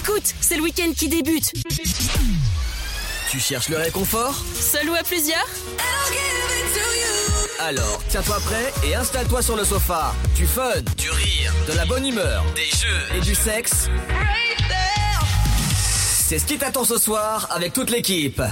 Écoute, c'est le week-end qui débute. Tu cherches le réconfort ? Seul ou à plusieurs ? Alors, tiens-toi prêt et installe-toi sur le sofa. Du fun, du rire, de la bonne humeur, des jeux et du sexe. C'est ce qui t'attend ce soir avec toute l'équipe.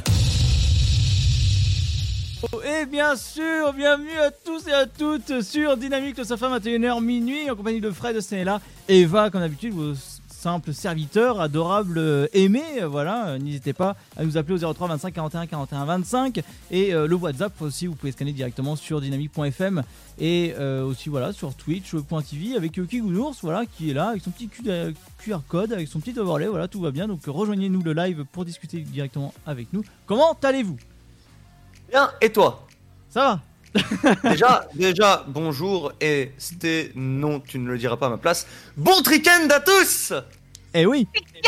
Et bien sûr, bienvenue à tous et à toutes sur Dynamique le Sofa 21h minuit en compagnie de Fred, Céla, Eva, comme d'habitude, vos simples serviteurs, adorables, aimés, voilà, n'hésitez pas à nous appeler au 03 25 41 41 25 et le WhatsApp aussi, vous pouvez scanner directement sur dynamique.fm et aussi voilà sur twitch.tv avec Kigounours, voilà, qui est là avec son petit QR code, avec son petit overlay, voilà, tout va bien, donc rejoignez-nous le live pour discuter directement avec nous. Comment allez-vous ? Bien, et toi ? Ça va ? déjà, bonjour, et c'était, non, tu ne le diras pas à ma place, bon week-end à tous ! Eh oui.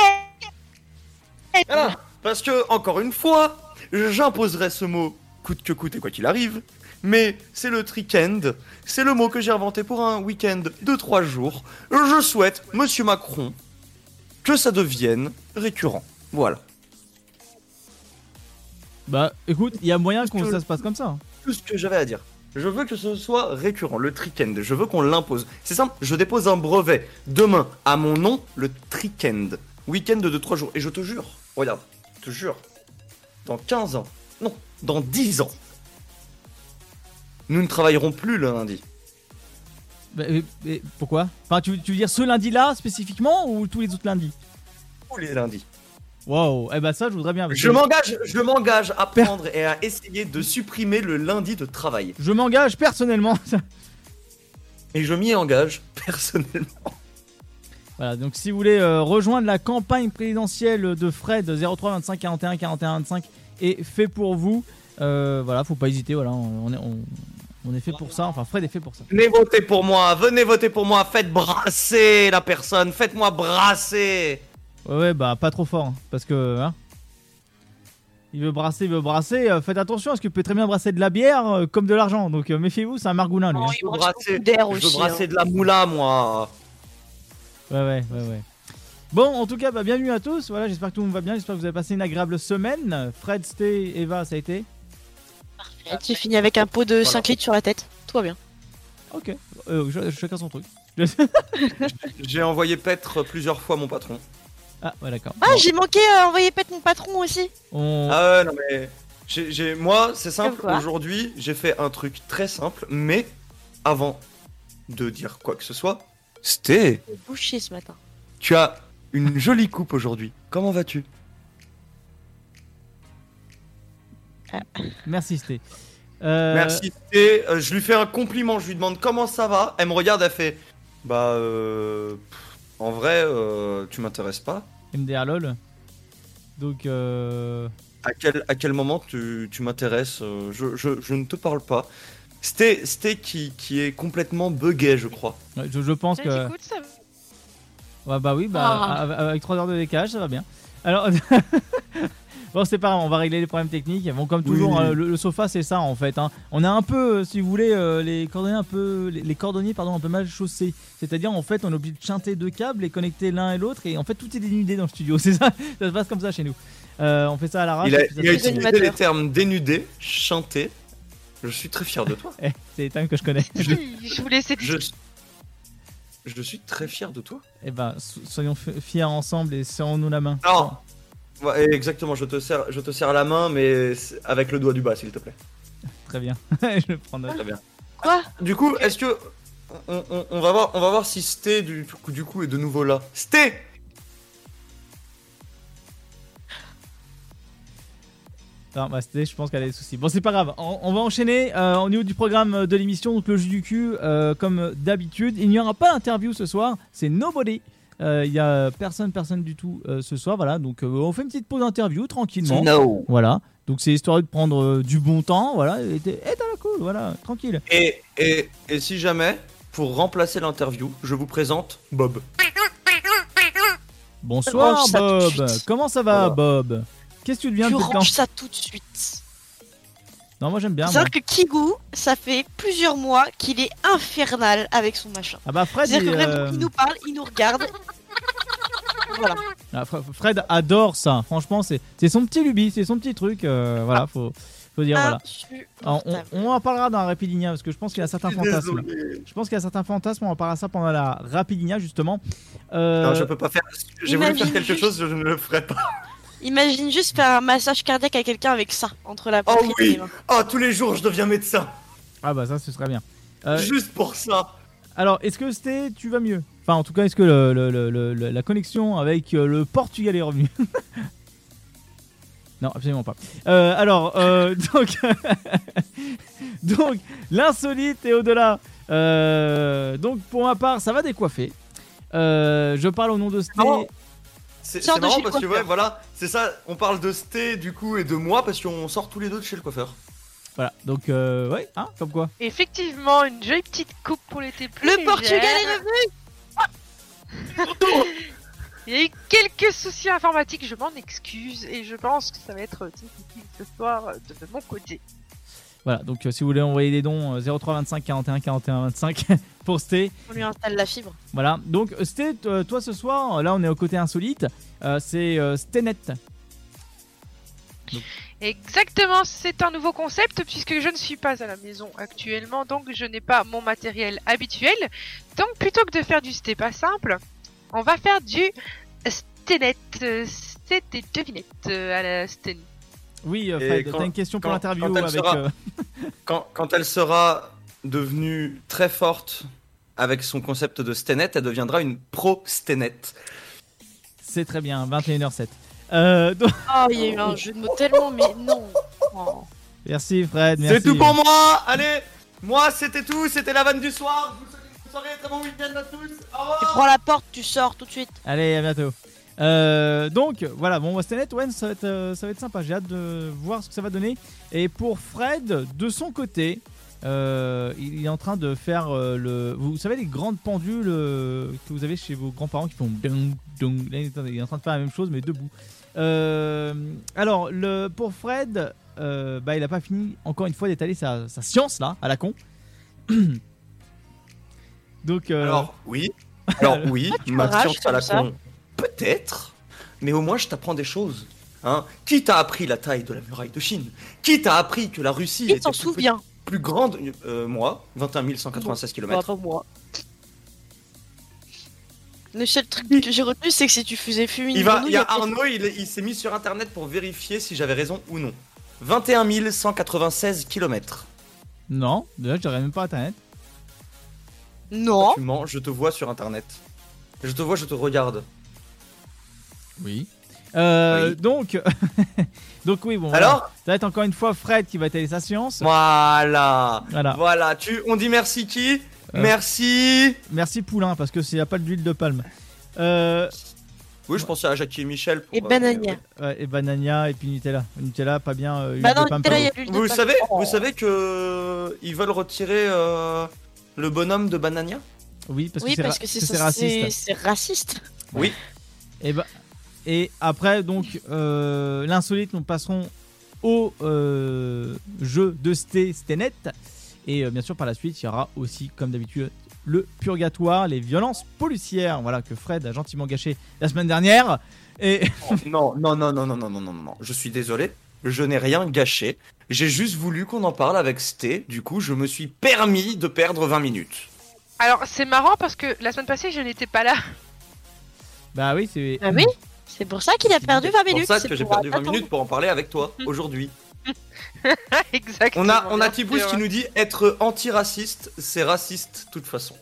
Voilà, parce que, encore une fois, j'imposerai ce mot coûte que coûte et quoi qu'il arrive, mais c'est le week-end, c'est le mot que j'ai inventé pour un week-end de 3 jours. Je souhaite, Monsieur Macron, que ça devienne récurrent. Voilà. Bah écoute, il y a moyen que ça se passe comme ça. Hein. Tout ce que j'avais à dire. Je veux que ce soit récurrent, le week-end. Je veux qu'on l'impose. C'est simple, je dépose un brevet demain à mon nom, le week-end. Week-end de 3 jours. Et je te jure, regarde, je te jure, dans 15 ans, non, dans 10 ans, nous ne travaillerons plus le lundi. Mais pourquoi ? Enfin, tu veux dire ce lundi-là spécifiquement ou tous les autres lundis ? Tous les lundis. Wow, eh ben ça je voudrais bien. Je m'engage à prendre et à essayer de supprimer le lundi de travail. Je m'engage personnellement. Et je m'y engage personnellement. Voilà, donc si vous voulez rejoindre la campagne présidentielle de Fred, 03 25 41 41 25 est fait pour vous. Voilà, faut pas hésiter, voilà, on est fait pour ça, enfin Fred est fait pour ça. Venez voter pour moi, faites brasser la personne, faites-moi brasser. Ouais, bah pas trop fort, hein, parce que hein, il veut brasser, faites attention, parce qu'il peut très bien brasser de la bière comme de l'argent, donc méfiez-vous, c'est un margoulin lui. Oh, je veux brasser de la moula, moi. Ouais. Bon, en tout cas, bah, bienvenue à tous, voilà, j'espère que tout le monde va bien, j'espère que vous avez passé une agréable semaine. Fred, Sté, Eva, ça a été ? Parfait, j'ai fini avec un pot de 5 litres sur la tête, tout va bien. Ok, chacun son truc. J'ai envoyé paître plusieurs fois mon patron. Ah ouais, d'accord. Ah, bon. J'ai manqué envoyer pète mon patron aussi. Ah ouais, non mais moi c'est simple, aujourd'hui j'ai fait un truc très simple, mais avant de dire quoi que ce soit, Sté, bouché ce matin. Tu as une jolie coupe aujourd'hui, comment vas-tu? Merci Sté. Merci Sté, je lui fais un compliment, je lui demande comment ça va, elle me regarde, elle fait bah en vrai tu m'intéresses pas. MDR lol. Donc à quel moment tu m'intéresses, je ne te parle pas. Sté qui est complètement bugué, je crois. Ouais, je pense que ça... ouais, bah oui, avec 3 heures de décalage, ça va bien. Alors bon, c'est pas grave, on va régler les problèmes techniques. Bon, comme toujours, oui. Le sofa, c'est ça en fait. Hein. On a un peu, si vous voulez, les cordonniers un peu mal chaussés. C'est-à-dire, en fait, on est obligé de chanter 2 câbles et connecter l'un et l'autre. Et en fait, tout est dénudé dans le studio. C'est ça, ça se passe comme ça chez nous. On fait ça à l'arrache. Il a utilisé les termes dénudé, chanter. Je suis très fier de toi. C'est les termes que je connais. Je vous laisse. Je suis très fier de toi. Eh ben, soyons fiers ensemble et serrons-nous la main. Non. Ouais, exactement, je te serre la main, mais avec le doigt du bas, s'il te plaît. Très bien, je le prends note. Très bien. Quoi ? Du coup, est-ce que on va voir si Sté du coup est de nouveau là. Sté. Non, bah Sté, je pense qu'elle a des soucis. Bon, c'est pas grave. On va enchaîner au niveau du programme de l'émission, donc le jeu du cul, comme d'habitude. Il n'y aura pas d'interview ce soir. C'est Nobody. Il y a personne du tout ce soir, voilà. Donc on fait une petite pause d'interview tranquillement. No. Voilà. Donc c'est histoire de prendre du bon temps, voilà. Et t'as la cool, voilà, tranquille. Et si jamais, pour remplacer l'interview, je vous présente Bob. Bonsoir Bob. Comment ça va, Bob? Qu'est-ce que tu deviens de Je range ça tout de suite. Non, moi j'aime bien. C'est-à-dire que Kigou, ça fait plusieurs mois qu'il est infernal avec son machin. Ah bah Fred, c'est-à-dire que vraiment, il nous parle, il nous regarde. Voilà. Ah, Fred adore ça. Franchement, c'est son petit lubie, c'est son petit truc. Voilà, faut dire voilà. Alors, on en parlera dans la Rapidinia parce que je pense qu'il y a certains fantasmes. Je pense qu'il y a certains fantasmes. On en parlera ça pendant la Rapidinia justement. Non, je peux pas faire. J'ai voulu faire Imagine quelque chose, je ne le ferai pas. Imagine juste faire un massage cardiaque à quelqu'un avec ça entre la Oh poitrine et oui. les mains. Oh, tous les jours, je deviens médecin. Ah bah ça, ce serait bien. Juste pour ça. Alors, est-ce que tu vas mieux? Enfin, en tout cas, est-ce que la connexion avec le Portugal est revenue? Non, absolument pas. Donc l'insolite et au-delà. Donc, pour ma part, ça va décoiffer. Je parle au nom de Sté. Oh. C'est Sors de marrant chez le parce que, ouais, coiffeur. voilà, c'est ça. On parle de Sté, du coup, et de moi parce qu'on sort tous les deux de chez le coiffeur. Voilà, donc, ouais, hein, comme quoi. Effectivement, une jolie petite coupe pour l'été plus Le légère. Portugal est revenu. Il y a eu quelques soucis informatiques, je m'en excuse, et je pense que ça va être difficile ce soir de mon côté. Voilà, donc si vous voulez envoyer des dons, 03 25 41 41 25 pour Sté. On lui installe la fibre. Voilà, donc Sté, toi ce soir, là on est au côté insolite, c'est Sténet. Exactement, c'est un nouveau concept puisque je ne suis pas à la maison actuellement, donc je n'ai pas mon matériel habituel. Donc plutôt que de faire du sté pas simple, on va faire du sténet. C'est des devinettes à la sténet. Oui, Fred, t'as une question pour l'interview quand elle avec... sera- Quand elle sera devenue très forte avec son concept de Sténet, elle deviendra une pro-Sténet. C'est très bien, 21h07. Donc, Oh, il y a eu un jeu de mots tellement, mais non. Oh. merci Fred, merci. C'est tout pour moi. Allez, moi c'était tout, c'était la vanne du soir. Je vous souhaite une soirée, très bon week-end à tous. Au revoir. Tu prends la porte, tu sors tout de suite. Allez, à bientôt. Donc voilà, bon, Sténet, ouais, ça va être sympa. J'ai hâte de voir ce que ça va donner. Et pour Fred, de son côté, il est en train de faire vous savez les grandes pendules que vous avez chez vos grands-parents qui font ding, ding. Là, il est en train de faire la même chose mais debout. Alors pour Fred, il a pas fini encore une fois d'étaler sa science là à la con. Donc Alors oui, tu ma m'arraches science à la comme ça. con, peut-être, mais au moins je t'apprends des choses. Hein. Qui t'a appris la taille de la muraille de Chine? Qui t'a appris que la Russie Il était s'en souvient. plus grande? Moi, 21 196 km. Pas moi. Le seul truc que j'ai retenu, c'est que si tu faisais fumer une Il grenouille, y a après- Arnaud, il s'est mis sur internet pour vérifier si j'avais raison ou non. 21 196 km. non, déjà je dirais même pas internet. Non. Tu mens, je te vois sur internet. Je te vois, je te regarde. Oui. Oui. Donc donc oui bon. Voilà. Alors Ça va être encore une fois Fred qui va étaler sa science. Voilà. Voilà. Voilà, on dit merci qui Merci. Merci Poulain parce que s'il n'y a pas d'huile de palme. Oui, je pensais à Jackie et Michel. Pour, Et Banania. Et Banania et puis Nutella. Nutella pas bien. Huile Bah de non, palme, Nutella, pas il y a bon. l'huile de Vous palme. savez, Oh. vous savez que ils veulent retirer le bonhomme de Banania. Oui parce Oui, que parce que c'est c'est raciste. c'est raciste. Oui. Et après donc l'insolite, nous passerons au jeu de Sténet. Et bien sûr par la suite il y aura aussi comme d'habitude le purgatoire, les violences policières, voilà que Fred a gentiment gâché la semaine dernière. Et Non. Je suis désolé. Je n'ai rien gâché. J'ai juste voulu qu'on en parle avec Sté. Du coup, je me suis permis de perdre 20 minutes. Alors c'est marrant parce que la semaine passée je n'étais pas là. bah oui c'est Ah oui. C'est pour ça qu'il a perdu 20 C'est minutes. pour ça c'est que j'ai pour perdu 20 attendre. minutes pour en parler avec toi aujourd'hui. Exactement. On a bien Tipous sûr. qui nous dit être anti-raciste, c'est raciste de toute façon.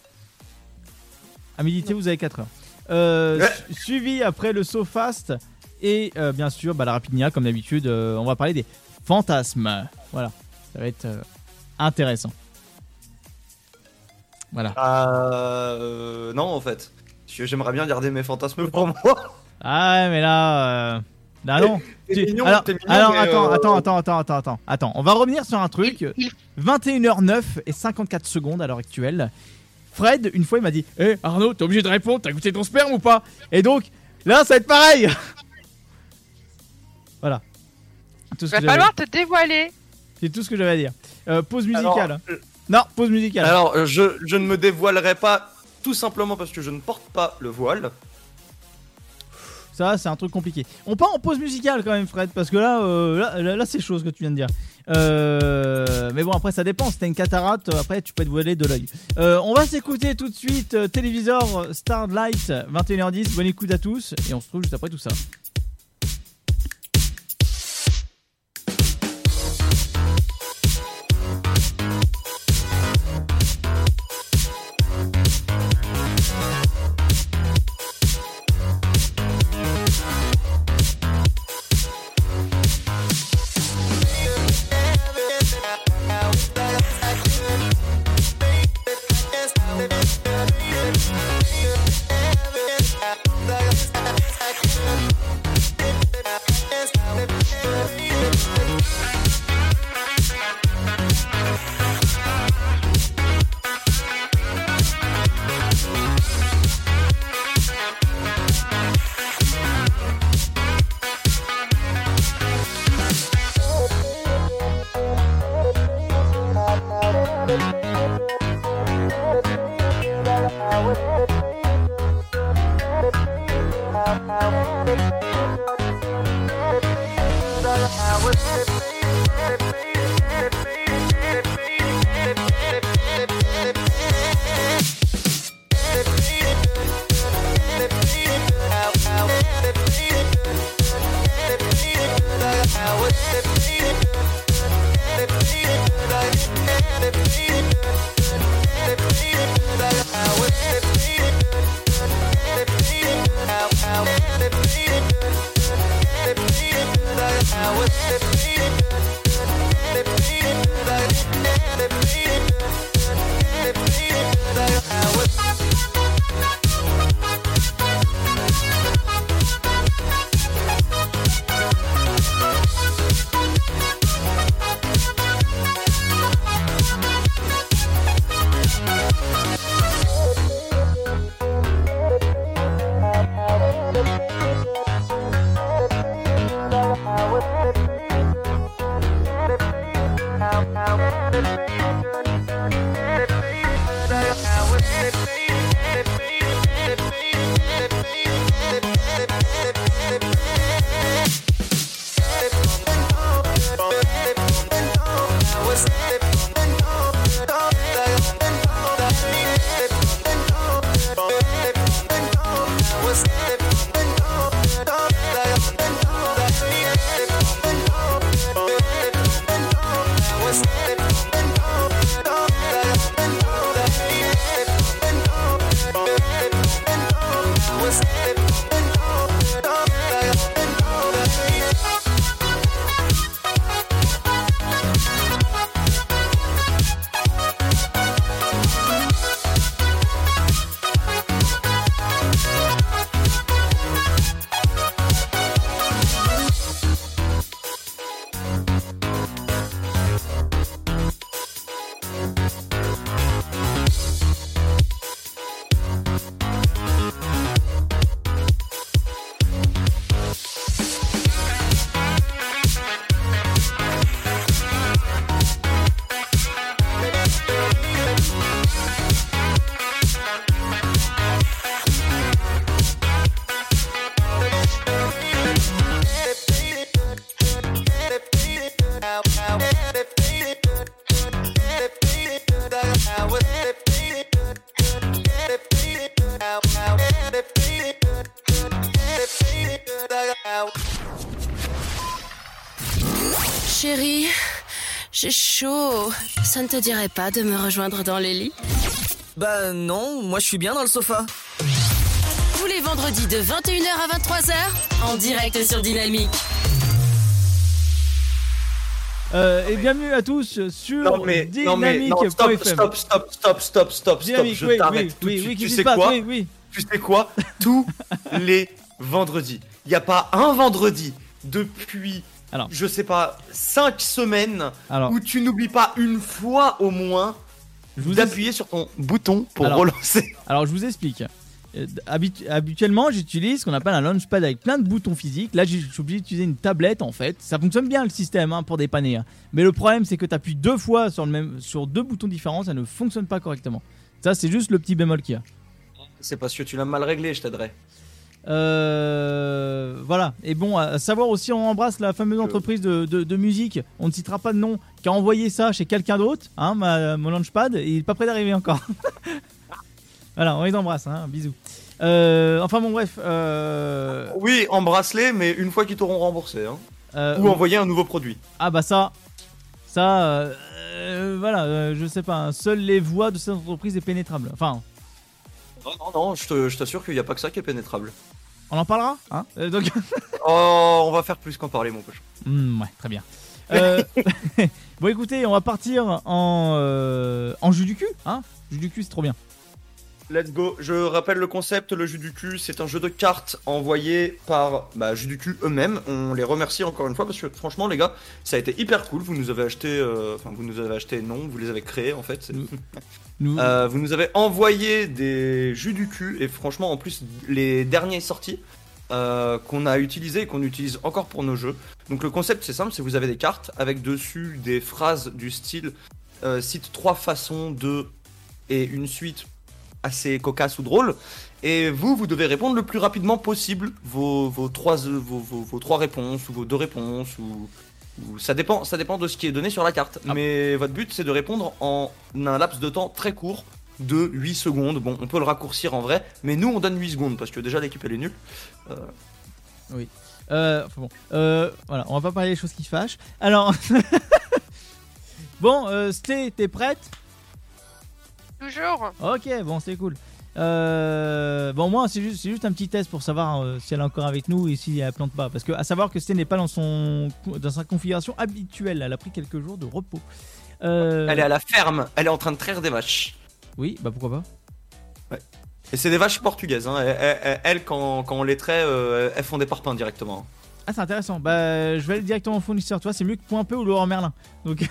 à militer, vous avez 4 heures. Ouais. Suivi après le SoFast et bien sûr la Rapidinia comme d'habitude. On va parler des fantasmes. Voilà, ça va être intéressant. Voilà. Non, en fait. Parce que j'aimerais bien garder mes fantasmes pour moi. Ah ouais, mais là non. T'es mignon, alors, t'es mignon, alors mais, attends. On va revenir sur un truc. Il- 21h09 et 54 secondes à l'heure actuelle. Fred, une fois, il m'a dit Arnaud, t'es obligé de répondre, t'as goûté ton sperme ou pas? Et donc, là, ça va être pareil. Voilà. Tout ce Va que j'avais- falloir te dévoiler. C'est tout ce que j'avais à dire. Pause musicale. Alors, Non, pause musicale. Alors, je ne me dévoilerai pas tout simplement parce que je ne porte pas le voile. Ça, c'est un truc compliqué. On part en pause musicale quand même, Fred, parce que là c'est chaud ce que tu viens de dire. Mais bon, après, ça dépend. Si t'as une cataracte, après, tu peux être voilé de l'œil. On va s'écouter tout de suite Téléviseur Starlight, 21h10. Bonne écoute à tous, et on se retrouve juste après tout ça. Chérie, j'ai chaud. Ça ne te dirait pas de me rejoindre dans les lits? Bah non, moi je suis bien dans le sofa. Tous les vendredis de 21h à 23h, en direct sur Dynamique. Et bienvenue à tous sur Dynamique.fm. Stop, Dynamique, je t'arrête tout de suite. Tu sais quoi? Tu sais quoi? Tous les vendredis. Il n'y a pas un vendredi depuis, je sais pas, 5 semaines où tu n'oublies pas une fois au moins d'appuyer sur ton bouton pour relancer. Alors je vous explique. Habituellement, j'utilise ce qu'on appelle un launchpad avec plein de boutons physiques. Là, je suis obligé d'utiliser une tablette en fait. Ça fonctionne bien le système pour dépanner. Mais le problème, c'est que tu appuies deux fois sur deux boutons différents, ça ne fonctionne pas correctement. Ça, c'est juste le petit bémol qu'il y a. C'est parce que tu l'as mal réglé, je t'aiderai. voilà. Et bon, à savoir aussi, on embrasse la fameuse entreprise de musique, on ne citera pas de nom, qui a envoyé ça chez quelqu'un d'autre, hein, mon launchpad, et il est pas prêt d'arriver encore. Voilà, on les embrasse, hein, bisous. Enfin bon, bref. Oui, embrasse-les, mais une fois qu'ils t'auront remboursé. Hein. Ou envoyer un nouveau produit. Ah bah ça, voilà, je sais pas, hein, seules les voies de cette entreprise est pénétrable. Enfin, Non, je t'assure qu'il n'y a pas que ça qui est pénétrable. on en parlera, hein. Donc, Oh, on va faire plus qu'en parler, mon cochon. ouais, très bien. Bon, écoutez, on va partir en jus du cul, hein. Jus du cul, c'est trop bien. Let's go. Je rappelle le concept, le jus du cul, c'est un jeu de cartes envoyé par Jus du cul eux-mêmes. On les remercie encore une fois parce que franchement les gars, ça a été hyper cool. Vous nous avez acheté, non, vous les avez créés en fait. Vous nous avez envoyé des jus du cul et franchement en plus les derniers sortis qu'on a utilisés et qu'on utilise encore pour nos jeux. Donc le concept c'est simple, c'est vous avez des cartes avec dessus des phrases du style cite 3 façons de et une suite assez cocasse ou drôle, et vous devez répondre le plus rapidement possible vos 3 réponses ou vos 2 réponses ou ça dépend de ce qui est donné sur la carte. Mais votre but c'est de répondre en un laps de temps très court de 8 secondes. Bon, on peut le raccourcir en vrai, mais nous on donne 8 secondes parce que déjà l'équipe elle est nulle. Oui. Enfin bon. Voilà, on va pas parler des choses qui fâchent. Alors, bon, Sté, t'es prête? Toujours. Ok, bon, c'est cool. Bon, moi, c'est juste un petit test pour savoir si elle est encore avec nous et si elle plante pas. Parce que, à savoir que Sté n'est pas dans sa configuration habituelle. Elle a pris quelques jours de repos. Elle est à la ferme, elle est en train de traire des vaches. Oui, bah pourquoi pas. Ouais. Et c'est des vaches portugaises. Hein. Elles, quand on les traite, elles font des parpaings directement. Ah, c'est intéressant. Bah, je vais aller directement au fournisseur. Tu vois, c'est mieux que Point P ou Laurent Merlin. Donc.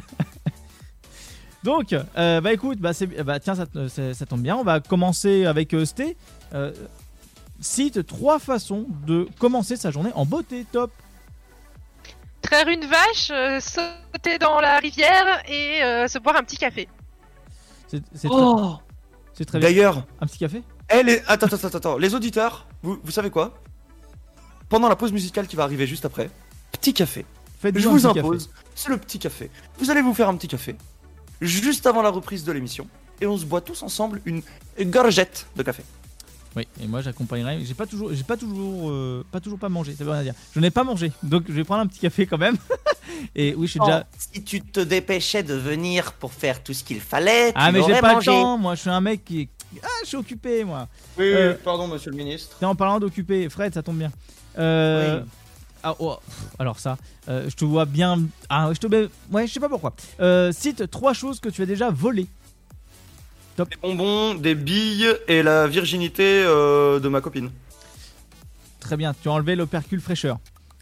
Donc, bah écoute, tiens, ça tombe bien. On va commencer avec Sté. Cite 3 façons de commencer sa journée en beauté. Top. Traire une vache, sauter dans la rivière et se boire un petit café. C'est très bien. D'ailleurs, Un petit café. Attends. Les auditeurs, vous savez quoi? Pendant la pause musicale qui va arriver juste après, petit café. Je vous impose, c'est le petit café. Vous allez vous faire un petit café juste avant la reprise de l'émission et on se boit tous ensemble une gorgette de café. Oui, et moi j'accompagnerai. J'ai pas toujours mangé, ça veut rien dire. Je n'ai pas mangé, donc je vais prendre un petit café quand même. Et oui, je suis déjà. Si tu te dépêchais de venir pour faire tout ce qu'il fallait, tu mais j'ai pas mangé. le temps. Moi, je suis un mec qui. Je suis occupé, moi. Oui, pardon, monsieur le ministre. En parlant d'occupé, Fred, ça tombe bien. Oui. Alors ça, je te vois bien. Ouais, je sais pas pourquoi. Cite 3 choses que tu as déjà volées. Top. Des bonbons, des billes et la virginité de ma copine. Très bien, tu as enlevé l'opercule fraîcheur.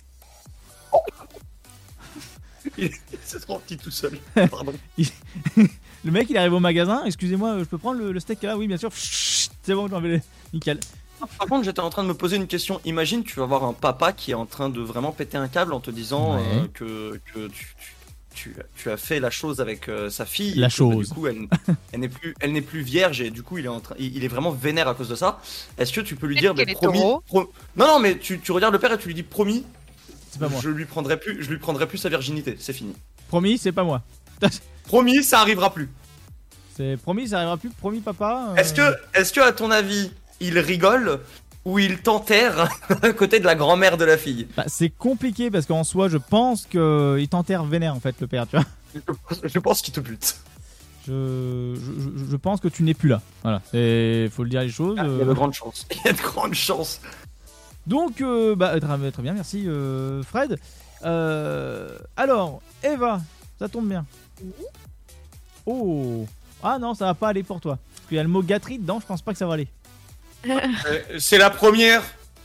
C'est trop petit tout seul. Pardon. Le mec il arrive au magasin, excusez-moi, je peux prendre le steak là? Oui, bien sûr. Chut, c'est bon, j'ai enlevé le. Nickel. Par contre, j'étais en train de me poser une question. Imagine, tu vas voir un papa qui est en train de vraiment péter un câble en te disant que tu as fait la chose avec sa fille. La chose. Du coup, elle n'est plus vierge et du coup, il est vraiment vénère à cause de ça. Est-ce que tu peux lui dire, promis Non, mais tu regardes le père et tu lui dis promis. C'est pas moi. Je lui prendrai plus sa virginité. C'est fini. Promis, c'est pas moi. Promis, ça arrivera plus. C'est promis, ça arrivera plus. Promis, papa. Est-ce que à ton avis, il rigole ou il t'enterre à côté de la grand-mère de la fille? C'est compliqué parce qu'en soi, je pense qu'il t'enterre vénère en fait, le père, tu vois. Je pense qu'il te bute. Je pense que tu n'es plus là. Voilà, faut le dire les choses. Il y a de grandes chances. Il y a de grandes chances. Donc, très bien, merci Fred. Alors, Eva, ça tombe bien. Oh, ah non, ça va pas aller pour toi. Parce qu'il y a le mot gâterie dedans, je pense pas que ça va aller. C'est la première.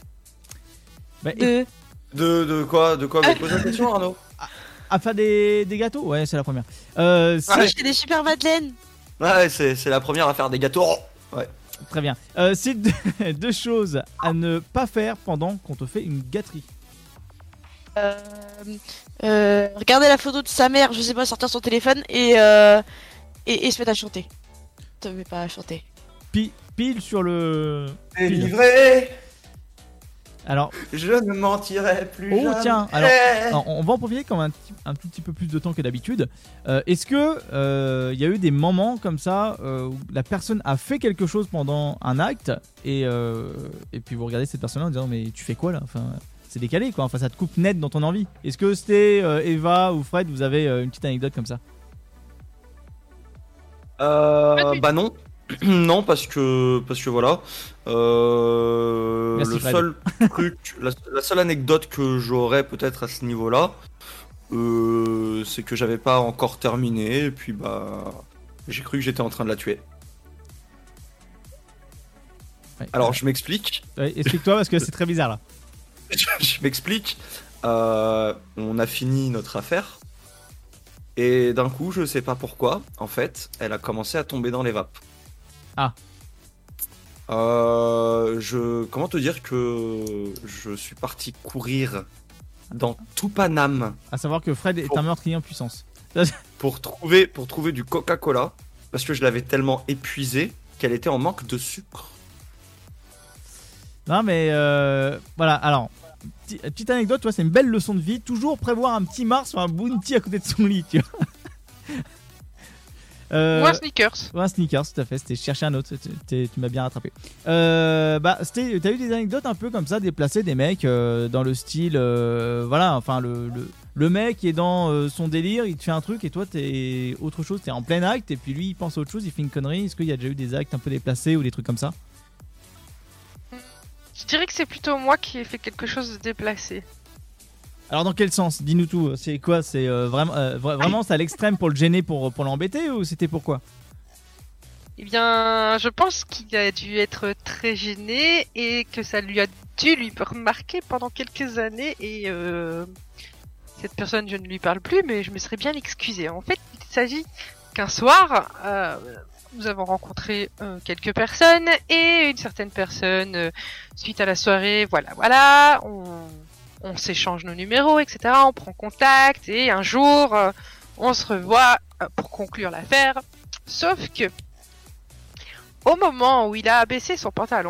De quoi vous posez la question, Arnaud? À faire des gâteaux? Ouais, c'est la première. J'ai des super madeleines. Ouais, c'est la première à faire des gâteaux. Ouais. Très bien. C'est 2 choses à ne pas faire pendant qu'on te fait une gâterie. Regarder la photo de sa mère, je sais pas, sortir son téléphone et se mettre à chanter. Te mets pas à chanter. Pile sur le. Délivré. Alors, Je ne mentirai plus oh jamais. tiens, alors, on va en profiter comme un tout petit peu plus de temps que d'habitude. Est-ce que il y a eu des moments comme ça où la personne a fait quelque chose pendant un acte et puis vous regardez cette personne-là en disant mais tu fais quoi là, enfin c'est décalé quoi, enfin ça te coupe net dans ton envie. Est-ce que c'était Eva ou Fred, vous avez une petite anecdote comme ça? Bah non. Non, parce que voilà. Merci, Le Fred. seul truc, la seule anecdote que j'aurais peut-être à ce niveau-là, c'est que j'avais pas encore terminé, et puis bah, j'ai cru que j'étais en train de la tuer. Ouais. Alors je m'explique. Ouais, explique-toi parce que c'est très bizarre là. Je m'explique. On a fini notre affaire. Et d'un coup, je sais pas pourquoi, en fait, elle a commencé à tomber dans les vapes. Ah. Comment te dire que je suis parti courir dans tout Paname À savoir que Fred est un meurtrier en puissance. pour trouver du Coca-Cola parce que je l'avais tellement épuisée qu'elle était en manque de sucre. Non mais voilà, alors petite anecdote, tu vois, c'est une belle leçon de vie, toujours prévoir un petit Mars ou un Bounty à côté de son lit, tu vois. Ou un Snickers. Ou un Snickers, tout à fait, c'était chercher un autre, tu m'as bien rattrapé. Bah, t'as eu des anecdotes un peu comme ça, déplacées, des mecs dans le style, voilà, enfin le mec est dans son délire, il te fait un truc et toi t'es autre chose, t'es en plein acte et puis lui il pense à autre chose, il fait une connerie. Est-ce qu'il y a déjà eu des actes un peu déplacés ou des trucs comme ça? Je dirais que c'est plutôt moi qui ai fait quelque chose de déplacé. Alors dans quel sens? Dis-nous tout. C'est quoi? C'est vraiment c'est à l'extrême pour le gêner, pour l'embêter, ou c'était pourquoi? Eh bien, je pense qu'il a dû être très gêné et que ça lui a dû lui remarquer pendant quelques années et cette personne, je ne lui parle plus, mais je me serais bien excusée. En fait, il s'agit qu'un soir, nous avons rencontré quelques personnes et une certaine personne, suite à la soirée, voilà, on s'échange nos numéros, etc. On prend contact et un jour, on se revoit pour conclure l'affaire. Sauf que, au moment où il a abaissé son pantalon,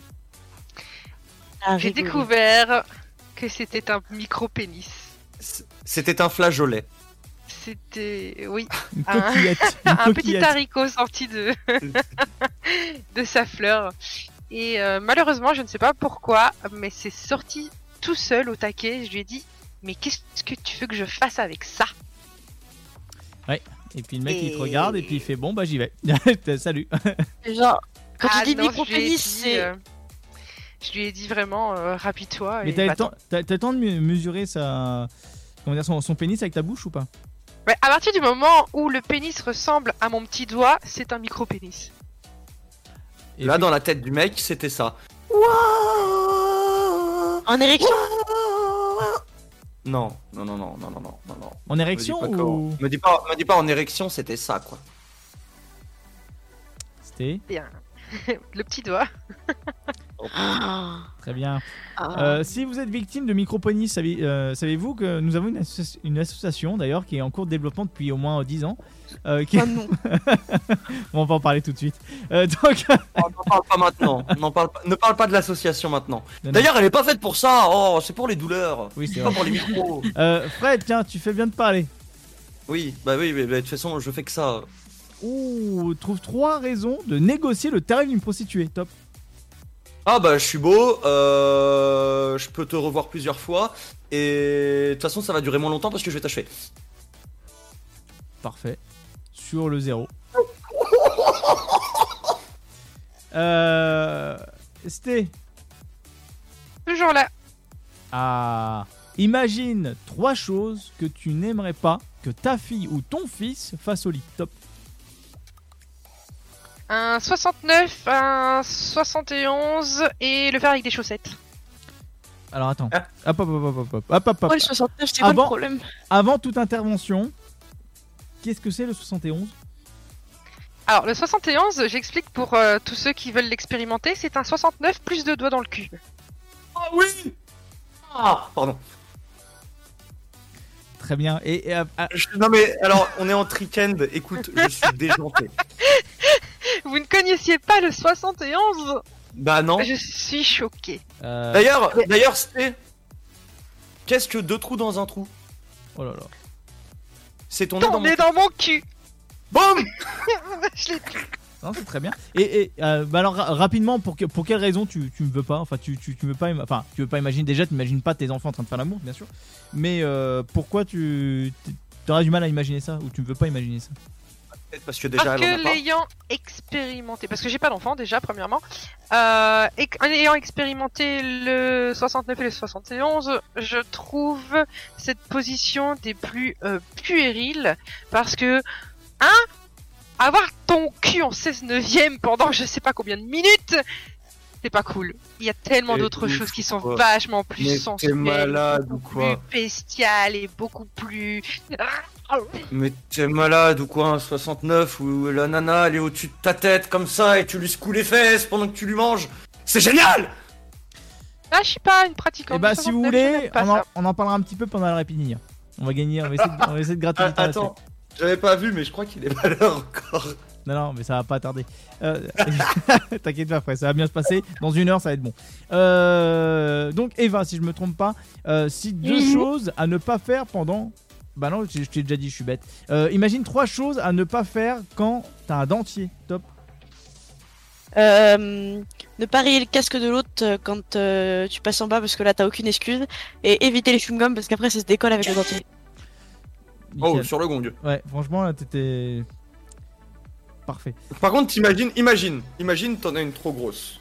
j'ai découvert que c'était un micro-pénis. C'était un flageolet. C'était, oui, Une coquillette. Une un petit coquillette. haricot sorti de de sa fleur. Et malheureusement, je ne sais pas pourquoi, mais c'est sorti tout seul au taquet. Je lui ai dit, mais qu'est-ce que tu veux que je fasse avec ça? Et puis le mec il te regarde et puis il fait bon bah j'y vais. Salut. Genre, quand tu dis non, micro-pénis, c'est. Je lui ai dit vraiment, rapide-toi. Mais et t'as le va-t'en. temps, t'as le temps de mesurer son pénis avec ta bouche ou pas? Ouais, à partir du moment où le pénis ressemble à mon petit doigt, c'est un micro-pénis. Et Là, puis- dans la tête du mec, c'était ça. En érection. Non. En érection Me dis pas ou me dis pas en érection, c'était ça, quoi. c'était Bien. Le petit doigt. Ah. très bien. Ah. Si vous êtes victime de micro-pénis, savez-vous que nous avons une association d'ailleurs qui est en cours de développement depuis au moins 10 ans. Qui... Oh non. On va en parler tout de suite. Donc, On n'en parle pas maintenant. Ne parle pas de l'association maintenant. non, non. D'ailleurs, elle est pas faite pour ça. Oh, c'est pour les douleurs. Oui, c'est Pas vrai. pour les micros. Fred, tiens, tu fais bien de parler. Oui, mais de toute façon, je fais que ça. Ouh, trouve 3 raisons de négocier le tarif d'une prostituée. Top. Ah bah, je suis beau. Je peux te revoir plusieurs fois. Et de toute façon, ça va durer moins longtemps parce que je vais t'achever. Parfait. Sur le 0. Sté. Toujours là. Ah. Imagine 3 choses que tu n'aimerais pas que ta fille ou ton fils fasse au lit. Top. Un 69, un 71 et le faire avec des chaussettes. Alors attends. Ah. Hop. Oh, le 69, c'est quoi le Avant- problème? Avant toute intervention, qu'est-ce que c'est le 71? Alors, le 71, j'explique pour tous ceux qui veulent l'expérimenter, c'est un 69 plus 2 doigts dans le cul. Ah oui. Ah, pardon. Très bien. Non mais alors, on est en trick-end. Écoute, je suis déjanté. Vous ne connaissiez pas le 71? Bah non. Je suis choquée. D'ailleurs, c'était... Qu'est-ce que 2 trous dans un trou? Oh là là. C'est ton nez dans Ton mon... nez dans mon cul. Boum. Je l'ai plus. Non, c'est très bien. Et bah alors rapidement, pour quelle raison tu me veux pas? Enfin, tu veux pas, tu veux pas imaginer. Déjà, tu n'imagines pas tes enfants en train de faire l'amour, bien sûr. Mais pourquoi tu auras du mal à imaginer ça, ou tu ne veux pas imaginer ça? Peut-être parce que déjà Parce elle en a que pas. l'ayant expérimenté, parce que j'ai pas d'enfant déjà premièrement, en ayant expérimenté le 69 et le 71, je trouve cette position des plus puériles, parce que avoir ton cul en 16/9 pendant je sais pas combien de minutes, c'est pas cool. Il y a tellement Et d'autres ouf, choses qui sont quoi. vachement plus Mais t'es sensuelles, malade ou beaucoup quoi? plus bestiales et beaucoup plus... Mais t'es malade ou quoi? Un 69 où la nana elle est au-dessus de ta tête comme ça et tu lui secoues les fesses pendant que tu lui manges. C'est génial! Ah, je suis pas une pratiquante. Et bah du si vous 69, je voulez, n'aime pas ça. on en parlera un petit peu pendant la répinière. On va essayer de gratter du temps là-dessus. Attends, j'avais pas vu mais je crois qu'il est pas là encore. Non, mais ça va pas tarder. T'inquiète pas, frère, ça va bien se passer. Dans 1 heure, ça va être bon. Donc, Eva, si je me trompe pas, si 2 choses à ne pas faire pendant. Bah non, je t'ai déjà dit, je suis bête. Imagine 3 choses à ne pas faire quand t'as un dentier. Top. Ne pas rayer le casque de l'autre quand tu passes en bas parce que là t'as aucune excuse. Et éviter les chewing-gums parce qu'après ça se décolle avec le dentier. Oh, Nickel. sur le gong. Ouais, franchement, là, t'étais. Parfait. Par contre, imagine, t'en as une trop grosse.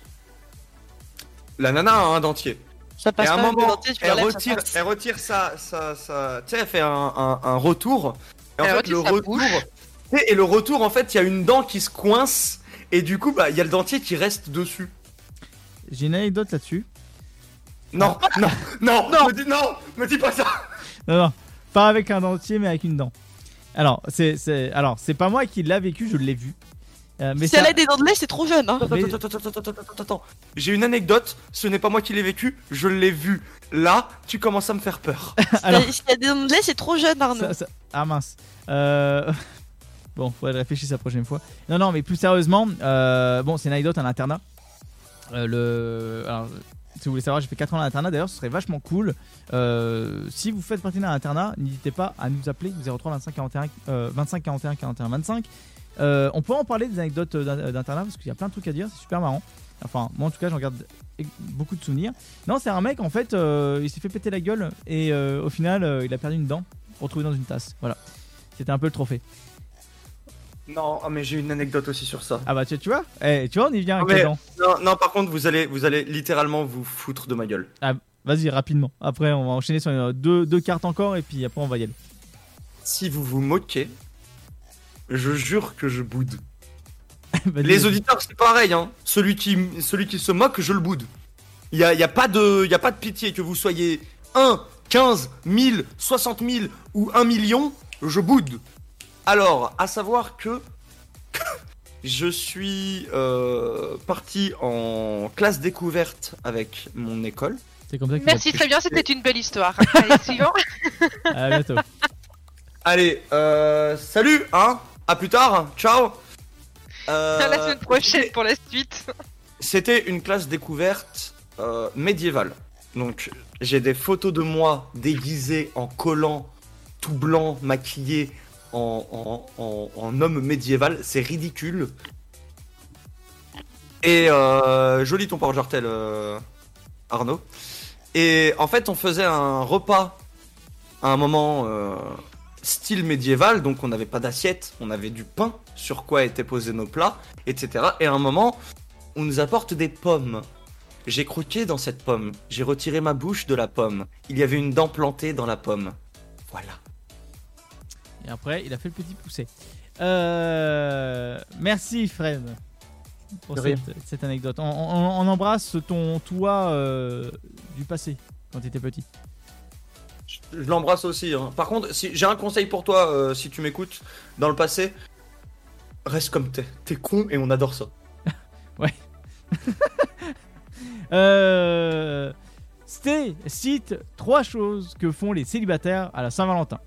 La nana a un dentier. Ça passe Et à un pas avec le moment, dentier, tu elle l'enlèves, ça retire, passe. elle retire sa, tu sais, elle fait un retour. Et en Elle fait, retire le sa retour, bouche. tu sais, et le retour, en fait, il y a une dent qui se coince. Et du coup, bah, il y a le dentier qui reste dessus. J'ai une anecdote là-dessus. Non, non, me dis pas ça. Non, pas avec un dentier, mais avec une dent. Alors, c'est pas moi qui l'a vécu, je l'ai vu. Mais Si elle a des dents de lait, c'est trop jeune, hein. Mais- Attends. J'ai une anecdote, ce n'est pas moi qui l'ai vécu, je l'ai vu. Là, tu commences à me faire peur. Alors- Si elle a des dents de lait, c'est trop jeune, Arnaud. Ah mince. Bon, faudrait le réfléchir la prochaine fois. Non, mais plus sérieusement, bon, c'est une anecdote à l'internat. Alors, si vous voulez savoir, j'ai fait 4 ans à l'internat. D'ailleurs, ce serait vachement cool. Si vous faites partie d'un internat, n'hésitez pas à nous appeler 03 25 41 25. On peut en parler des anecdotes d'internat parce qu'il y a plein de trucs à dire. C'est super marrant. Enfin, moi en tout cas, j'en garde beaucoup de souvenirs. Non, c'est un mec en fait, il s'est fait péter la gueule et au final, il a perdu une dent retrouvée dans une tasse. Voilà. C'était un peu le trophée. Non, mais j'ai une anecdote aussi sur ça. Ah bah tu vois, tu vois, on y vient avec Mais- les dents. Non, par contre, vous allez littéralement vous foutre de ma gueule. Vas-y, rapidement. Après, on va enchaîner sur deux cartes encore et puis après, on va y aller. Si vous vous moquez, je jure que je boude. Vas-y, Les vas-y. auditeurs, c'est pareil, hein. Celui qui se moque, je le boude. Y a pas de pitié, que vous soyez 1, 15, 1000, 60 000 ou 1 million, je boude. Alors, à savoir que je suis parti en classe découverte avec mon école. C'est comme ça que Merci, très bien, c'était une belle histoire. Allez, suivant. À bientôt. Allez, salut, hein. À plus tard, ciao. À la semaine prochaine pour la suite. C'était une classe découverte médiévale. Donc j'ai des photos de moi déguisé en collant, tout blanc, maquillé en homme médiéval. C'est ridicule. Et joli ton port jartel, Arnaud. Et en fait on faisait un repas à un moment style médiéval. Donc on n'avait pas d'assiette, on avait du pain sur quoi étaient posés nos plats, etc. Et à un moment on nous apporte des pommes. J'ai croqué dans cette pomme. J'ai retiré ma bouche de la pomme. Il y avait une dent plantée dans la pomme. Voilà. Et après, il a fait le petit poussé. Merci Fred pour De rien. cette anecdote. On embrasse ton toi du passé quand tu étais petit. Je l'embrasse aussi. Hein. Par contre, si j'ai un conseil pour toi, si tu m'écoutes, dans le passé, reste comme t'es. T'es con et on adore ça. Sté cite 3 choses que font les célibataires à la Saint-Valentin.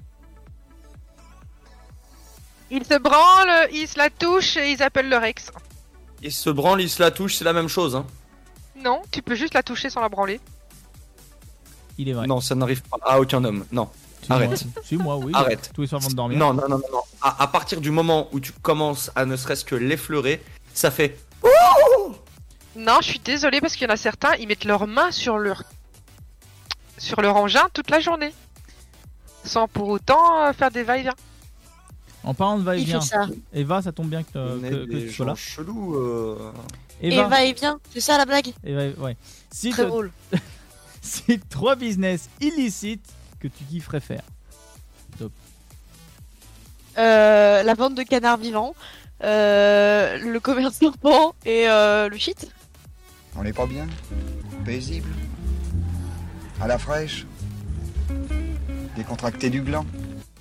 Ils se branlent, ils se la touchent et ils appellent leur ex. Ils se branlent, ils se la touchent, c'est la même chose. Hein. Non, tu peux juste la toucher sans la branler. Il est vrai. Non, ça n'arrive pas à aucun homme. Non. Arrête. Suis-moi, oui. Arrête. Tous les soirs avant de dormir. Non. À partir du moment où tu commences à ne serait-ce que l'effleurer, ça fait. Non, je suis désolée parce qu'il y en a certains, ils mettent leurs mains sur leur engin toute la journée. Sans pour autant faire des va-et-vient. En parlant de Il va-et-vient, fait ça. Eva, ça tombe bien que tu sois là. Chelou. Eva et bien, c'est ça la blague. Eva, ouais. Si Très drôle. c'est 3 business illicites que tu kifferais faire. La vente de canards vivants, le commerce serpent et le shit. On n'est pas bien? Paisible? À la fraîche? Décontracté du gland?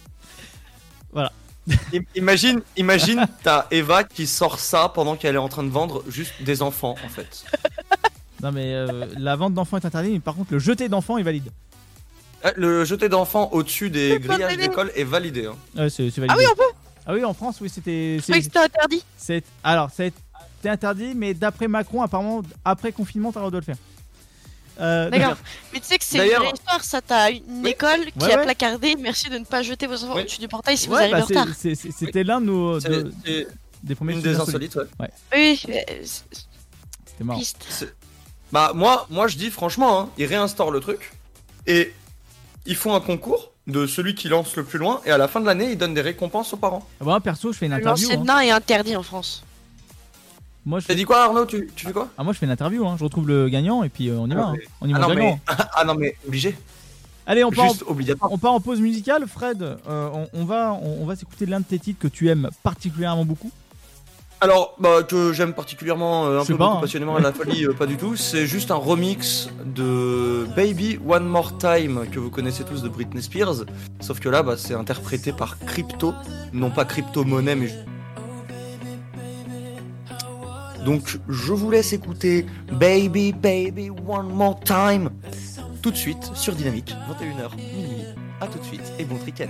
Imagine, t'as Eva qui sort ça pendant qu'elle est en train de vendre juste des enfants en fait. Non mais la vente d'enfants est interdite, mais par contre le jeter d'enfants est valide. Le jeter d'enfants au-dessus des grillages d'école est validé. Hein. Ouais, c'est validé. Ah oui, on peut. Ah oui, en France, oui, c'était. Je croyais que c'était interdit. Alors, c'était interdit, mais d'après Macron, apparemment, après confinement, t'as le droit de le faire. D'accord. Mais tu sais que c'est une D'ailleurs- vraie histoire, ça. T'as une école qui Ouais, a ouais. placardé. Merci de ne pas jeter vos enfants Ouais. au-dessus du portail si vous Ouais, arrivez bah, en retard. c'était l'un de nos C'est des premiers une sujets des insolites. insolites, ouais. Oui, C'était marrant. piste. Bah moi je dis franchement, hein, ils réinstaurent le truc et ils font un concours de celui qui lance le plus loin et à la fin de l'année ils donnent des récompenses aux parents. Ah bah, perso, je fais une Le interview. lancer de Hein. nain est interdit en France. Moi, je T'as fais... dit quoi Arnaud, tu fais quoi? moi, je fais une interview. Hein. Je retrouve le gagnant et puis on y va. Ah, Hein. mais- On y Ah va non, gagnant. mais... non mais obligé. Allez, on part, Juste obligatoire. on part en pause musicale. Fred, on va s'écouter l'un de tes titres que tu aimes particulièrement beaucoup. Alors, bah, que j'aime particulièrement, Je un sais peu pas, beaucoup hein. passionnément à la folie, pas du tout. C'est juste un remix de Baby One More Time que vous connaissez tous de Britney Spears. Sauf que là, bah, c'est interprété par Crypto, non pas crypto-monnaie, mais. Donc, je vous laisse écouter Baby Baby One More Time tout de suite sur Dynamique, 21h minuit. À tout de suite et bon week-end.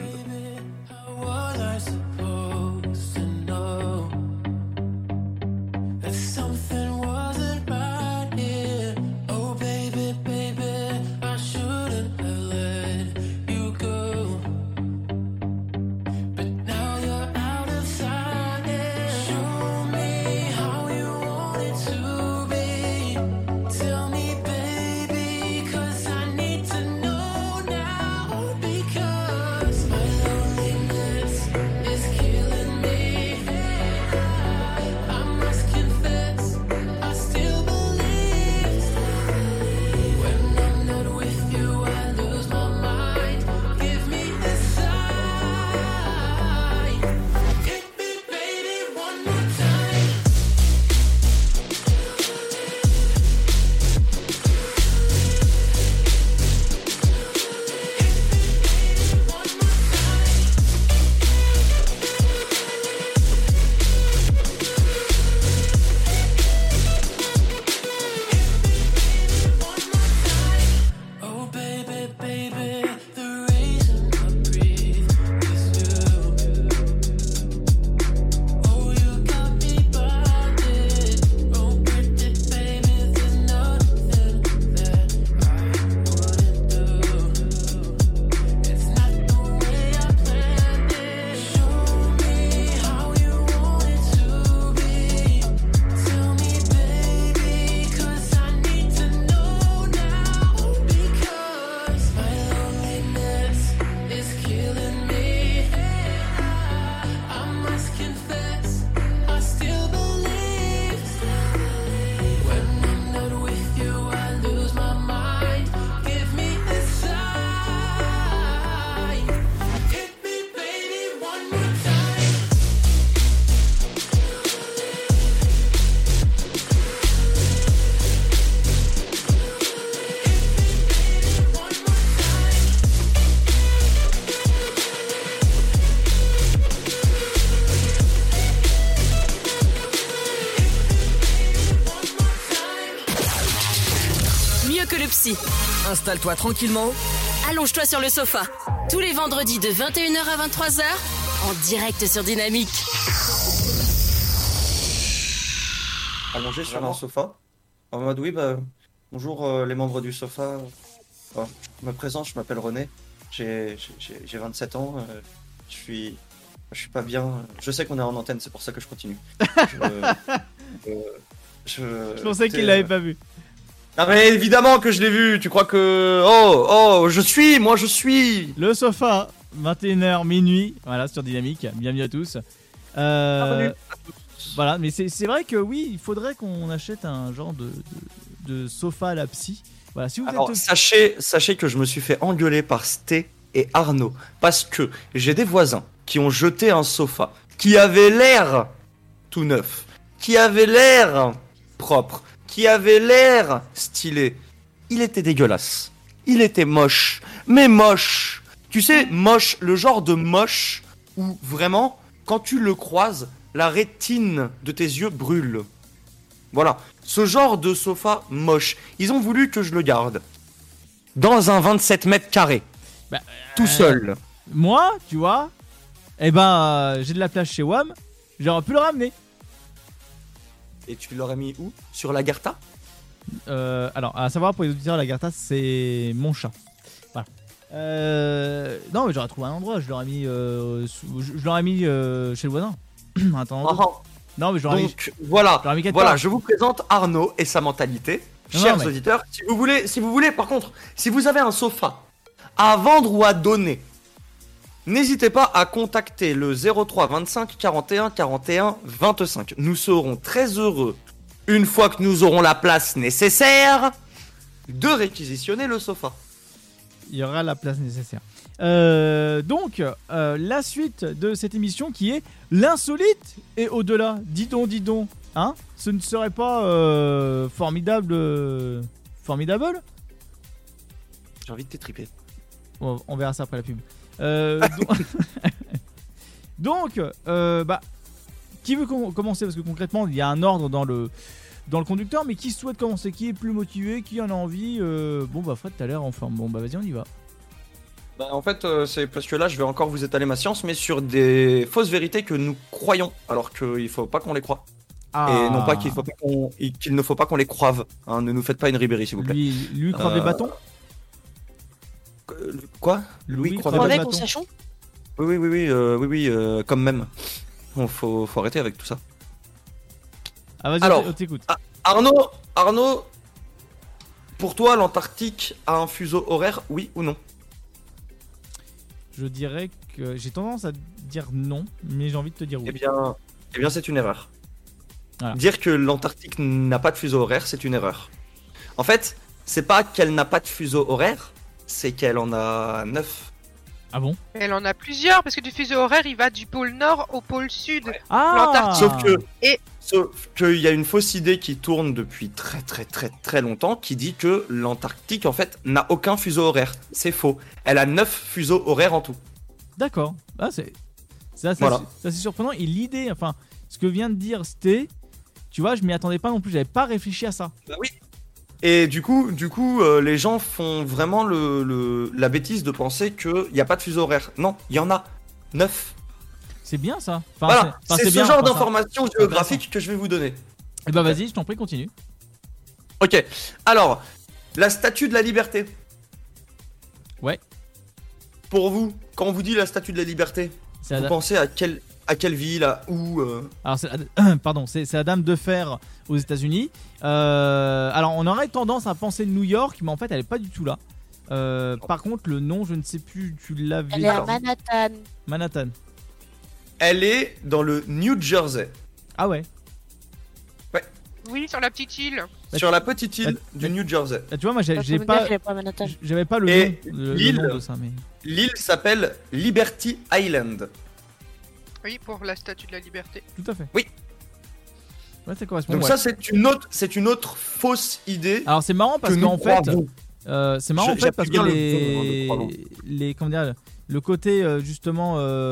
Que le psy. Installe-toi tranquillement. Allonge-toi sur le sofa. Tous les vendredis de 21h à 23h, en direct sur Dynamique. Allongé sur un sofa. En mode oui, bah, Bonjour les membres du sofa. Oh, je me présente, je m'appelle René. J'ai 27 ans. Je suis pas bien. Je sais qu'on est en antenne, c'est pour ça que je continue. Je pensais qu'il l'avait pas vu. Ah mais évidemment que je l'ai vu. Tu crois que je suis. Le sofa, 21h minuit, voilà sur Dynamique. Bienvenue à tous. Bienvenue. Voilà, mais c'est vrai que oui, il faudrait qu'on achète un genre de sofa à la psy. Voilà, si vous Alors, êtes... sachez que je me suis fait engueuler par Sté et Arnaud parce que j'ai des voisins qui ont jeté un sofa qui avait l'air tout neuf, qui avait l'air propre, qui avait l'air stylé. Il était dégueulasse. Il était moche, mais moche. Tu sais, moche, le genre de moche où vraiment, quand tu le croises, la rétine de tes yeux brûle. Voilà, ce genre de sofa moche. Ils ont voulu que je le garde dans un 27 mètres carrés, tout seul. Moi, tu vois, j'ai de la place chez WAM, j'aurais pu le ramener. Et tu l'aurais mis où? Sur la Garta? Alors, à savoir pour les auditeurs, la Garta, c'est mon chat. Voilà. Non, mais j'aurais trouvé un endroit, je l'aurais mis, chez le voisin. Attends. Non, mais j'aurais mis. Donc voilà, je vous présente Arnaud et sa mentalité. Chers auditeurs, si vous voulez, par contre, si vous avez un sofa à vendre ou à donner, n'hésitez pas à contacter le 03 25 41 41 25. Nous serons très heureux, une fois que nous aurons la place nécessaire, de réquisitionner le sofa. Il y aura la place nécessaire. Donc, la suite de cette émission qui est l'insolite et au-delà. Dis donc, hein? Ce ne serait pas formidable. J'ai envie de t'étriper. On verra ça après la pub. Donc, qui veut commencer? Parce que concrètement, il y a un ordre dans le conducteur, mais qui souhaite commencer? Qui est plus motivé? Qui en a envie? Fred, t'as l'air en forme. Vas-y, on y va. En fait, c'est parce que là, je vais encore vous étaler ma science, mais sur des fausses vérités que nous croyons, alors qu'il faut pas qu'on les croie. Et non pas qu'il ne faut pas qu'on les croive. Hein, ne nous faites pas une Ribéry, s'il vous plaît. Lui croive les bâtons? Quoi? Louis croive les bâtons. Sachons. Oui, comme même. Bon, faut arrêter avec tout ça. Ah, vas-y, alors, on t'écoute. Arnaud, pour toi, l'Antarctique a un fuseau horaire, oui ou non? Je dirais que j'ai tendance à dire non, mais j'ai envie de te dire oui. Eh bien, c'est une erreur. Voilà. Dire que l'Antarctique n'a pas de fuseau horaire, c'est une erreur. En fait, c'est pas qu'elle n'a pas de fuseau horaire, c'est qu'elle en a 9. Ah bon? Elle en a plusieurs, parce que du fuseau horaire, il va du pôle nord au pôle sud. Ouais. L'Antarctique. Sauf qu'il y a une fausse idée qui tourne depuis très très très très longtemps qui dit que l'Antarctique en fait n'a aucun fuseau horaire. C'est faux. Elle a 9 fuseaux horaires en tout. D'accord. Ah, c'est surprenant. Et l'idée, enfin, ce que vient de dire Sté, tu vois, je m'y attendais pas non plus. J'avais pas réfléchi à ça. Bah oui. Et du coup, les gens font vraiment la bêtise de penser qu'il n'y a pas de fuseau horaire. Non, il y en a 9. C'est bien ça. Voilà, c'est ce genre d'informations géographiques que je vais vous donner. Et vas-y, je t'en prie, continue. Ok, alors, la statue de la liberté. Ouais. Pour vous, quand on vous dit la statue de la liberté, vous pensez à quelle ville, à où Alors, c'est la Dame de Fer aux États-Unis. Alors, on aurait tendance à penser New York, mais en fait, elle est pas du tout là. Par contre, le nom, je ne sais plus. Tu l'avais. Elle est à Manhattan. Manhattan. Elle est dans le New Jersey. Ah ouais. Ouais. Oui, sur la petite île. Sur la petite île du New Jersey. Tu vois, moi, j'avais pas le nom de ça, mais. L'île s'appelle Liberty Island. Oui, pour la statue de la liberté. Tout à fait. Oui. Ouais, ça correspond. Donc ça, c'est une autre fausse idée. Alors c'est marrant parce qu'en fait, parce que les comment dire, le côté justement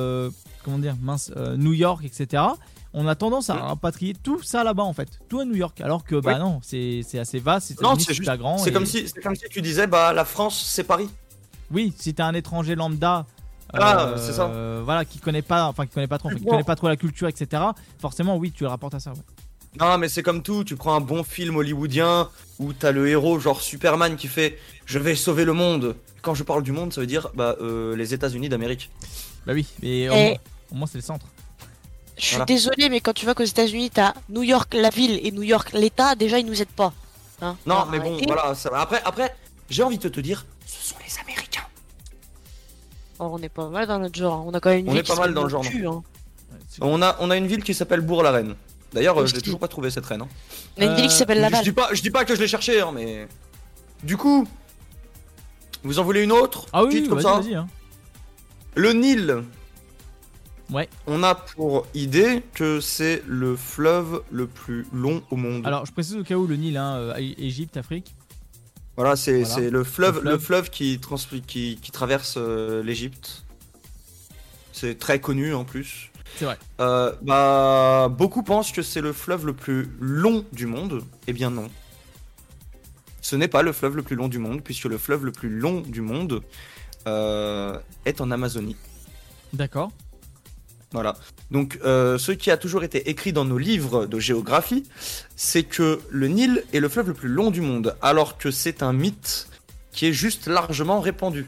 New York, etc. On a tendance à rapatrier tout ça là-bas en fait, tout à New York, alors que non, c'est assez vaste, c'est super grand. C'est comme si tu disais la France c'est Paris. Oui, si t'es un étranger lambda. C'est ça. Voilà, qui connaît pas trop la culture, etc. Forcément, oui, tu le rapportes à ça. Ouais. Non, mais c'est comme tout, tu prends un bon film hollywoodien où t'as le héros genre Superman qui fait « Je vais sauver le monde ». Quand je parle du monde, ça veut dire les États-Unis d'Amérique. Bah oui, mais Et- au moins c'est le centre. Je suis Voilà. désolé, mais quand tu vois qu'aux États-Unis, t'as New York la ville et New York l'État, déjà ils nous aident pas. Hein. Non, Alors, mais bon, arrêtez. voilà. Après, j'ai envie de te dire, ce sont les Américains. Oh, on est pas mal dans notre genre. On a quand même une On ville est qui pas mal s'appelle dans le genre, Cul, hein. Ouais, c'est- On a une ville qui s'appelle Bourg-la-Reine. D'ailleurs, je Aussi. l'ai toujours pas trouvé cette reine. Hein. On a une ville qui s'appelle Je Laval. dis pas que je l'ai cherché, hein, mais. Du coup, vous en voulez une autre? Ah oui, Petite comme vas-y, ça. vas-y. Hein. Le Nil. Ouais. On a pour idée que c'est le fleuve le plus long au monde. Alors, je précise au cas où le Nil, hein, Égypte, Afrique. Voilà, c'est Voilà. le fleuve, Le fleuve. qui traverse l'Égypte. C'est très connu en plus. C'est vrai. Beaucoup pensent que c'est le fleuve le plus long du monde. Eh bien non. Ce n'est pas le fleuve le plus long du monde, puisque le fleuve le plus long du monde est en Amazonie. D'accord. Voilà. Donc, ce qui a toujours été écrit dans nos livres de géographie, c'est que le Nil est le fleuve le plus long du monde, alors que c'est un mythe qui est juste largement répandu.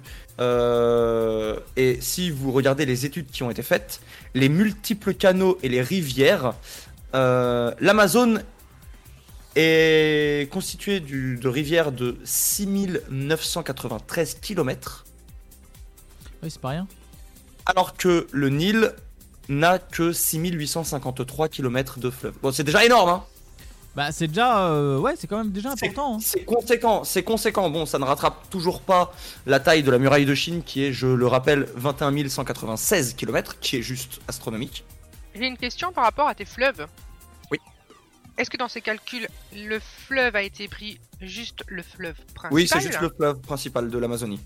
Et si vous regardez les études qui ont été faites, les multiples canaux et les rivières, l'Amazone est constituée de rivières de 6993 km, Oui, c'est pas rien. alors que le Nil n'a que 6853 km de fleuve. Bon, c'est déjà énorme, hein. Bah, c'est déjà. Ouais, c'est quand même déjà important. Hein. C'est conséquent. Bon, ça ne rattrape toujours pas la taille de la muraille de Chine, qui est, je le rappelle, 21 196 km, qui est juste astronomique. J'ai une question par rapport à tes fleuves. Oui. Est-ce que dans ces calculs, le fleuve a été pris juste le fleuve principal? Oui, c'est juste le fleuve principal de l'Amazonie.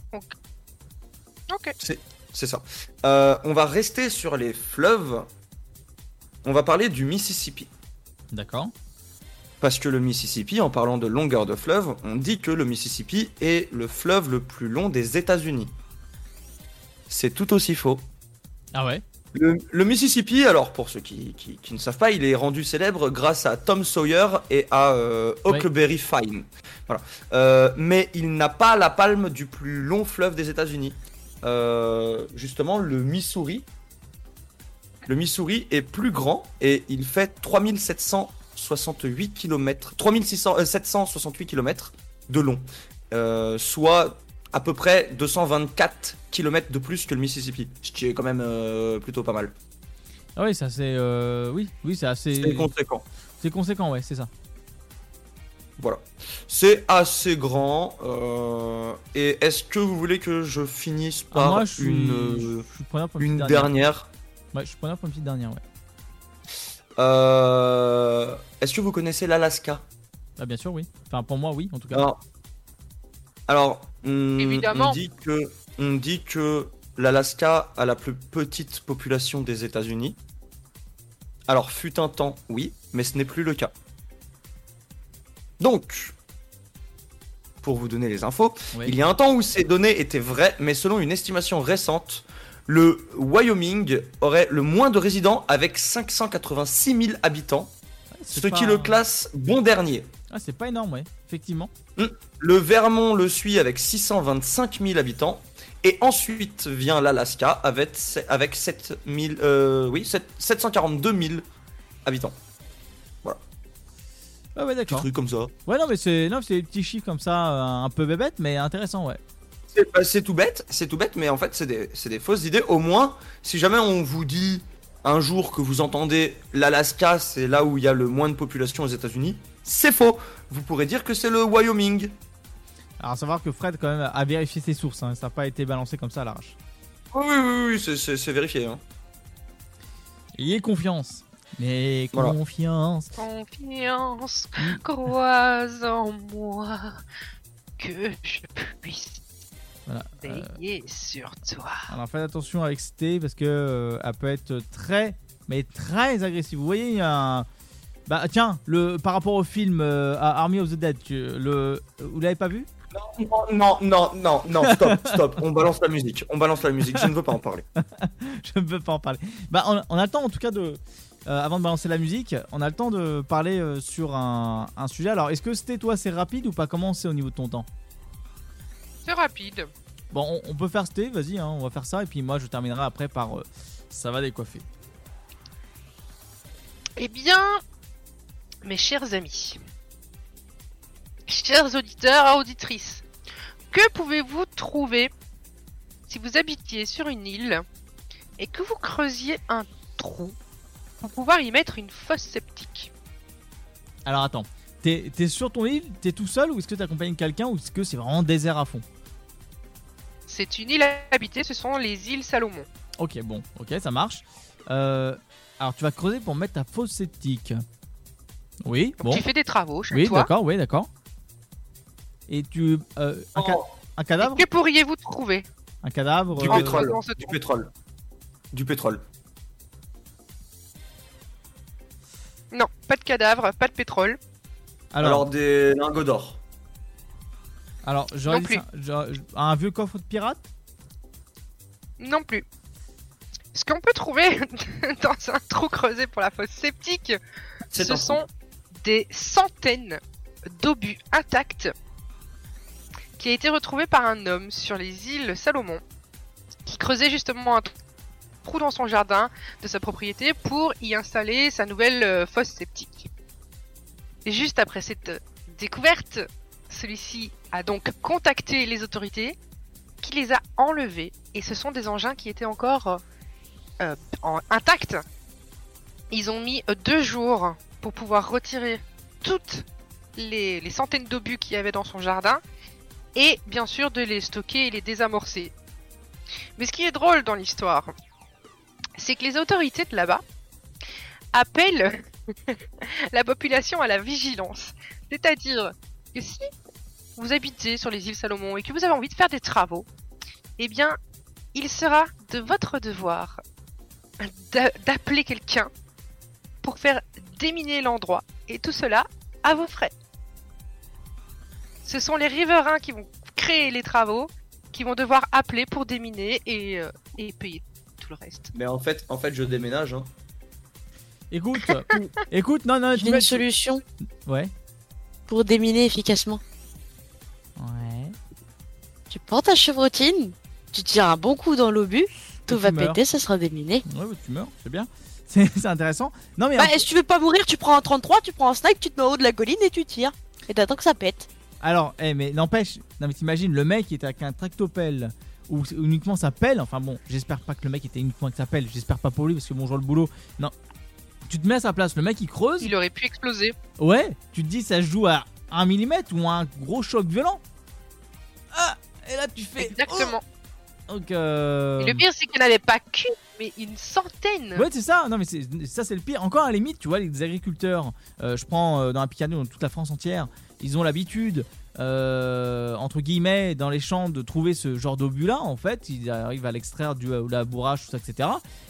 Ok. C'est ça. On va rester sur les fleuves. On va parler du Mississippi. D'accord. Parce que le Mississippi, en parlant de longueur de fleuve, on dit que le Mississippi est le fleuve le plus long des États-Unis. C'est tout aussi faux. Ah ouais. Le Mississippi, alors pour ceux qui ne savent pas, il est rendu célèbre grâce à Tom Sawyer et à Huckleberry Fine. Voilà. Mais il n'a pas la palme du plus long fleuve des États-Unis. Justement, le Missouri. Le Missouri est plus grand et il fait 3768 km, 768 km de long. Soit à peu près 224 km de plus que le Mississippi. Ce qui est quand même plutôt pas mal. Ah oui, ça c'est. Oui, c'est assez. C'est conséquent. C'est conséquent, ouais, c'est ça. Voilà. C'est assez grand. Et est-ce que vous voulez que je finisse par Moi, je suis une preneur pour une petite dernière? Ouais, je suis preneur pour une petite dernière, ouais. Est-ce que vous connaissez l'Alaska? Ah, bien sûr, oui. Enfin, pour moi, oui, en tout cas. Alors, Évidemment. on dit que l'Alaska a la plus petite population des États-Unis. Alors, fut un temps, oui, mais ce n'est plus le cas. Donc, pour vous donner les infos, Ouais. il y a un temps où ces données étaient vraies, mais selon une estimation récente, le Wyoming aurait le moins de résidents avec 586 000 habitants, C'est ce pas- qui le classe bon dernier. Ah, c'est pas énorme, ouais, effectivement. Le Vermont le suit avec 625 000 habitants. Et ensuite vient l'Alaska avec 742 000 habitants. Ah, ouais, Petit d'accord. truc comme ça. Ouais, non, mais c'est des petits chiffres comme ça, un peu bébêtes, mais intéressant, ouais. C'est tout bête, mais en fait c'est des fausses idées. Au moins, si jamais on vous dit un jour que vous entendez l'Alaska, c'est là où il y a le moins de population aux États-Unis, c'est faux. Vous pourrez dire que c'est le Wyoming. Alors, à savoir que Fred, quand même, a vérifié ses sources, hein, ça n'a pas été balancé comme ça à l'arrache. Oui, c'est vérifié. Hein. Ayez confiance. Mais Voilà. confiance. Confiance, crois en moi, que je puisse Voilà. veiller sur toi. Alors, faites attention avec Sté parce que elle peut être très, mais très agressive. Vous voyez, il y a un. Bah, tiens, par rapport au film Army of the Dead, vous l'avez pas vu? Non, stop. On balance la musique, je ne veux pas en parler. Je ne peux pas en parler. Bah, on attend en tout cas avant de balancer la musique, on a le temps de parler sur un sujet. Alors, est-ce que c'était toi, c'est rapide ou pas? Comment c'est au niveau de ton temps? C'est rapide. Bon, on peut faire c'était, vas-y, hein, on va faire ça. Et puis moi, je terminerai après par ça va décoiffer. Eh bien, mes chers amis, chers auditeurs et auditrices, que pouvez-vous trouver si vous habitiez sur une île et que vous creusiez un trou pour pouvoir y mettre une fosse septique? Alors attends, t'es sur ton île, t'es tout seul ou est-ce que t'accompagnes quelqu'un ou est-ce que c'est vraiment désert à fond? C'est une île habitée, ce sont les îles Salomon. Ok, bon, ok, ça marche. Alors tu vas creuser pour mettre ta fosse septique. Oui, Donc bon. tu fais des travaux chez Oui, toi. d'accord, oui, d'accord. Et tu... un cadavre? Que pourriez-vous trouver? Un cadavre Du en pétrole. creusant ce Du trou? pétrole. Du pétrole. Non, pas de cadavre, pas de pétrole. Alors des lingots d'or. Alors j'aurais Non dit plus. ça, un vieux coffre de pirate? Non plus. Ce qu'on peut trouver dans un trou creusé pour la fosse septique, C'est ce un sont des centaines d'obus intacts qui a été retrouvé par un homme sur les îles Salomon qui creusait justement un trou dans son jardin de sa propriété pour y installer sa nouvelle fosse septique. Et juste après cette découverte, celui-ci a donc contacté les autorités qui les a enlevés et ce sont des engins qui étaient encore intacts. Ils ont mis 2 jours pour pouvoir retirer toutes les centaines d'obus qu'il y avait dans son jardin et bien sûr de les stocker et les désamorcer. Mais ce qui est drôle dans l'histoire, c'est que les autorités de là-bas appellent la population à la vigilance. C'est-à-dire que si vous habitez sur les îles Salomon et que vous avez envie de faire des travaux, eh bien, il sera de votre devoir d'appeler quelqu'un pour faire déminer l'endroit. Et tout cela à vos frais. Ce sont les riverains qui vont créer les travaux, qui vont devoir appeler pour déminer et payer tout le reste. Mais en fait, je déménage. Hein. Écoute, écoute, non, J'ai une solution Ouais. pour déminer efficacement. Ouais. Tu prends ta chevrotine, tu tires un bon coup dans l'obus, tout tu va meurs. péter, ça sera déminé. Ouais, bah, tu meurs, c'est bien. C'est intéressant. Non mais Bah, si tu veux pas mourir, tu prends un 33, tu prends un snipe, tu te mets au haut de la colline et tu tires. Et t'attends que ça pète. alors, mais n'empêche, non mais t'imagines, le mec qui était avec un tractopelle ou uniquement sa pelle. Enfin bon, j'espère pas que le mec était uniquement avec sa pelle. J'espère pas pour lui parce que bon, je vois le boulot. Non, tu te mets à sa place. Le mec il creuse. Il aurait pu exploser. Ouais, tu te dis ça se joue à 1 mm ou à un gros choc violent. Ah, et là tu fais. Exactement. Oh donc. Et le pire, c'est qu'il n'y en avait pas qu'une, mais une centaine. Ouais, c'est ça. Non, mais ça, c'est le pire. Encore à la limite, tu vois, les agriculteurs, je prends dans la Picardie, dans toute la France entière, ils ont l'habitude, entre guillemets, dans les champs, de trouver ce genre d'obus-là. En fait, ils arrivent à l'extraire du labourage, tout ça, etc.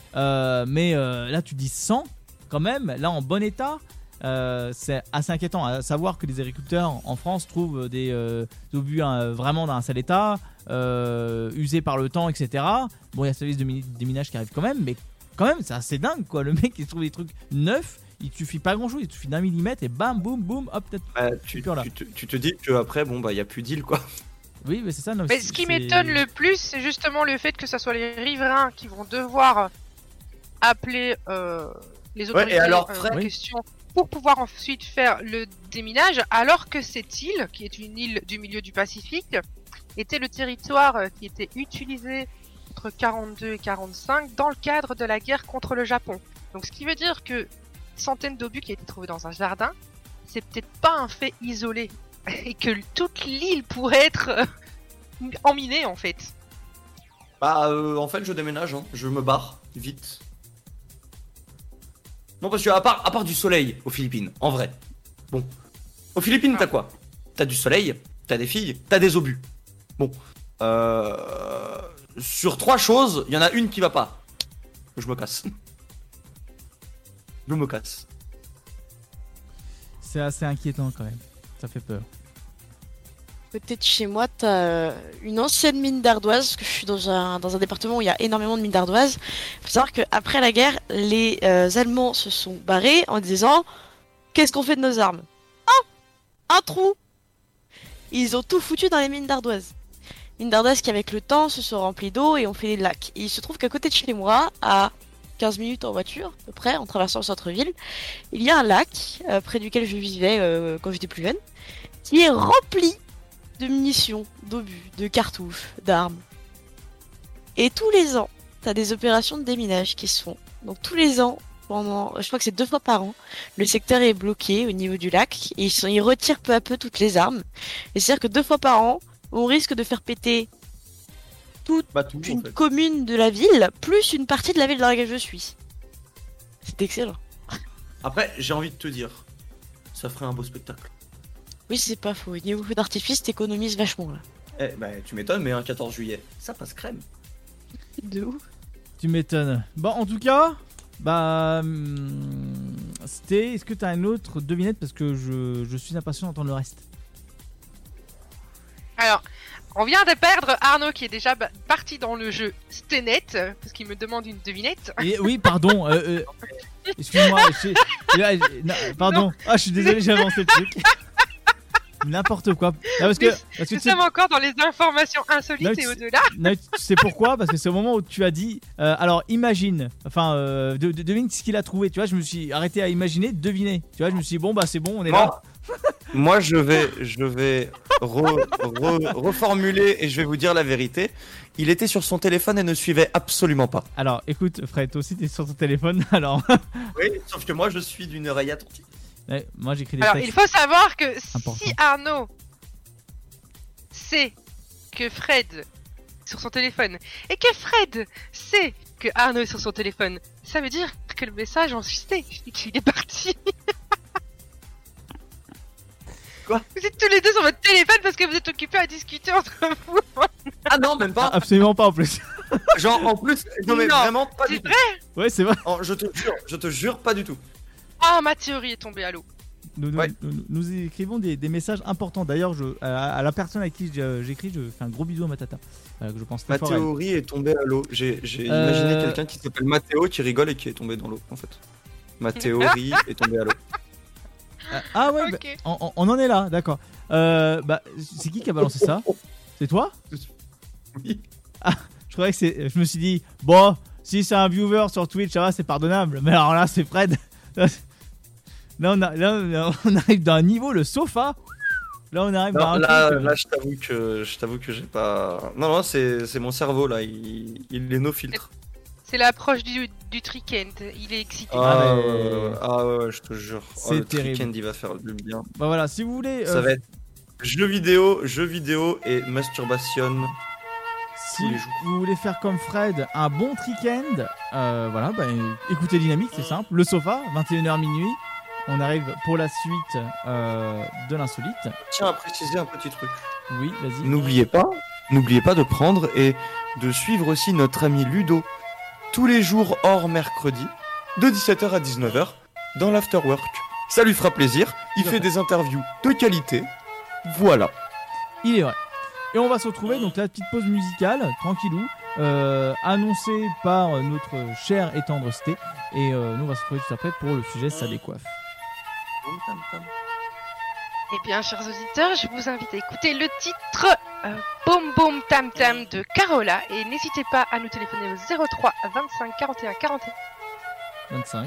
Mais là, tu dis 100 quand même, là, en bon état. C'est assez inquiétant à savoir que les agriculteurs en France trouvent des obus vraiment dans un sale état, usés par le temps, etc. Bon, il y a le service de déminage qui arrive quand même, mais quand même c'est assez dingue quoi. Le mec il trouve des trucs neufs, il te suffit pas grand chose, il te suffit d'1 millimètre et bam boum boum hop peut-être. Tu te dis que après bon bah y a plus d'île quoi. Oui mais c'est ça. Non, mais ce qui m'étonne le plus, c'est justement le fait que ce soit les riverains qui vont devoir appeler les autorités en question pour pouvoir ensuite faire le déminage, alors que cette île, qui est une île du milieu du Pacifique, était le territoire qui était utilisé entre 42 et 45 dans le cadre de la guerre contre le Japon. Donc ce qui veut dire que centaines d'obus qui a été trouvés dans un jardin, c'est peut-être pas un fait isolé et que toute l'île pourrait être emminée en fait. Bah en fait je déménage, hein. Je me barre vite. Non parce que à part du soleil aux Philippines, en vrai. Bon, aux Philippines t'as quoi? T'as du soleil, t'as des filles, t'as des obus. Bon, sur 3 choses, il y en a une qui va pas. Je me casse. Je me casse. C'est assez inquiétant quand même. Ça fait peur. côté de chez moi, t'as une ancienne mine d'ardoise, parce que je suis dans un département où il y a énormément de mines d'ardoise. Faut savoir qu'après la guerre, les Allemands se sont barrés en disant « Qu'est-ce qu'on fait de nos armes ?» Un trou. Ils ont tout foutu dans les mines d'ardoise. Mines d'ardoise qui, avec le temps, se sont remplies d'eau et ont fait des lacs. Et il se trouve qu'à côté de chez moi, à 15 minutes en voiture, à peu près, en traversant le centre-ville, il y a un lac près duquel je vivais quand j'étais plus jeune, qui est rempli de munitions, d'obus, de cartouches, d'armes. Et tous les ans, t'as des opérations de déminage qui se font. Donc tous les ans, pendant, je crois que c'est 2 fois par an, le secteur est bloqué au niveau du lac et ils retirent peu à peu toutes les armes. Et c'est-à-dire que 2 fois par an, on risque de faire péter toute une commune de la ville, plus une partie de la ville dans laquelle je suis. C'est excellent. Après, j'ai envie de te dire, ça ferait un beau spectacle. Oui, c'est pas faux. Niveau feu d'artifice, t'économises vachement là. Eh bah, tu m'étonnes, mais un 14 juillet, ça passe crème. De ouf. Tu m'étonnes. Bon, en tout cas, c'était. Est-ce que t'as une autre devinette parce que je suis impatient d'entendre le reste. Alors, on vient de perdre Arnaud qui est déjà parti dans le jeu Stenet parce qu'il me demande une devinette. Et, oui, pardon. Excuse-moi. Pardon. Ah, je suis désolé, j'ai avancé le truc. N'importe quoi. Non, parce que nous sommes encore dans les informations insolites et au-delà. Non, tu sais pourquoi ? Parce que c'est au moment où tu as dit alors imagine, devine ce qu'il a trouvé. Tu vois, je me suis arrêté à imaginer, deviner. Tu vois, je me suis dit bon, bah c'est bon, on est là. Moi, je vais reformuler et je vais vous dire la vérité. Il était sur son téléphone et ne suivait absolument pas. Alors, écoute, Fred, toi aussi t'es sur ton téléphone, alors. Oui, sauf que moi, je suis d'une oreille attentive. Ouais, moi, j'écris des Alors, textes. il faut savoir que important. si Arnaud sait que Fred est sur son téléphone et que Fred sait que Arnaud est sur son téléphone, ça veut dire que le message en suscité et qu'il est parti. Quoi ? Vous êtes tous les deux sur votre téléphone parce que vous êtes occupés à discuter entre vous. Ah non, même pas. Absolument pas en plus. Genre, en plus, non mais vraiment pas du C'est tout. vrai ? Ouais, c'est vrai. Oh, je te jure, pas du tout. Ah, ma théorie est tombée à l'eau. Nous écrivons des messages importants. D'ailleurs, à la personne à qui j'écris, je fais un gros bisou à ma tata. Que je pense très Ma fort à elle. théorie est tombée à l'eau. J'ai imaginé quelqu'un qui s'appelle Mathéo qui rigole et qui est tombé dans l'eau, en fait. Ma théorie est tombée à l'eau. Ah ouais, Ok. on en est là, d'accord. C'est qui a balancé ça ? C'est toi ? Oui. Ah, je croyais que c'est. Je me suis dit, bon, si c'est un viewer sur Twitch, ça va, c'est pardonnable. Mais alors là, c'est Fred. Là, on arrive d'un niveau, le sofa. Là, on arrive dans un truc. Là, je t'avoue que j'ai pas. Non, c'est mon cerveau là. Il est no filtre. C'est l'approche du Trickend. Il est excité. Ah ouais, je te jure. C'est le terrible. Trickend, il va faire du bien. Bah voilà, si vous voulez. Ça va être jeux vidéo et masturbation. Si vous voulez faire comme Fred, un bon Trickend, voilà, écoutez Dynamique, c'est simple. Le sofa, 21h minuit. On arrive pour la suite de l'insolite. Tiens à préciser un petit truc. Oui, vas-y. N'oubliez pas de prendre et de suivre aussi notre ami Ludo tous les jours hors mercredi de 17h à 19h dans l'afterwork. Ça lui fera plaisir, il fait des interviews de qualité. Voilà. Il est vrai. Et on va se retrouver, donc la petite pause musicale, tranquillou, annoncée par notre cher et tendre Sté. Et nous on va se retrouver tout après pour le sujet Ça décoiffe. Eh bien, chers auditeurs, je vous invite à écouter le titre Boom Boom Tam Tam de Carola. Et n'hésitez pas à nous téléphoner au 03 25 41 41. 25.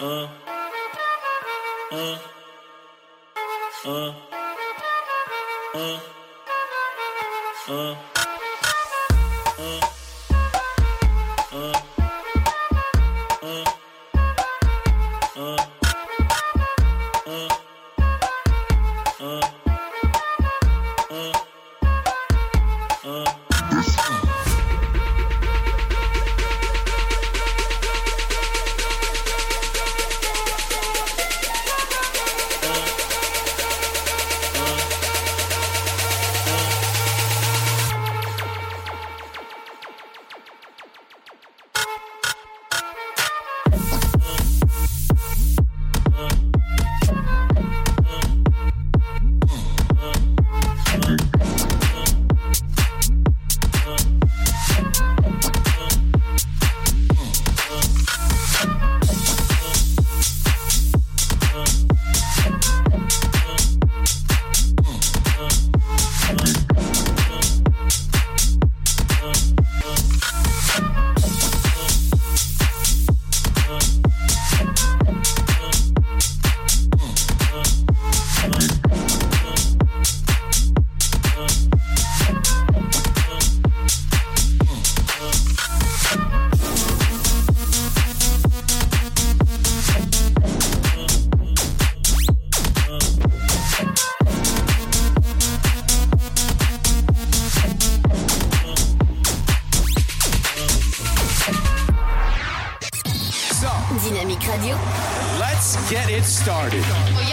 Dynamique Radio. Let's get it started.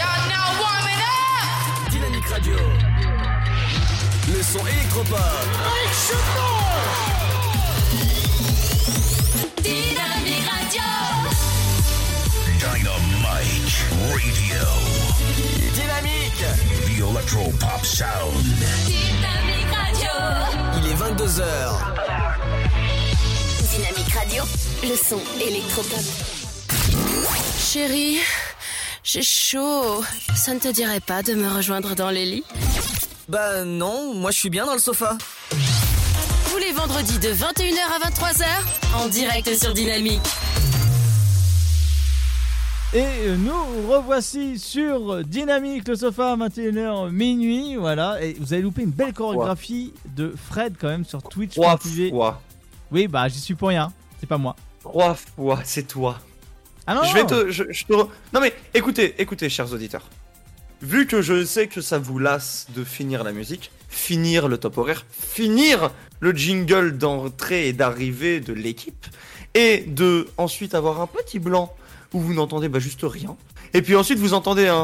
Dynamique Radio. Le son électropop. Dynamique Radio. Dynamite Radio. Dynamique. The Electro Pop Sound. Dynamique Radio. Il est 22h. Dynamique Radio. Le son électropop. Chérie, j'ai chaud. Ça ne te dirait pas de me rejoindre dans les lits? Bah non, moi je suis bien dans le sofa. Tous les vendredis de 21h à 23h, en direct sur Dynamique. Et nous revoici sur Dynamique, le sofa, 21h minuit. Voilà, et vous avez loupé une belle chorégraphie de Fred quand même sur Twitch. 3 fois. Oui, bah j'y suis pour rien, c'est pas moi. 3 fois, c'est toi. Ah non, Non mais écoutez, chers auditeurs. Vu que je sais que ça vous lasse de finir la musique, finir le top horaire, finir le jingle d'entrée et d'arrivée de l'équipe, et de ensuite avoir un petit blanc où vous n'entendez juste rien, et puis ensuite vous entendez un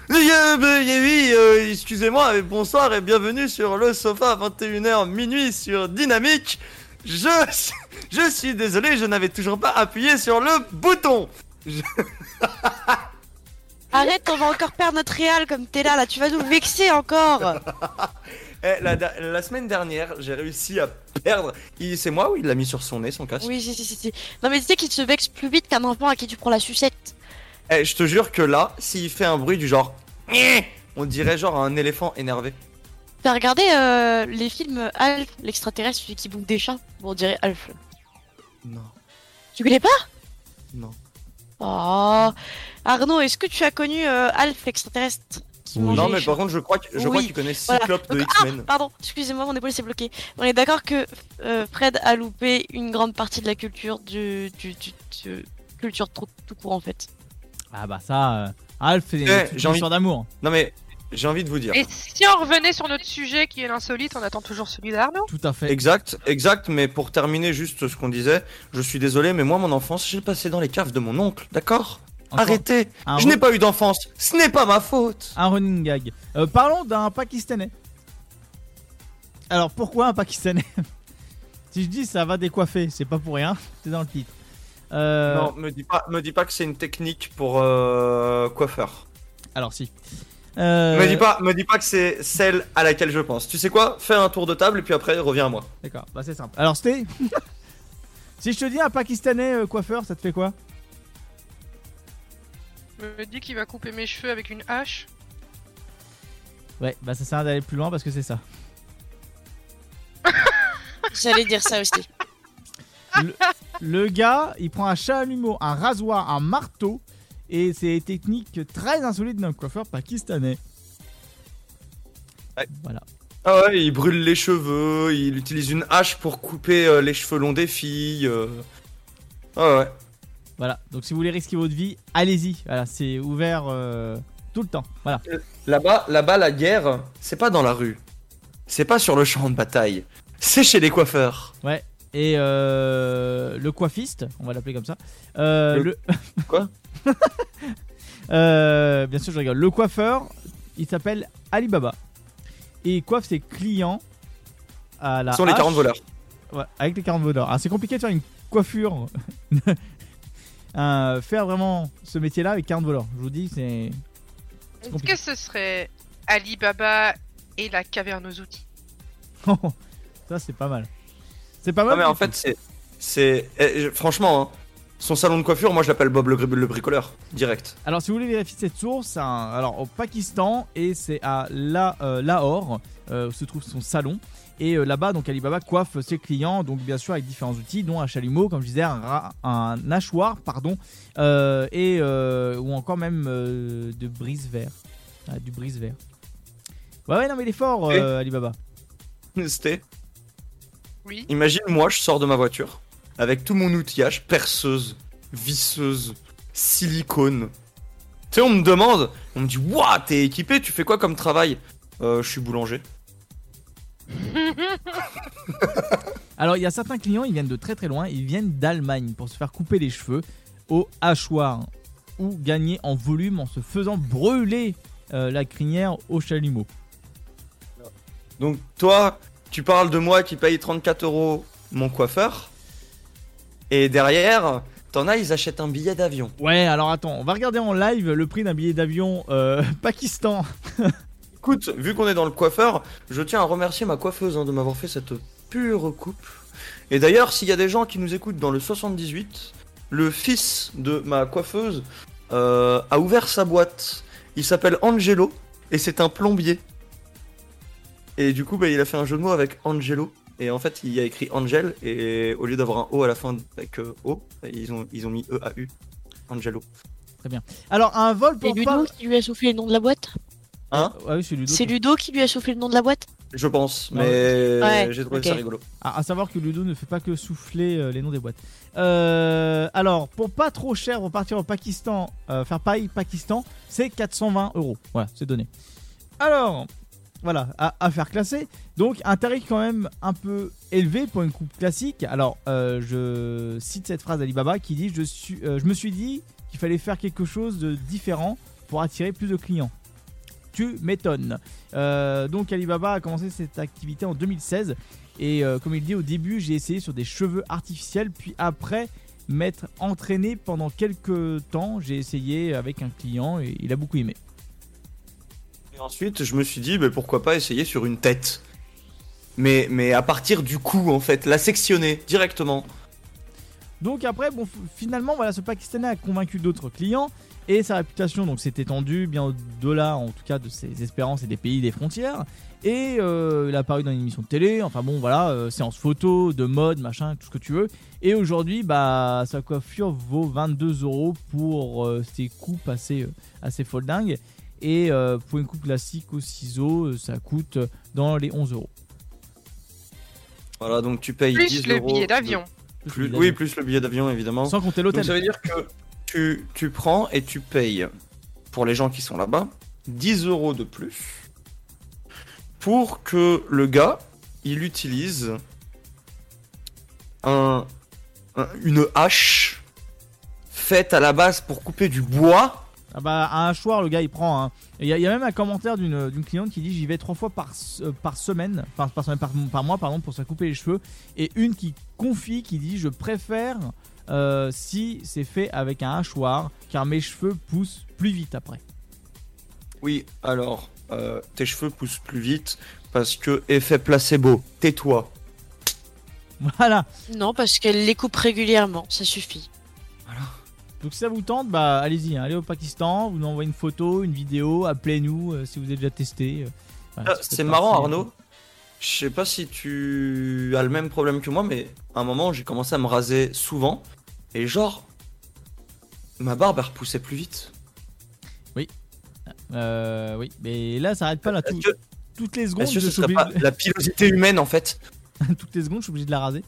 excusez-moi, bonsoir et bienvenue sur le sofa, 21h minuit sur Dynamique. Je suis désolé, je n'avais toujours pas appuyé sur le bouton. Arrête, on va encore perdre notre réal comme t'es là, tu vas nous vexer encore. La semaine dernière, j'ai réussi à perdre. C'est moi ou il l'a mis sur son nez, son casque? Oui, si. Non mais tu sais qu'il se vexe plus vite qu'un enfant à qui tu prends la sucette. Je te jure que là, s'il fait un bruit du genre, on dirait genre un éléphant énervé. T'as regardé les films Alf, l'extraterrestre, celui qui bouffe des chats? Bon, on dirait Alf. Non. Tu connais pas? Non. Oh, Arnaud, est-ce que tu as connu Alf, l'extraterrestre? Non, mais par contre, je crois que tu connais Cyclope de X-Men. Ah, pardon, excusez-moi, mon épaule s'est bloquée. On est d'accord que Fred a loupé une grande partie de la culture culture tout court en fait. Ah bah ça, Alf, c'est une histoire d'amour. Non mais, j'ai envie de vous dire. Et si on revenait sur notre sujet qui est l'insolite, on attend toujours celui d'Arnaud. Tout à fait. Exact, mais pour terminer juste ce qu'on disait, je suis désolé, mais moi, mon enfance, j'ai passé dans les caves de mon oncle, d'accord? Arrêtez, je n'ai pas eu d'enfance, ce n'est pas ma faute. Un running gag. Parlons d'un Pakistanais. Alors pourquoi un Pakistanais? Si je dis ça va décoiffer, c'est pas pour rien, c'est dans le titre. Non, me dis pas que c'est une technique pour coiffeur. Alors si. Me dis pas que c'est celle à laquelle je pense. Tu sais quoi? Fais un tour de table et puis après reviens à moi. D'accord, bah c'est simple. Alors c'était... Si je te dis un Pakistanais coiffeur, ça te fait quoi? Me dit qu'il va couper mes cheveux avec une hache. Ouais, bah ça sert à rien d'aller plus loin parce que c'est ça. J'allais dire ça aussi. Le gars, il prend un chalumeau, un rasoir, un marteau Et c'est des techniques très insolites d'un coiffeur pakistanais. Ouais. Voilà. Ah ouais, il brûle les cheveux, il utilise une hache pour couper les cheveux longs des filles. Ah ouais. Voilà, donc si vous voulez risquer votre vie, allez-y. Voilà, c'est ouvert tout le temps. Voilà. Là-bas, la guerre, c'est pas dans la rue. C'est pas sur le champ de bataille. C'est chez les coiffeurs. Ouais. Et le coiffiste, on va l'appeler comme ça. Le... Quoi Bien sûr, je rigole. Le coiffeur, il s'appelle Alibaba. Et il coiffe ses clients à la Ce sont les hache. 40 voleurs. Ouais, avec les 40 voleurs. Alors, c'est compliqué de faire une coiffure. Faire vraiment ce métier-là avec 40 voleurs. Je vous dis, c'est Est-ce compliqué. que ce serait Alibaba et la caverne aux outils? Ça, c'est pas mal. C'est pas mal. Non mais en fait, franchement, hein, son salon de coiffure, moi je l'appelle Bob le bricoleur, direct. Alors, si vous voulez vérifier cette source, alors au Pakistan, et c'est à Lahore où se trouve son salon. Et là-bas, donc Alibaba coiffe ses clients, donc bien sûr avec différents outils, dont un chalumeau, comme je disais, un hachoir, pardon, ou encore même de brise-verre, du brise-verre. Ouais, non mais il est fort, Alibaba. C'était. Oui. Imagine, moi je sors de ma voiture avec tout mon outillage, perceuse, visseuse, silicone. Tu sais, on me demande, on me dit, waouh, t'es équipé, tu fais quoi comme travail? Je suis boulanger. Alors, il y a certains clients, ils viennent de très très loin, ils viennent d'Allemagne pour se faire couper les cheveux au hachoir ou gagner en volume en se faisant brûler la crinière au chalumeau. Donc toi, tu parles de moi qui paye 34 € mon coiffeur. Et derrière, t'en as, ils achètent un billet d'avion. Ouais, alors attends, on va regarder en live le prix d'un billet d'avion Pakistan. Écoute, vu qu'on est dans le coiffeur, je tiens à remercier ma coiffeuse de m'avoir fait cette pure coupe. Et d'ailleurs, s'il y a des gens qui nous écoutent dans le 78, le fils de ma coiffeuse a ouvert sa boîte. Il s'appelle Angelo et c'est un plombier. Et du coup, il a fait un jeu de mots avec Angelo. Et en fait, il y a écrit Angel et au lieu d'avoir un O à la fin avec O, ils ont mis E-A-U. Angelo. Très bien. Alors, un vol C'est pour Ludo qui lui a soufflé le nom de la boîte? Hein? Ah oui, c'est Ludo. C'est Ludo qui lui a soufflé le nom de la boîte? Je pense, Non, mais ouais, j'ai trouvé ok. ça rigolo. À savoir que Ludo ne fait pas que souffler les noms des boîtes. Alors, pour pas trop cher, pour partir au Pakistan, faire pareil Pakistan, c'est 420 €. Voilà, c'est donné. Alors, voilà, à faire classer. Donc, un tarif quand même un peu élevé pour une coupe classique. Alors, je cite cette phrase d'Alibaba qui dit je me suis dit qu'il fallait faire quelque chose de différent pour attirer plus de clients. Tu m'étonnes. Donc Alibaba a commencé cette activité en 2016 et comme il dit au début, j'ai essayé sur des cheveux artificiels, puis après m'être entraîné pendant quelques temps, j'ai essayé avec un client et il a beaucoup aimé. Et ensuite, je me suis dit, pourquoi pas essayer sur une tête. Mais à partir du cou, en fait, la sectionner directement. Donc après, bon, finalement, voilà, ce Pakistanais a convaincu d'autres clients et sa réputation donc s'est étendue bien au-delà, en tout cas, de ses espérances et des pays des frontières. Et il a apparu dans une émission de télé, enfin bon, voilà, séance photo, de mode, machin, tout ce que tu veux. Et aujourd'hui, sa coiffure vaut 22 € pour ses coupes assez foldingues. Et pour une coupe classique au ciseau, ça coûte dans les 11 €. Voilà, donc tu payes Plus 10 le € billet d'avion. Oui, plus le billet d'avion, évidemment. Sans compter Donc l'hôtel. ça veut dire que tu prends et tu payes, pour les gens qui sont là-bas, 10 € de plus pour que le gars, il utilise une hache faite à la base pour couper du bois. Ah bah, à un hachoir, le gars il prend. Il y a même un commentaire d'une cliente qui dit j'y vais 3 fois par semaine, par mois, pardon, pour se couper les cheveux. Et une qui confie, qui dit je préfère si c'est fait avec un hachoir, car mes cheveux poussent plus vite après. Oui, alors, tes cheveux poussent plus vite parce que effet placebo, tais-toi. Voilà. Non, parce qu'elle les coupe régulièrement, ça suffit. Donc si ça vous tente, allez-y, allez au Pakistan, vous nous envoyez une photo, une vidéo, appelez-nous si vous avez déjà testé. C'est marrant, Arnaud. Je sais pas si tu as le même problème que moi, mais à un moment j'ai commencé à me raser souvent. Et genre, Ma barbe elle repoussait plus vite. Oui, mais là ça arrête pas là. Toutes les secondes, Est-ce que je ce suis serait obligé... pas la pilosité humaine en fait? Toutes les secondes, je suis obligé de la raser.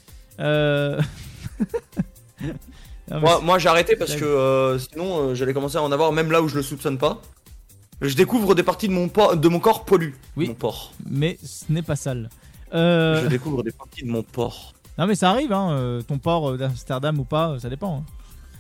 Non, Moi j'ai arrêté parce que sinon j'allais commencer à en avoir même là où je le soupçonne pas. Je découvre des parties de mon corps poilues. Oui. Mon porc. mais ce n'est pas sale. Je découvre des parties de mon porc. Non mais ça arrive, hein, ton port d'Amsterdam ou pas, ça dépend. Hein.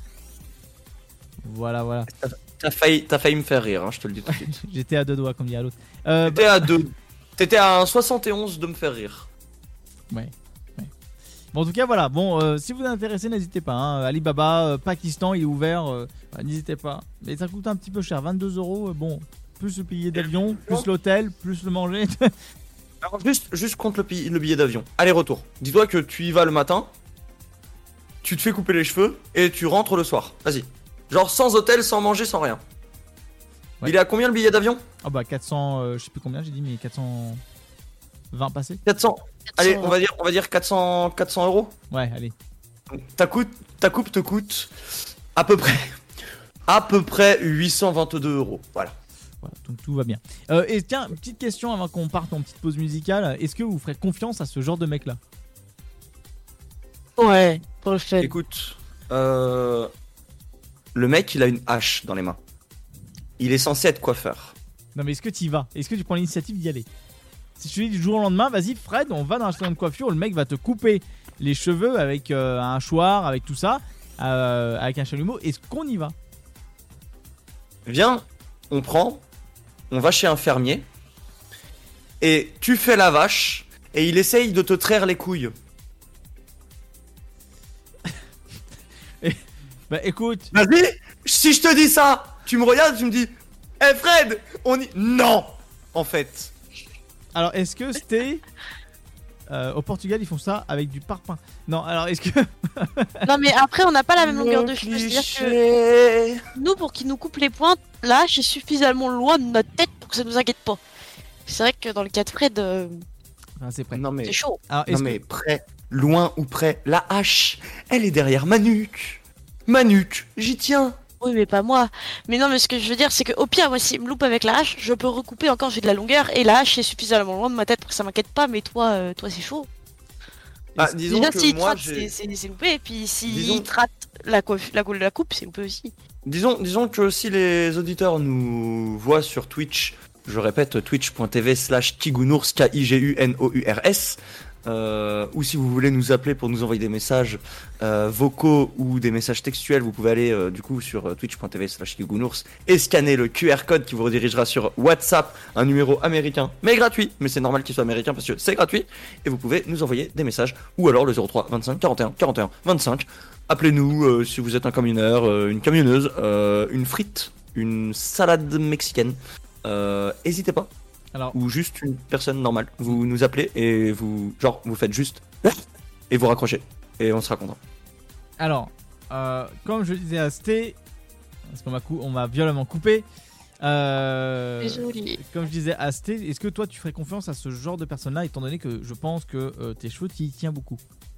Voilà. T'as failli me faire rire, hein, je te le dis tout de suite. J'étais à deux doigts comme dit à l'autre. T'étais à un 71 de me faire rire. Ouais. Bon, en tout cas, voilà. Bon, si vous êtes intéressé, n'hésitez pas. Hein. Alibaba, Pakistan, il est ouvert. N'hésitez pas. Mais ça coûte un petit peu cher, 22 €. Bon, plus le billet d'avion, plus l'hôtel, plus le manger. Alors juste compte le billet d'avion. Aller-retour. Dis-toi que tu y vas le matin, tu te fais couper les cheveux et tu rentres le soir. Vas-y. Genre sans hôtel, sans manger, sans rien. Ouais. Il est à combien le billet d'avion? Ah bah 400, je sais plus combien j'ai dit, mais 420 passés. 400. Allez, on va dire 400 €. Ouais, allez. Ta coupe te coûte à peu près 822 €. Voilà. Voilà, donc tout va bien. Et tiens, petite question avant qu'on parte en petite pause musicale. Est-ce que vous ferez confiance à ce genre de mec-là? Ouais, pour le fait. Écoute, le mec, il a une hache dans les mains. Il est censé être coiffeur. Non mais est-ce que tu y vas? Est-ce que tu prends l'initiative d'y aller? Si je te dis du jour au lendemain, vas-y Fred, on va dans un salon de coiffure, le mec va te couper les cheveux avec un hachoir, avec tout ça, avec un chalumeau. Est-ce qu'on y va? Viens, on va chez un fermier, et tu fais la vache, et il essaye de te traire les couilles. Bah écoute... Vas-y, si je te dis ça, tu me regardes, tu me dis, hey Fred, on y... Non, en fait. Alors est-ce que c'était... au Portugal ils font ça avec du parpaing. Non, alors est-ce que... Non mais après on n'a pas la même longueur de cheveux. C'est-à-dire que nous, pour qu'ils nous coupent les pointes, là j'ai suffisamment loin de notre tête pour que ça nous inquiète pas. C'est vrai que dans le cas de Fred, c'est prêt. Non mais... c'est chaud. Alors, Non mais près, loin ou près, la hache, elle est derrière ma nuque. Ma nuque, j'y tiens. Oui mais pas moi. Mais non mais ce que je veux dire c'est que au pire moi s'il me loupe avec la hache, je peux recouper encore, j'ai de la longueur et la hache est suffisamment loin de ma tête pour que ça m'inquiète pas, mais toi c'est chaud. Ah, disons Déjà que s'il te moi rate j'ai... c'est loupé, et puis s'il Disons- te rate la coupe c'est loupé aussi. Disons que si les auditeurs nous voient sur Twitch, je répète twitch.tv/Kigunours, Kigunours, ou si vous voulez nous appeler pour nous envoyer des messages vocaux ou des messages textuels, vous pouvez aller du coup sur twitch.tv/Kigunours et scanner le QR code qui vous redirigera sur WhatsApp, un numéro américain mais gratuit, mais c'est normal qu'il soit américain parce que c'est gratuit, et vous pouvez nous envoyer des messages, ou alors le 03 25 41 41 25. Appelez-nous si vous êtes un camionneur, une camionneuse, une frite, une salade mexicaine. N'hésitez pas. Alors... Ou juste une personne normale. Vous nous appelez et vous faites juste et vous raccrochez et on sera content. Alors, comme je disais à Sté, parce qu'on m'a violemment coupé. Désolé. Comme je disais à Sté, est-ce que toi tu ferais confiance à ce genre de personne-là, étant donné que je pense que tes cheveux tu y tiens beaucoup?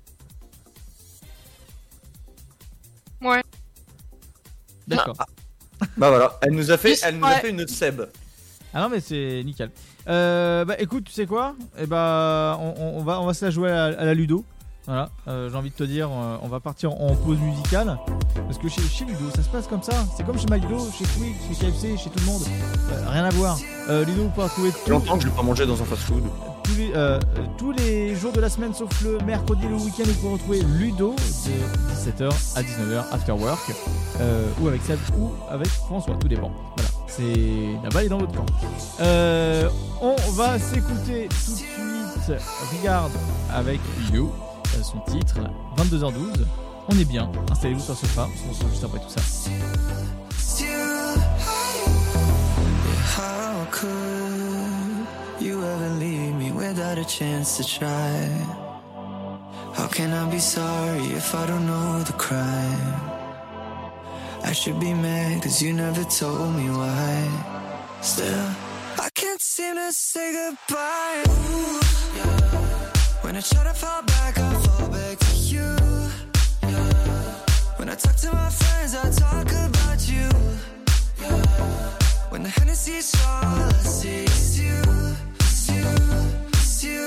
Ouais. D'accord. Bah voilà, elle nous a fait Ouais. une Seb. Ah non mais c'est nickel. Bah écoute, tu sais quoi? Eh bah on va se la jouer à la Ludo. Voilà, j'ai envie de te dire, on va partir en pause musicale. Parce que chez Ludo, ça se passe comme ça. C'est comme chez McDo, chez Quick, chez KFC, chez tout le monde. Rien à voir. Ludo, vous pouvez retrouver Ça fait longtemps que je l'ai pas mangé dans un fast-food. tous les jours de la semaine, sauf le mercredi et le week-end, vous pouvez retrouver Ludo de 17h à 19h after work, ou avec Seb ou avec François, tout dépend. Voilà, c'est la balle est dans votre camp. On va s'écouter tout de suite Regarde avec You, son titre, 22h12. On est bien, installez-vous sur le sofa, on se retrouve juste après tout ça. How could you ever leave me without a chance to try? How can I be sorry if I don't know the crime? I should be mad cause you never told me why. Still, I can't seem to say goodbye. Ooh, yeah. When I try to fall back, I fall back to you. Yeah. When I talk to my friends, I talk Hennessy's all I see is you, it's you, it's you.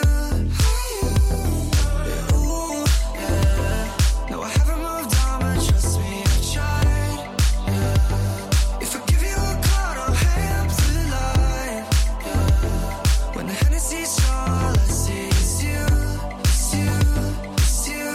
Yeah, ooh, yeah. No, I haven't moved on, but trust me, I've tried. Yeah. If I give you a call, don't hang up the line. Yeah. When the Hennessy's all I see is you, it's you, it's you.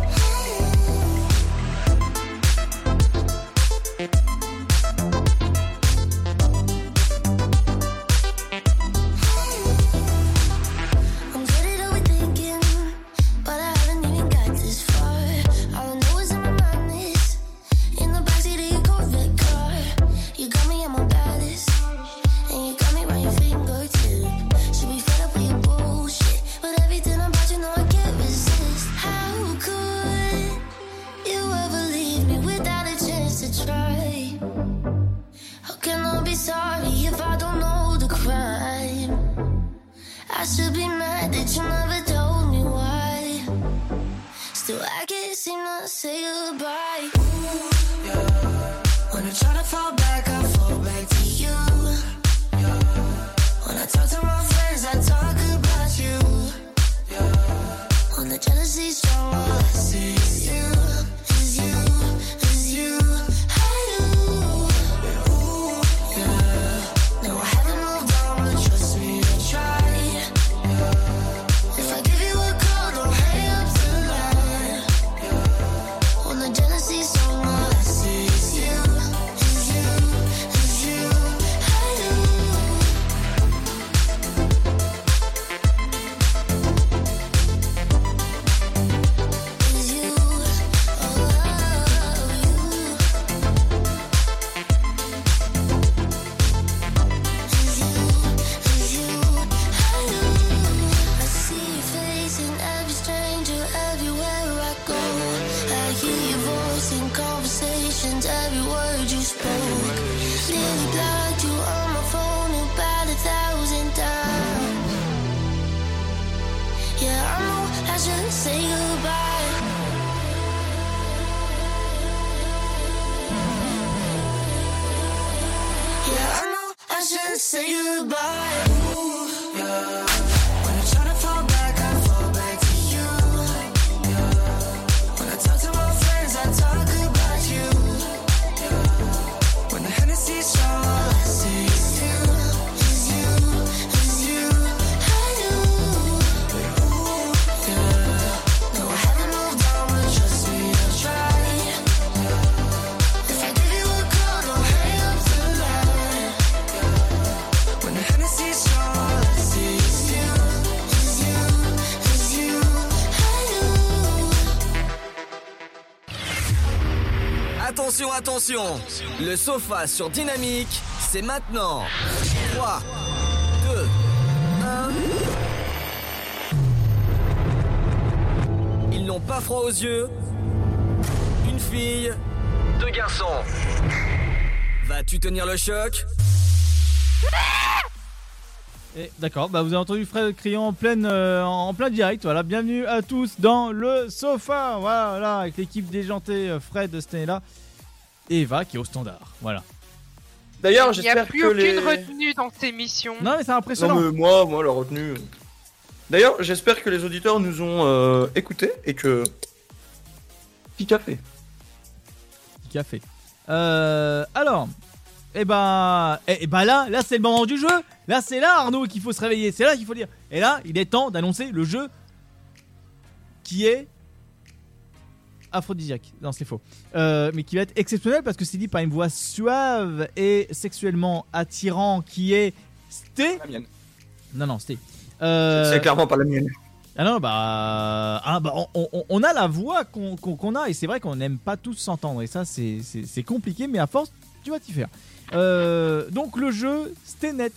I'm good at overthinking, but I haven't even got this far. All I know is in my mind is in the backseat of your Corvette car. You got me at my baddest, and you got me by your fingertip. Should be fed up with your bullshit, but everything about you know I can't resist. How could you ever leave me without a chance to try? How can I be sorry if I don't know the crime? I should be mad that you never told me why. Still, I can't seem to say goodbye. Ooh, yeah. When I try to fall back, I fall back to you. Yeah. When I talk to my friends, I talk about you. Yeah. When the jealousy's strong, all I see is you, is you, is you. Ooh, yeah. No, I haven't moved on, but trust me, I tried. If I give you a call, don't hang up the line. When the jealousy's strong, all I see is you, is you, is you. Is you, is you. I see your face in every stranger, everywhere I go. I hear your voice in conversations, every word you spoke. Nearly blocked you on my phone about 1,000 times. Yeah, I know I should say goodbye. Yeah, I know I should say goodbye. Ooh, yeah. When I try to fall back, I fall back to you. Yeah. When I talk to my friends, I talk about you. Yeah. When the Hennessy's strong, all I see is you, is you, is you. Ooh, yeah. No, I haven't moved on, but trust me, I've tried. If I give you a call, don't hang up the line. When the Hennessy's strong, all I see is you, is you, is you. Attention, attention. Le sofa sur Dynamique, c'est maintenant. 3, 2, 1. Ils n'ont pas froid aux yeux. Une fille, 2 garçons. Vas-tu tenir le choc? Et d'accord, bah vous avez entendu Fred criant en plein direct. Voilà, bienvenue à tous dans le sofa. Voilà, avec l'équipe déjantée, Fred, Stenella et Eva qui est au standard. Voilà. D'ailleurs, Il n'y a j'espère plus que aucune les... retenue dans ces missions. Non mais c'est impressionnant. Non, mais moi, la retenue... D'ailleurs, j'espère que les auditeurs nous ont écoutés et que... Petit café. Café. Alors, et ben là c'est le moment du jeu. Là c'est là Arnaud qu'il faut se réveiller. C'est là qu'il faut dire. Et là il est temps d'annoncer le jeu qui est aphrodisiaque. Non c'est faux. Mais qui va être exceptionnel parce que c'est dit par une voix suave et sexuellement attirant qui est Sté. La mienne. Non Sté. C'est clairement pas la mienne. Ah non on a la voix qu'on a et c'est vrai qu'on n'aime pas tous s'entendre et ça c'est compliqué mais à force tu vas t'y faire. Donc le jeu Stenet.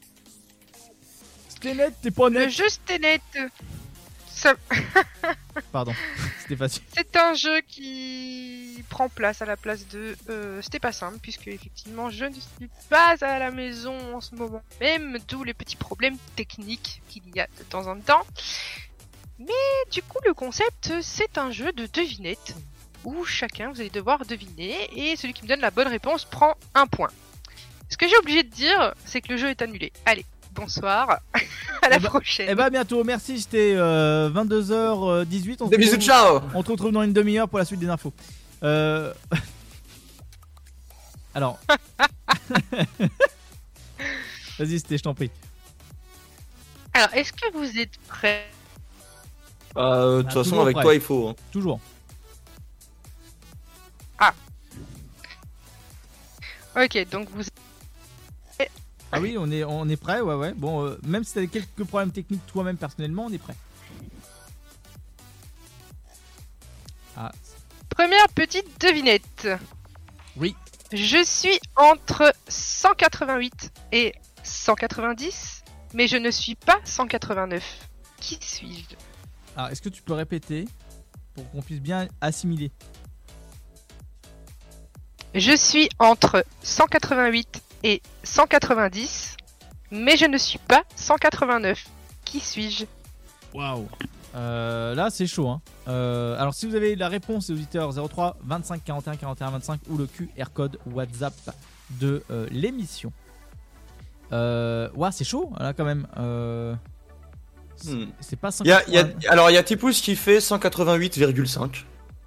Stenet, t'es pas net. Le jeu Stenet. Ça... Pardon, c'était facile. C'est un jeu qui prend place à la place de C'était pas simple puisque effectivement je ne suis pas à la maison en ce moment même, d'où les petits problèmes techniques qu'il y a de temps en temps. Mais du coup le concept c'est un jeu de devinettes où chacun vous allez devoir deviner et celui qui me donne la bonne réponse prend un point. Ce que j'ai oublié de dire, c'est que le jeu est annulé. Allez, bonsoir. À la prochaine. Et bah, bientôt. Merci, c'était 22h18. Des bisous, ciao. On te retrouve dans une demi-heure pour la suite des infos. Alors. Vas-y, c'était, je t'en prie. Alors, est-ce que vous êtes prêts? De toute façon, toujours avec prêt. toi, il faut. Hein. Toujours. Ok, donc vous... Ah oui, on est prêt, ouais. Bon, même si t'as quelques problèmes techniques toi-même personnellement, on est prêt. Ah. Première petite devinette. Oui. Je suis entre 188 et 190, mais je ne suis pas 189. Qui suis-je? Alors, est-ce que tu peux répéter pour qu'on puisse bien assimiler? Je suis entre 188 et 190, mais je ne suis pas 189. Qui suis-je? Waouh. Là, c'est chaud. Hein. Alors, si vous avez la réponse, les auditeurs 03 25 41 41 25 ou le QR code WhatsApp de l'émission. Ouais, c'est chaud là quand même. C'est pas 180... Alors, il y a Tipous qui fait 188,5.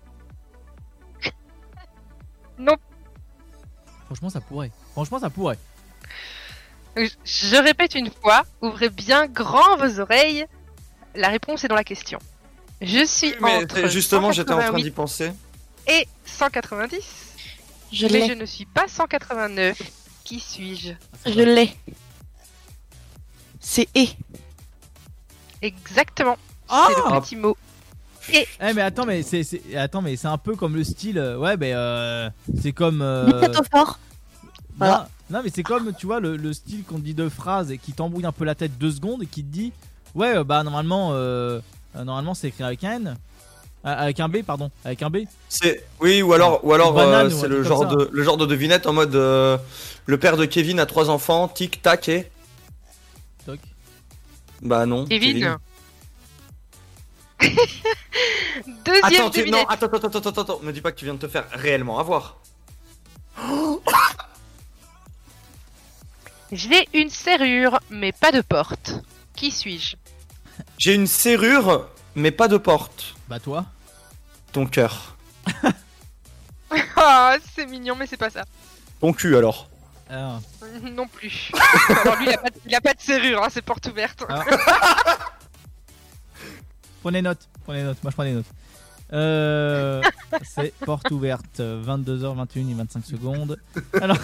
Non. Franchement, ça pourrait. Je répète une fois, ouvrez bien grand vos oreilles. La réponse est dans la question. Je suis entre justement, j'étais en train 188 d'y penser. et 190. Je mais l'ai. je ne suis pas 189. Qui suis-je? Je l'ai. C'est et. Exactement. Ah C'est le petit mot. Et mais attends, mais c'est un peu comme le style. Ouais, c'est comme. Métaphore. Voilà. Non, mais c'est comme, tu vois, le style qu'on te dit deux phrases et qui t'embrouille un peu la tête 2 secondes et qui te dit, ouais, normalement c'est écrit avec un N. Avec un B, pardon. Avec un B. Oui, ou alors banane, c'est ou un le truc genre comme ça. le genre de devinette en mode le père de Kevin a 3 enfants, tic tac et. Toc. Bah non. Kevin. Deuxième devinette. Attends, me dis pas que tu viens de te faire réellement avoir. J'ai une serrure, mais pas de porte. Qui suis-je? J'ai une serrure, mais pas de porte. Bah, toi. Ton cœur. Ah, c'est mignon, mais c'est pas ça. Ton cul alors. Alors, Non plus. Alors lui, il a pas de serrure, hein, c'est porte ouverte. alors. Prenez note. Moi, je prends des notes. C'est porte ouverte. 22h21 et 25 secondes. Alors.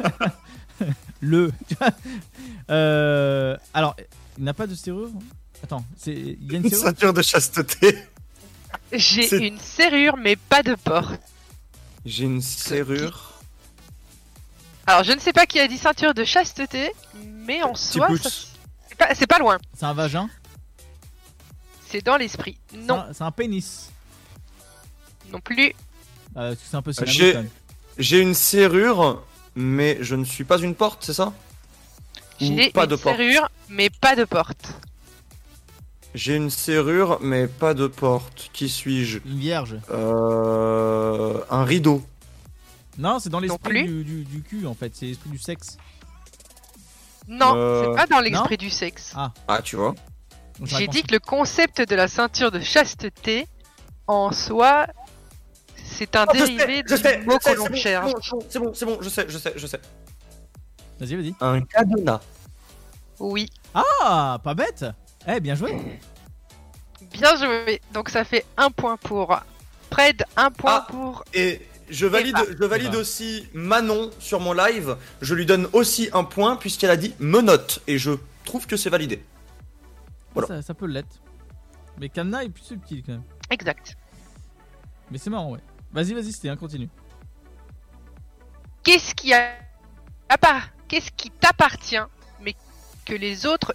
Alors, il n'a pas de serrure. Attends, il y a une Une serrure. ceinture de chasteté. J'ai une serrure, mais pas de porte. J'ai une serrure. Alors, je ne sais pas qui a dit ceinture de chasteté, mais en soi, pouce. c'est pas loin. C'est un vagin. C'est dans l'esprit. Non, C'est un pénis. non plus. C'est un peu J'ai- synonyme, quand même. J'ai une serrure, mais je ne suis pas une porte, c'est ça? Ou J'ai pas une de porte. serrure, mais pas de porte. J'ai une serrure, mais pas de porte. Qui suis-je? Une vierge. Un rideau. Non, c'est dans Non l'esprit plus. du cul en fait. C'est l'esprit du sexe. Non, Euh, c'est pas dans l'esprit du sexe. Ah, tu vois. Donc, J'ai réponse- dit que le concept de la ceinture de chasteté, en soi, c'est un dérivé du mot que l'on cherche. C'est bon, je sais. Vas-y. Un cadenas. Oui, Ah, pas bête. Bien joué. bien joué. Donc ça fait 1 point pour Fred, 1 point Ah. pour... Et je valide Eva. aussi Manon sur mon live. Je lui donne aussi un point puisqu'elle a dit menotte. Et je trouve que c'est validé. Voilà. Ça peut l'être. Mais Kamna est plus subtil quand même. Exact. Mais c'est marrant, ouais. Vas-y, c'était un continue. Qu'est-ce qui t'appartient, mais que les autres...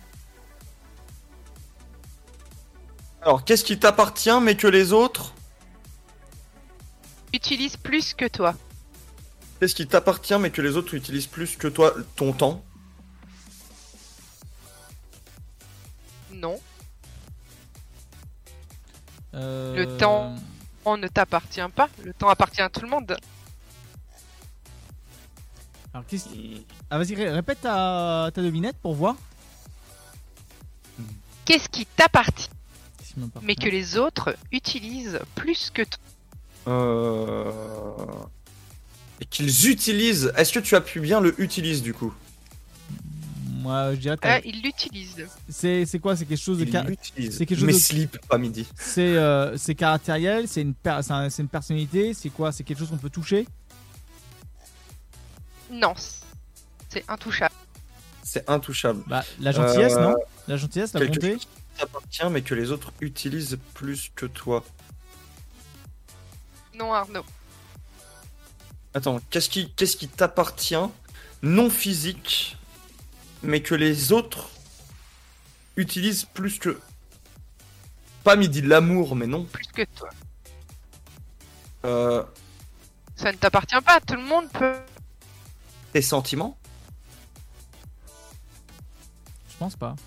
Alors, qu'est-ce qui t'appartient mais que les autres... utilisent plus que toi? Qu'est-ce qui t'appartient mais que les autres utilisent plus que toi? Ton temps. Non. Le Le temps ne t'appartient pas. Le temps appartient à tout le monde. Alors, ah, vas-y, répète ta devinette pour voir. Qu'est-ce qui t'appartient, Qu'est-ce qui m'appartient mais que les autres utilisent plus que toi? Et qu'ils utilisent. Est-ce que tu as pu bien le utilise du coup? Moi, je dirais. Ils l'utilisent. C'est quoi? C'est quelque chose de. Ils l'utilisent. C'est quelque chose Mais de. slip, pas midi. C'est caractériel. C'est une personnalité. C'est quoi? C'est quelque chose qu'on peut toucher. Non, c'est intouchable. C'est intouchable. Bah, la gentillesse, non? La gentillesse, la Quelque bonté. chose qui t'appartient mais que les autres utilisent plus que toi. Non, Arnaud. Attends, qu'est-ce qui t'appartient, non physique, mais que les autres utilisent plus que... Pas midi, l'amour, mais non. Plus que toi. Euh, Ça ne t'appartient pas, tout le monde peut. tes sentiments? Je pense pas.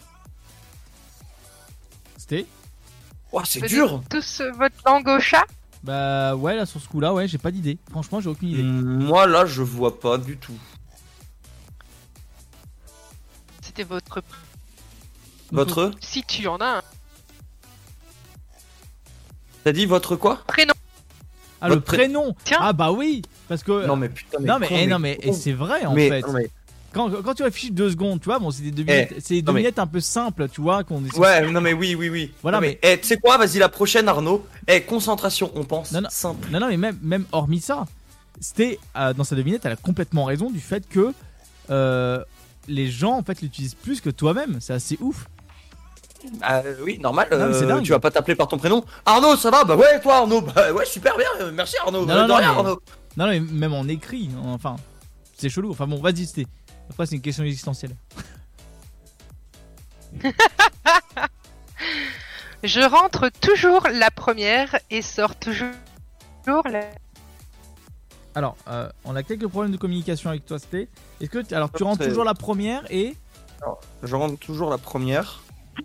C'était? Oh, c'est Vous dur. dites tous votre langue au chat? Bah ouais, là sur ce coup-là, ouais, j'ai pas d'idée. Franchement, j'ai aucune idée. Moi, là, je vois pas du tout. C'était votre... Votre? Si tu en as un. T'as dit votre quoi? Prénom. Ah, le Votre prénom. Tiens. Ah bah oui, parce que. Non mais putain, mais non mais, con, non mais con. c'est vrai en Mais- fait. non, mais- Quand tu réfléchis 2 secondes, tu vois, bon, c'est des devinettes, c'est des non, mais- devinettes un peu simples, tu vois, qu'on est. Ouais, non mais oui. Voilà, Non, mais tu sais quoi, vas-y la prochaine Arnaud. concentration, on pense Non, non. simple. Non, mais même hormis ça, c'était dans sa devinette, elle a complètement raison du fait que les gens en fait l'utilisent plus que toi-même. C'est assez ouf. Oui, normal. Non, mais c'est dingue. Tu vas pas t'appeler par ton prénom. Arnaud, ça va? Bah ouais, toi Arnaud. Bah ouais, super bien. Merci Arnaud. Non, De rien, mais- Arnaud. Non, mais même en écrit, enfin, c'est chelou. Enfin bon, vas-y, c'était. Après, c'est une question existentielle. Je rentre toujours la première et sors toujours la... Alors, on a quelques problèmes de communication avec toi, c'était. Est-ce que alors tu rentres C'est- toujours la première et Alors, je rentre toujours la première.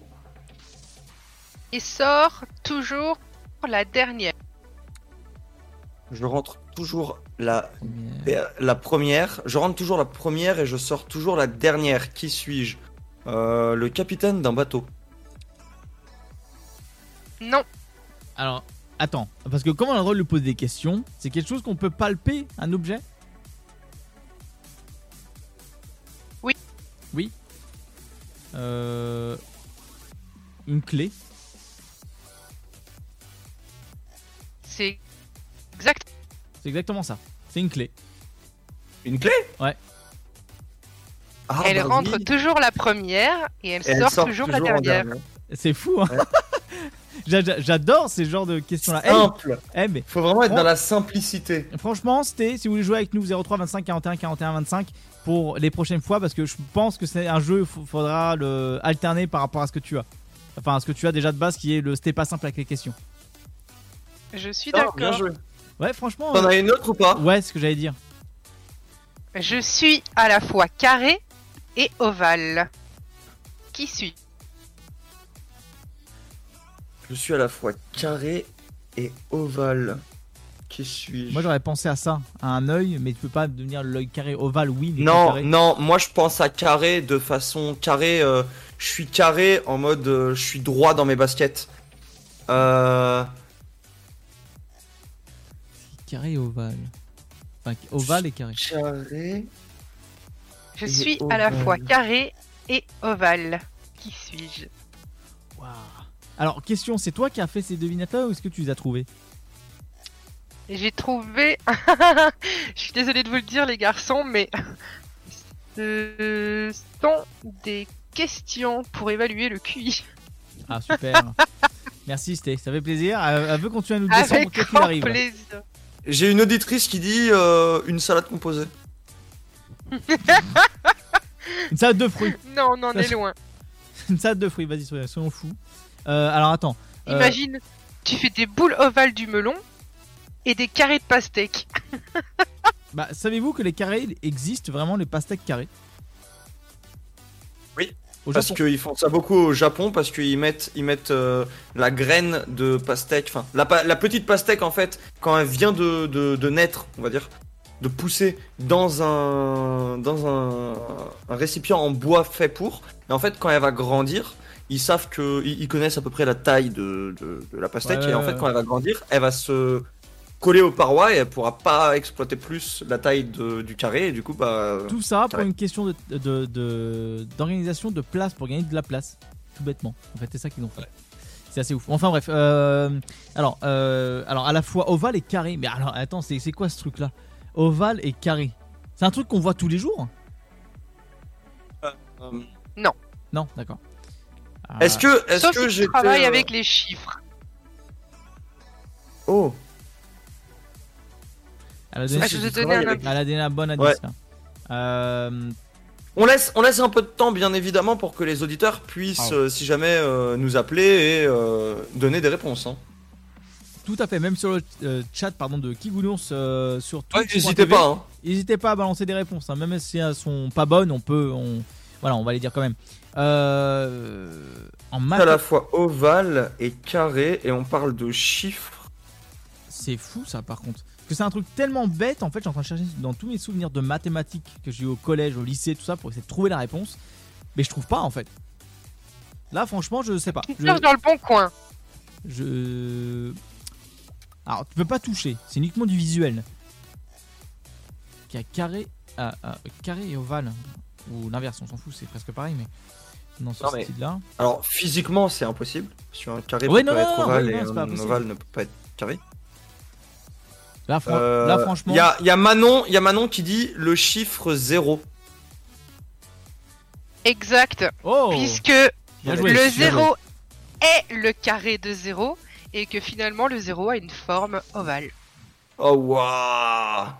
et sors toujours la dernière. Je rentre toujours la première. Je rentre toujours la première et je sors toujours la dernière. Qui suis-je? Le capitaine d'un bateau. Non, alors attends, parce que comme on a le droit de lui poser des questions, c'est quelque chose qu'on peut palper, un objet? Oui. Oui. Une clé. c'est exact. C'est exactement ça. C'est une clé. Une clé? Ouais. Ah, Elle bah rentre oui. toujours la première et elle Et elle sort toujours la en dernière. C'est fou, hein. J'adore ces genres de questions-là. Simple. Mais Faut vraiment être dans la simplicité. franchement, c'était si vous voulez jouer avec nous 03 25 41 41 25 pour les prochaines fois parce que je pense que c'est un jeu faudra le alterner par rapport à ce que tu as. Enfin, à ce que tu as déjà de base qui est le c'était pas simple avec les questions. Je suis Ah, bien d'accord. joué. Ouais, franchement. T'en as une autre ou pas? Ouais, c'est ce que j'allais dire. Je suis à la fois carré et ovale. Qui suis? Je suis à la fois carré et ovale. Qui suis-je? Moi j'aurais pensé à ça, à un œil, mais tu peux pas devenir l'œil carré ovale, oui. Mais pas Non, carré. non, moi je pense à carré de façon carré. Je suis carré en mode je suis droit dans mes baskets. Carré et ovale. Enfin, ovale et carré. Carré. Je Et suis à la ovale. fois carré et ovale. Qui suis-je? Waouh. Alors, question, c'est toi qui as fait ces devinettes-là ou est-ce que tu les as trouvées? J'ai trouvé. Je suis désolée de vous le dire, les garçons, mais ce sont des questions pour évaluer le QI. Ah, super. Merci, Sté, ça fait plaisir. Elle veut continuer à nous descendre Avec quoi qu'il grand arrive. plaisir. J'ai une auditrice qui dit une salade composée. Une salade de fruits. Non, on en est loin. Une salade de fruits, vas-y, soyons fous. Alors, attends. Imagine, tu fais des boules ovales du melon et des carrés de pastèque. Bah, savez-vous que les carrés existent vraiment, les pastèques carrés? Oui. Au Parce Japon. qu'ils font ça beaucoup au Japon parce qu'ils mettent la graine de pastèque, enfin la petite pastèque en fait quand elle vient de naître, on va dire. de pousser dans un récipient en bois fait pour. Et en fait, quand elle va grandir, ils savent que ils connaissent à peu près la taille de la pastèque. Ouais, et en fait, quand elle va grandir, elle va se coller aux parois et elle pourra pas exploiter plus la taille du carré. Et du coup, bah. Tout ça pour carré. une question d'organisation de place, pour gagner de la place. Tout bêtement. En fait, c'est ça qu'ils ont fait. C'est assez ouf. Enfin bref. Alors, à la fois ovale et carré. Mais alors, attends, c'est quoi ce truc-là? Ovale et carré. C'est un truc qu'on voit tous les jours? Non. Non, d'accord. Est-ce Sauf que si tu travailles avec les chiffres. Oh. Elle a Je vais te donner un indice. Elle a donné un bon indice. Ouais. Là. On laisse un peu de temps, bien évidemment, pour que les auditeurs puissent, si jamais, nous appeler et donner des réponses. Hein. Tout à fait, même sur le chat de Kigounours sur Twitch. N'hésitez pas. Hein. N'hésitez pas à balancer des réponses. Hein. Même si elles sont pas bonnes, on va les dire quand même. En maths, À la fois ovale et carré, et on parle de chiffres. c'est fou ça par contre. Parce que c'est un truc tellement bête, en fait, je suis en train de chercher dans tous mes souvenirs de mathématiques que j'ai eu au collège, au lycée, tout ça, pour essayer de trouver la réponse. Mais je trouve pas en fait. Là, franchement, je sais pas. Tu cherches dans le bon coin. Alors, tu peux pas toucher, c'est uniquement du visuel. Il y a carré, carré et ovale. Ou l'inverse, on s'en fout, c'est presque pareil, mais dans ce style-là. Alors, physiquement, c'est impossible. Sur un carré Ouais, peut non, pas être non, ovale ouais, et non, c'est pas un possible. ovale ne peut pas être carré. Là, franchement. Il y a Manon qui dit le chiffre 0. Exact. Oh, Puisque bien joué. le 0 est le carré de 0 et que finalement le 0 a une forme ovale. Oh, waouh!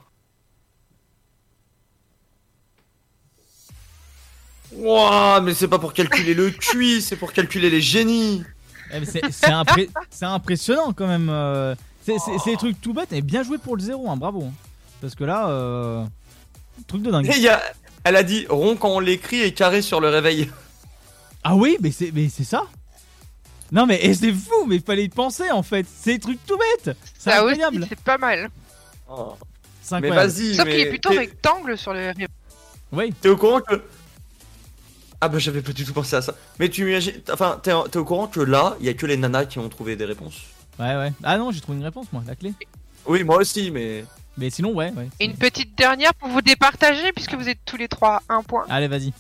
Waouh, mais c'est pas pour calculer le QI, c'est pour calculer les génies. Eh, mais c'est impressionnant quand même. C'est des trucs tout bêtes, et bien joué pour le 0, hein, bravo. Hein. Parce que là, truc de dingue. Et elle a dit rond quand on l'écrit et carré sur le réveil. Ah oui, mais c'est ça. Non mais c'est fou, mais il fallait y penser en fait. C'est des trucs tout bêtes. C'est Ça incroyable. aussi, c'est pas mal. Oh. C'est Mais incroyable. vas-y, Sauf mais qu'il est plutôt t'es- rectangle sur le. Oui. T'es au courant que... Ah bah j'avais pas du tout pensé à ça. Mais tu imagines... Enfin, t'es au courant que là, il y a que les nanas qui ont trouvé des réponses. Ouais. Ah non, j'ai trouvé une réponse moi, la clé. Oui, moi aussi, mais... Mais sinon, ouais. Et une petite dernière pour vous départager puisque vous êtes tous les trois à un point. Allez, vas-y.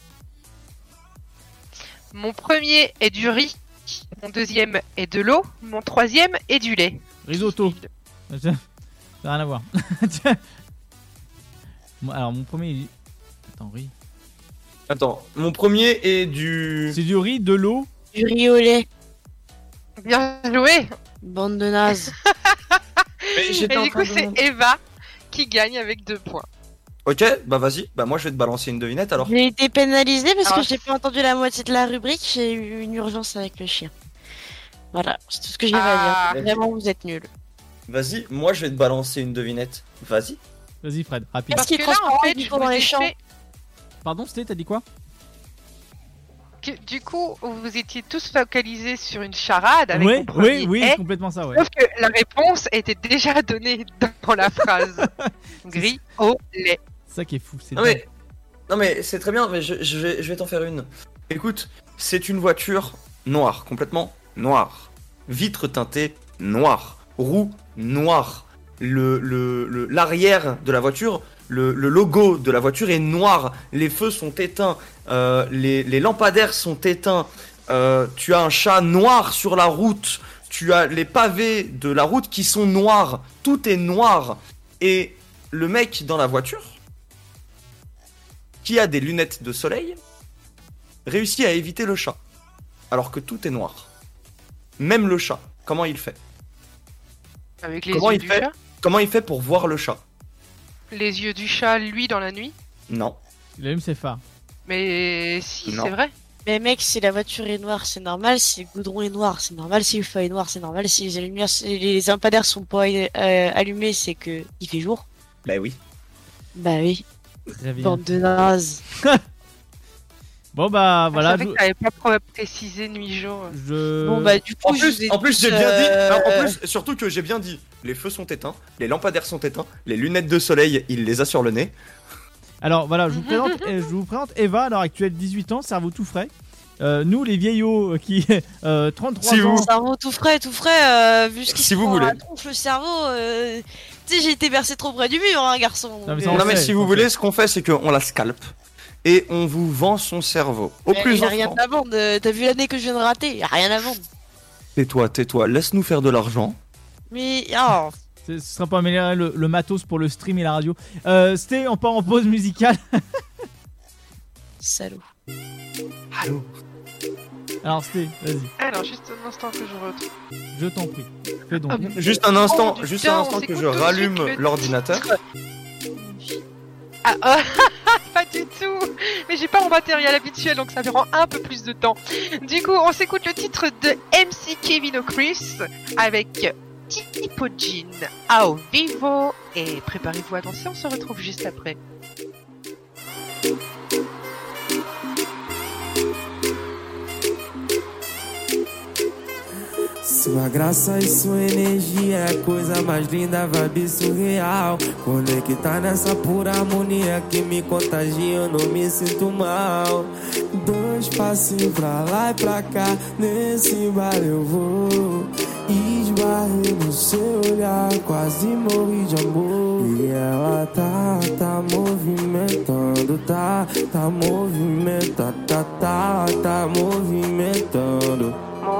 Mon premier est du riz, mon deuxième est de l'eau, mon troisième est du lait. Risotto. Ça n'a rien à voir. Alors, mon premier. Attends, riz. Attends, mon premier est du... C'est du riz, de l'eau. Du riz au lait. Bien joué. Bande de nazes. Mais Et j'étais en du train coup de c'est demander. Eva qui gagne avec 2 points. Ok, bah vas-y. Bah moi je vais te balancer une devinette alors. J'ai été pénalisée parce Ah. que j'ai pas entendu la moitié de la rubrique. J'ai eu une urgence avec le chien. Voilà, c'est tout ce que j'ai à dire. Vraiment, vous êtes nuls. Vas-y, moi je vais te balancer une devinette. Vas-y. Vas-y, Fred, rapide. Parce Parce qu'il que là en transporte fait du je coup vous dans les ai champs. fait Pardon, t'as dit quoi? que, du coup vous étiez tous focalisés sur une charade avec Oui, mon premier oui, est, complètement ça, ouais. sauf que la réponse était déjà donnée dans la phrase. Gris au lait. C'est ça qui est fou. C'est Non mais c'est très bien, mais je vais t'en faire une. Écoute, c'est une voiture noire, complètement noire. Vitre teintée noire. Roue noire. L'arrière de la voiture, le logo de la voiture est noir. Les feux sont éteints. Les lampadaires sont éteints. Tu as un chat noir sur la route. Tu as les pavés de la route qui sont noirs. Tout est noir. Et le mec dans la voiture, qui a des lunettes de soleil, réussit à éviter le chat. Alors que tout est noir. Même le chat. Comment il fait? Avec les Comment yeux il du fait chat. Comment il fait pour voir le chat? Les yeux du chat, lui, dans la nuit. Non. Il allume ses phares. Mais si, Non. c'est vrai. Mais mec, si la voiture est noire, c'est normal. Si le goudron est noir, c'est normal. Si le feu est noir, c'est normal. Si les lumières, les lampadaires sont pas allumés, c'est que il fait jour. Bah oui. Bah oui. Très bien. Bande de nazes. Bon bah voilà. Je savais que t'avais pas précisé nuit-jour. Bon bah du coup, En plus, j'ai bien dit. En plus, surtout que j'ai bien dit. Les feux sont éteints, les lampadaires sont éteints, les lunettes de soleil, il les a sur le nez. Alors voilà, je vous présente Eva, à l'heure actuelle 18 ans, cerveau tout frais. Nous les vieillots qui 33 ans. Cerveau tout frais, vu ce qui se prend à la tronche, le cerveau. Tu sais, j'ai été bercé trop près du mur, hein, garçon. Non mais si vous voulez, ce qu'on fait, c'est qu'on la scalpe et on vous vend son cerveau. Au plus il y a rien à vendre. T'as vu l'année que je viens de rater? Y a rien à vendre. Tais-toi, laisse-nous faire de l'argent. Mais ce sera pas améliorer le matos pour le stream et la radio. C'était on part en pause musicale. Salaud. Allô. Alors c'était, vas-y. Alors juste un instant que je retrouve. Je t'en prie. Fais donc. Juste un instant que je rallume l'ordinateur. Pas du tout. Mais j'ai pas mon matériel habituel, donc ça me prend un peu plus de temps. Du coup, on s'écoute le titre de MC Kevin O'Chris avec Tipo Jean ao vivo. Et préparez-vous à danser, on se retrouve juste après. Sua graça e sua energia é a coisa mais linda, vibe surreal. Conectar nessa pura harmonia que me contagia, eu não me sinto mal. 2 passinhos pra lá e pra cá, nesse bar eu vou. Esbarrei no seu olhar, quase morri de amor. E ela tá movimentando, tá movimentando, tá movimentando.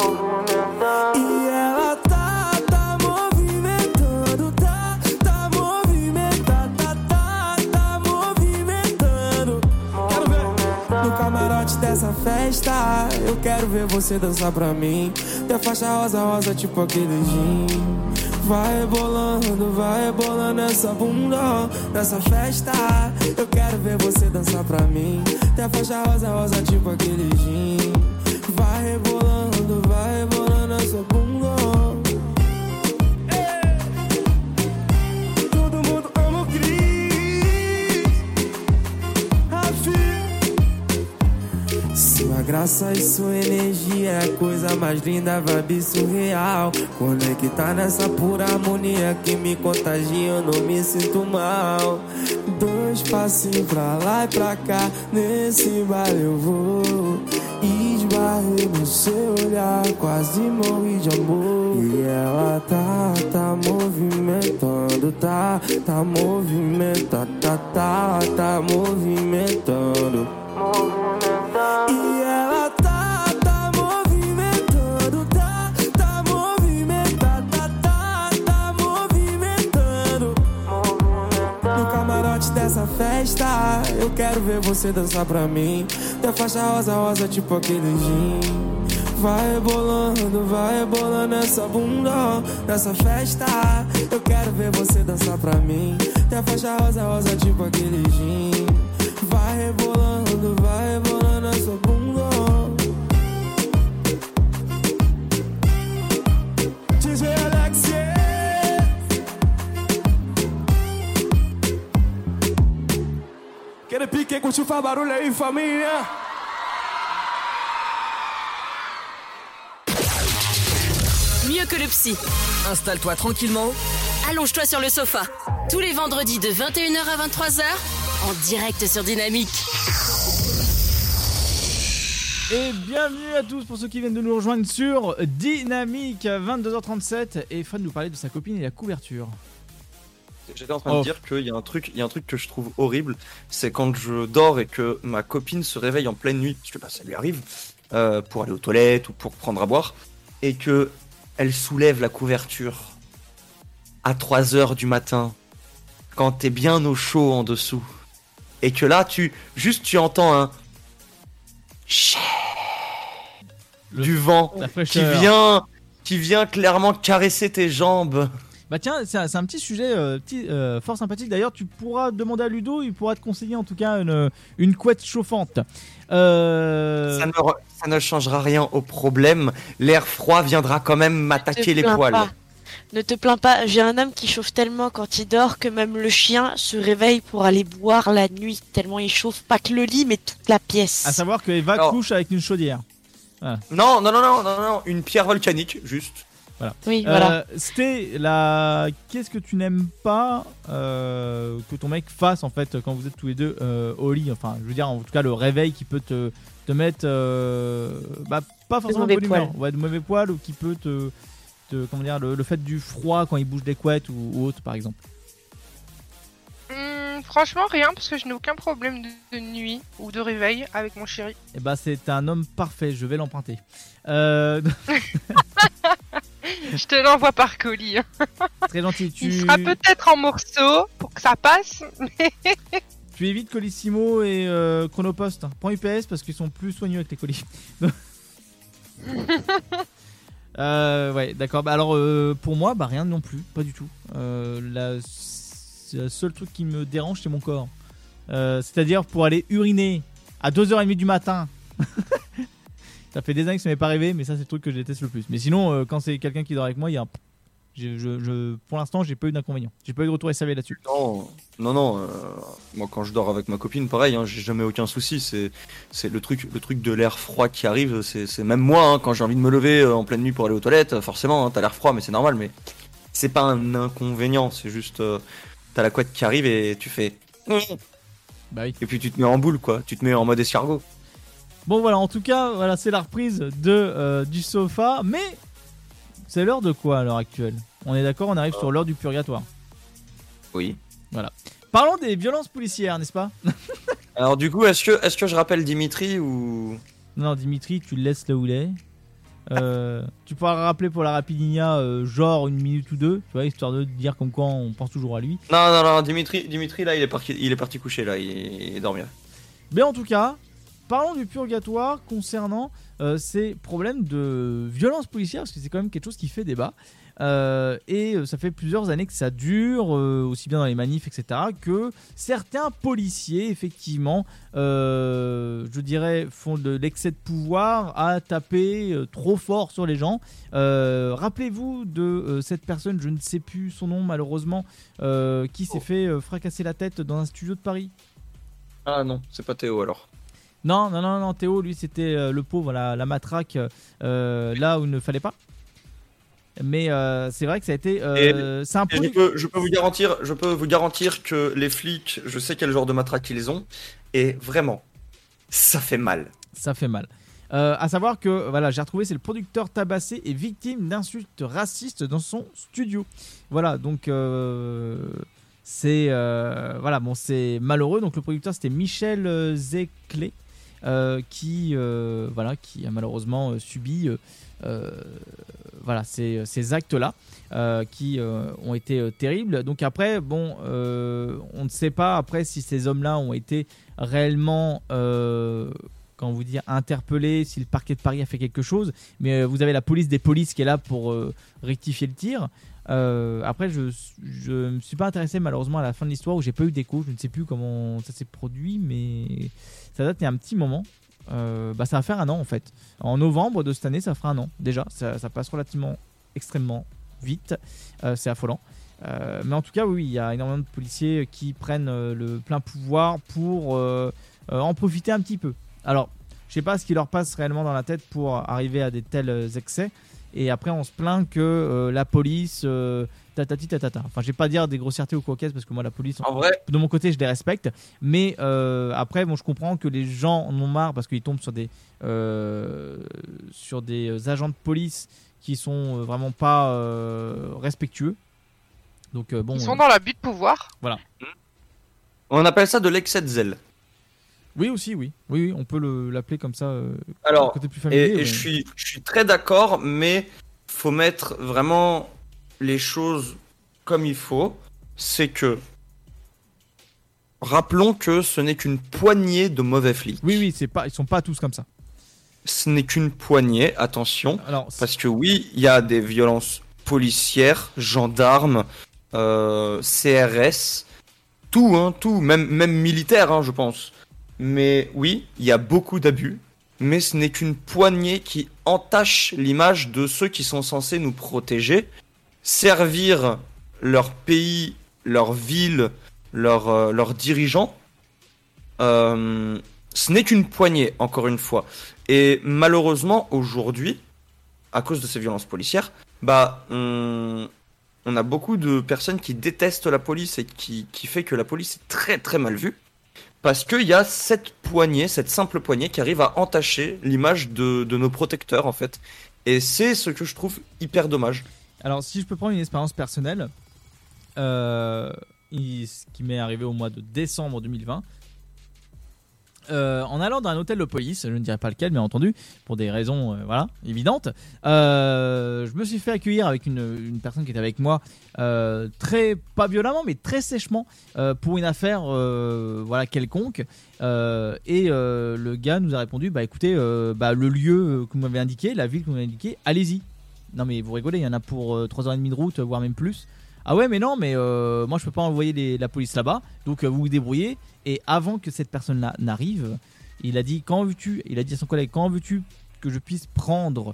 E ela tá movimentando, tá movimentando, tá movimentando. Quero ver no camarote dessa festa. Eu quero ver você dançar pra mim. Ter faixa rosa, tipo aquele gin. Vai rebolando essa bunda nessa festa. Eu quero ver você dançar pra mim. Ter faixa rosa, tipo aquele gin. Vai rebolando essa bunda. Todo mundo ama o Cris. Rafi. Sua graça e sua energia é a coisa mais linda, vibe surreal. Conectar nessa pura harmonia que me contagia, eu não me sinto mal. 2 passinhos pra lá e pra cá, nesse bar eu vou. Esbarrei no seu olhar, quase morri de amor. E ela tá movimentando, tá movimentando, tá movimentando. E ela tá movimentando, tá movimentando, tá movimentando. No camarote dessa festa, eu quero ver você dançar pra mim. Ter faixa rosa, tipo aquele gin. Vai rebolando essa bunda nessa festa. Eu quero ver você dançar pra mim. Ter faixa rosa, tipo aquele gin. Vai rebolando essa bunda. DJ Alexia. Quer pique, curte, faz barulho aí, família. Mieux que le psy. Installe-toi tranquillement. Allonge-toi sur le sofa. Tous les vendredis de 21h à 23h, en direct sur Dynamique. Et bienvenue à tous pour ceux qui viennent de nous rejoindre sur Dynamique, 22h37. Et Fred nous parlait de sa copine et la couverture. J'étais en train de dire qu'il y a un truc que je trouve horrible, c'est quand je dors et que ma copine se réveille en pleine nuit, parce que ça lui arrive, pour aller aux toilettes ou pour prendre à boire, et que elle soulève la couverture à 3h du matin, quand t'es bien au chaud en dessous, et que là tu entends un du vent qui vient clairement caresser tes jambes. Bah tiens, c'est un petit sujet fort sympathique. D'ailleurs, tu pourras demander à Ludo, il pourra te conseiller en tout cas une couette chauffante. Ça ne changera rien au problème. L'air froid viendra quand même m'attaquer les poils. Ne te plains pas, j'ai un homme qui chauffe tellement quand il dort que même le chien se réveille pour aller boire la nuit, tellement il chauffe pas que le lit mais toute la pièce. À savoir que Eva Alors- couche avec une chaudière. Voilà. Non, une pierre volcanique, juste. Voilà. Oui, voilà. Sté, qu'est-ce que tu n'aimes pas que ton mec fasse en fait quand vous êtes tous les deux au lit? Enfin, je veux dire, en tout cas, le réveil qui peut te mettre, pas forcément de mauvais bonne humeur, poils. ouais, de mauvais poils, ou qui peut comment dire, le fait du froid quand il bouge des couettes ou autre, par exemple. Franchement, rien, parce que je n'ai aucun problème de nuit ou de réveil avec mon chéri. Et bah, c'est un homme parfait. Je vais l'emprunter. Je te l'envoie par colis. Très gentil. Il sera peut-être en morceaux pour que ça passe, mais... Tu évites Colissimo et Chronopost. Prends UPS parce qu'ils sont plus soigneux avec les colis. Ouais, d'accord. Bah, alors, pour moi, rien non plus. Pas du tout. C'est le seul truc qui me dérange, c'est mon corps. C'est-à-dire pour aller uriner à 2h30 du matin. Ça fait des années que ça m'est pas arrivé, mais ça, c'est le truc que je déteste le plus. Mais sinon, quand c'est quelqu'un qui dort avec moi, il y a pour l'instant, j'ai pas eu d'inconvénient. J'ai pas eu de retour SAV là-dessus. Non. Moi, quand je dors avec ma copine, pareil, hein, j'ai jamais aucun souci. C'est le truc de l'air froid qui arrive. C'est même moi, hein, quand j'ai envie de me lever en pleine nuit pour aller aux toilettes, forcément, hein, t'as l'air froid, mais c'est normal. Mais c'est pas un inconvénient. C'est juste, t'as la couette qui arrive et tu fais. Bah oui. Et puis tu te mets en boule, quoi. Tu te mets en mode escargot. Bon, voilà. En tout cas, voilà, c'est la reprise du sofa, mais c'est l'heure de quoi à l'heure actuelle? On est d'accord, on arrive sur l'heure du purgatoire. Oui. Voilà. Parlons des violences policières, n'est-ce pas? Alors du coup, est-ce que je rappelle Dimitri ou... Non, Dimitri, tu le laisses là où il est. Tu pourras rappeler pour la Rapidinia genre 1 minute ou 2, tu vois, histoire de dire comme quoi on pense toujours à lui. Non, Dimitri là, il est parti coucher, là, il est dormir. Mais en tout cas, parlons du purgatoire concernant ces problèmes de violence policière, parce que c'est quand même quelque chose qui fait débat. Et ça fait plusieurs années que ça dure, aussi bien dans les manifs, etc., que certains policiers, effectivement, je dirais, font de l'excès de pouvoir à taper trop fort sur les gens. Rappelez-vous de cette personne, je ne sais plus son nom malheureusement, qui s'est fait fracasser la tête dans un studio de Paris. Ah non, c'est pas Théo alors. Non, Théo, lui, c'était le pauvre, la matraque, là où il ne fallait pas. Mais c'est vrai que ça a été. C'est un peu. Je peux vous garantir que les flics, je sais quel genre de matraque ils ont, et vraiment, ça fait mal. Ça fait mal. À savoir que voilà, j'ai retrouvé, c'est le producteur tabassé et victime d'insultes racistes dans son studio. Voilà, donc c'est voilà, bon, c'est malheureux. Donc le producteur, c'était Michel Zeclé, qui a malheureusement subi. Voilà, ces actes-là qui ont été terribles. Donc après, bon, on ne sait pas après si ces hommes-là ont été réellement, comment vous dire, interpellés, si le parquet de Paris a fait quelque chose. Mais vous avez la police des polices qui est là pour rectifier le tir. Après, je me suis pas intéressé malheureusement à la fin de l'histoire où j'ai pas eu d'écho. Je ne sais plus comment ça s'est produit, mais ça date il y a un petit moment. Ça va faire 1 an en fait. En novembre de cette année, ça fera 1 an déjà. Ça passe relativement extrêmement vite. C'est affolant. Mais en tout cas, oui, il y a énormément de policiers qui prennent le plein pouvoir pour en profiter un petit peu. Alors, je sais pas ce qui leur passe réellement dans la tête pour arriver à des tels excès. Et après, on se plaint que la police, tatati tatata. Enfin, je vais pas dire des grossièretés ou quoi qu'est-ce, parce que moi, la police, en vrai, de mon côté, je les respecte. Mais après, bon, je comprends que les gens en ont marre parce qu'ils tombent sur des agents de police qui sont vraiment pas respectueux. Donc bon. Ils sont dans l'abus de pouvoir. Voilà. On appelle ça de l'excès de zèle. Oui, aussi, oui, on peut l'appeler comme ça. Alors, côté plus familier, et je suis très d'accord, mais faut mettre vraiment les choses comme il faut. C'est que, rappelons que ce n'est qu'une poignée de mauvais flics. Oui, ils sont pas tous comme ça. Ce n'est qu'une poignée, attention. Alors, parce que oui, il y a des violences policières, gendarmes, CRS, tout, même militaire, je pense. Mais oui, il y a beaucoup d'abus, mais ce n'est qu'une poignée qui entache l'image de ceux qui sont censés nous protéger. servir leur pays, leur ville, leurs dirigeants, ce n'est qu'une poignée, encore une fois. Et malheureusement, aujourd'hui, à cause de ces violences policières, on a beaucoup de personnes qui détestent la police et qui fait que la police est très très mal vue. Parce qu'il y a cette simple poignée qui arrive à entacher l'image de nos protecteurs, en fait. Et c'est ce que je trouve hyper dommage. Alors, si je peux prendre une expérience personnelle, ce qui m'est arrivé au mois de décembre 2020, en allant dans un hôtel de police, je ne dirai pas lequel, bien entendu, pour des raisons évidentes, je me suis fait accueillir avec une personne qui était avec moi, pas violemment, mais très sèchement, pour une affaire quelconque. Et le gars nous a répondu, écoutez, le lieu que vous m'avez indiqué, la ville que vous m'avez indiqué, allez-y. Non mais vous rigolez, il y en a pour 3h30 de route, voire même plus. Ah ouais, mais non, mais moi je peux pas envoyer la police là-bas, donc vous vous débrouillez. Et avant que cette personne-là n'arrive, il a dit à son collègue, quand veux-tu que je puisse prendre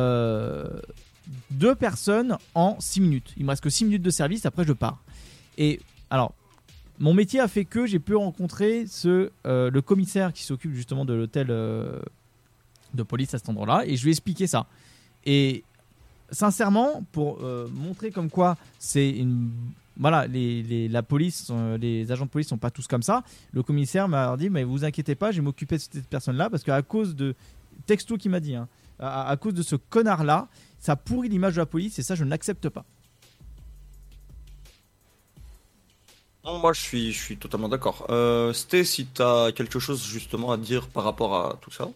2 personnes en 6 minutes. Il me reste que 6 minutes de service, après je pars. Et alors, mon métier a fait que j'ai pu rencontrer le commissaire qui s'occupe justement de l'hôtel de police à cet endroit-là, et je lui ai expliqué ça. Et sincèrement, pour montrer comme quoi c'est une... Voilà, la police, les agents de police sont pas tous comme ça. Le commissaire m'a dit, mais vous inquiétez pas, je vais m'occuper de cette personne-là, parce qu'à cause de... Texto qui m'a dit, à cause de ce connard-là, ça pourrit l'image de la police, et ça, je ne l'accepte pas. Non, moi, je suis totalement d'accord. Sté, si tu as quelque chose justement à dire par rapport à tout ça.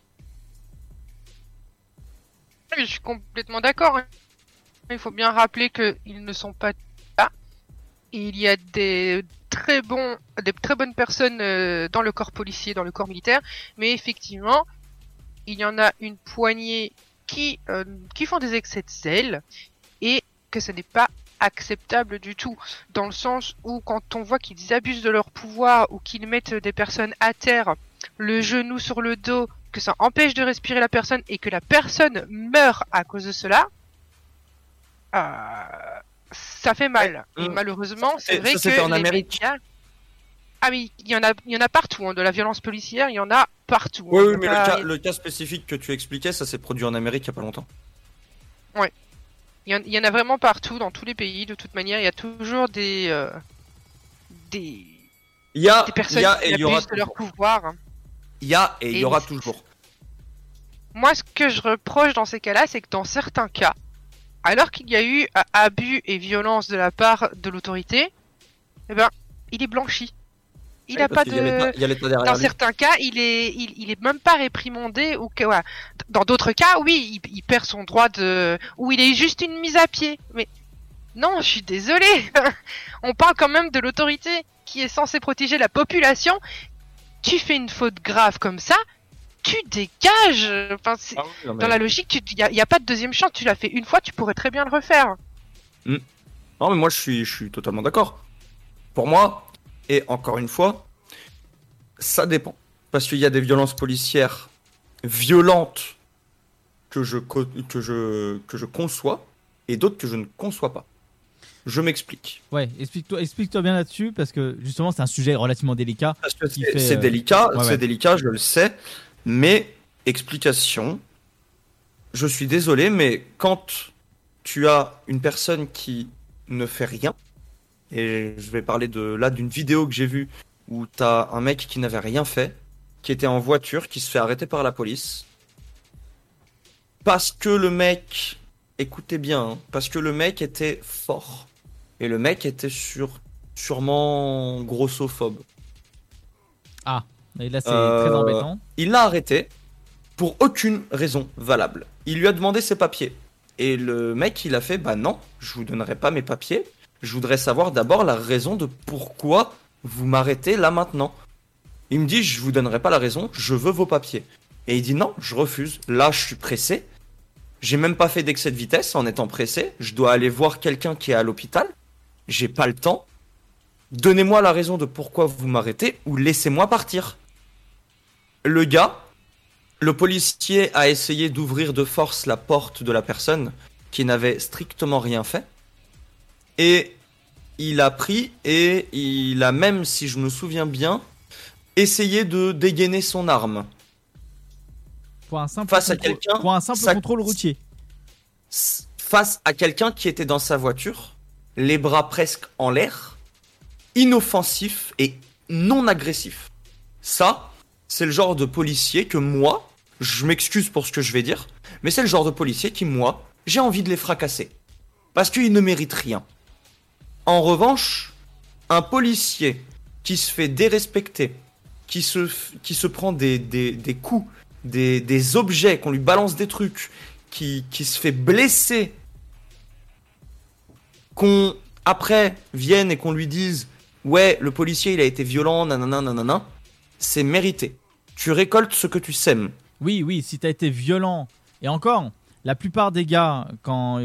Je suis complètement d'accord. Il faut bien rappeler qu'ils ne sont pas là. Il y a des très bonnes personnes dans le corps policier, dans le corps militaire, mais effectivement, il y en a une poignée qui font des excès de zèle et que ce n'est pas acceptable du tout, dans le sens où quand on voit qu'ils abusent de leur pouvoir ou qu'ils mettent des personnes à terre, le genou sur le dos, que ça empêche de respirer la personne et que la personne meurt à cause de cela, ça fait mal. Et malheureusement, c'est vrai que en Amérique. Médias... Ah oui, il y en a partout, de la violence policière, il y en a partout. Oui, mais le cas spécifique que tu expliquais, ça s'est produit en Amérique il n'y a pas longtemps. Ouais. Il y en a vraiment partout, dans tous les pays, de toute manière, il y a toujours des personnes qui abusent de leur pouvoir. Il y a et il y aura toujours. Moi, ce que je reproche dans ces cas-là, c'est que dans certains cas, alors qu'il y a eu abus et violence de la part de l'autorité, il est blanchi. Il a pas de. Il y a l'état derrière dans lui. certains cas, il est même pas réprimandé ou que. Ouais. Dans d'autres cas, oui, il perd son droit de. Ou il est juste une mise à pied. Mais non, je suis désolée. On parle quand même de l'autorité qui est censée protéger la population. Tu fais une faute grave comme ça, tu dégages. Enfin, dans la logique, il y a pas de deuxième chance. Tu l'as fait une fois, tu pourrais très bien le refaire. Non, mais moi, je suis totalement d'accord. Pour moi, et encore une fois, ça dépend. Parce qu'il y a des violences policières violentes que je conçois et d'autres que je ne conçois pas. Je m'explique. Ouais, explique-toi bien là-dessus, parce que justement c'est un sujet relativement délicat. Parce que c'est délicat, délicat, je le sais, mais explication. Je suis désolé, mais quand tu as une personne qui ne fait rien, et je vais parler d'une vidéo que j'ai vue où tu as un mec qui n'avait rien fait, qui était en voiture, qui se fait arrêter par la police, parce que le mec, écoutez bien, parce que le mec était fort. Et le mec était sûrement grossophobe. Ah, et là c'est très embêtant. Il l'a arrêté pour aucune raison valable. Il lui a demandé ses papiers. Et le mec, il a fait, non, je vous donnerai pas mes papiers. Je voudrais savoir d'abord la raison de pourquoi vous m'arrêtez là maintenant. Il me dit, je vous donnerai pas la raison, je veux vos papiers. Et il dit, non, je refuse. Là, je suis pressé. J'ai même pas fait d'excès de vitesse en étant pressé. Je dois aller voir quelqu'un qui est à l'hôpital. J'ai pas le temps. Donnez-moi la raison de pourquoi vous m'arrêtez ou laissez-moi partir. Le policier a essayé d'ouvrir de force la porte de la personne qui n'avait strictement rien fait. Et il a pris et il a même, si je me souviens bien, essayé de dégainer son arme. Pour un simple Face à quelqu'un, pour un simple contrôle routier. Face à quelqu'un qui était dans sa voiture, les bras presque en l'air, inoffensif et non agressif. Ça, c'est le genre de policier que moi, je m'excuse pour ce que je vais dire, mais c'est le genre de policier qui, moi, j'ai envie de les fracasser. Parce qu'ils ne méritent rien. En revanche, un policier qui se fait dérespecter, qui se prend des coups, des objets, qu'on lui balance des trucs, qui se fait blesser, qu'on après vienne et qu'on lui dise ouais, le policier il a été violent, nanana, nanana, c'est mérité. Tu récoltes ce que tu sèmes. Oui, si t'as été violent, et encore, la plupart des gars, quand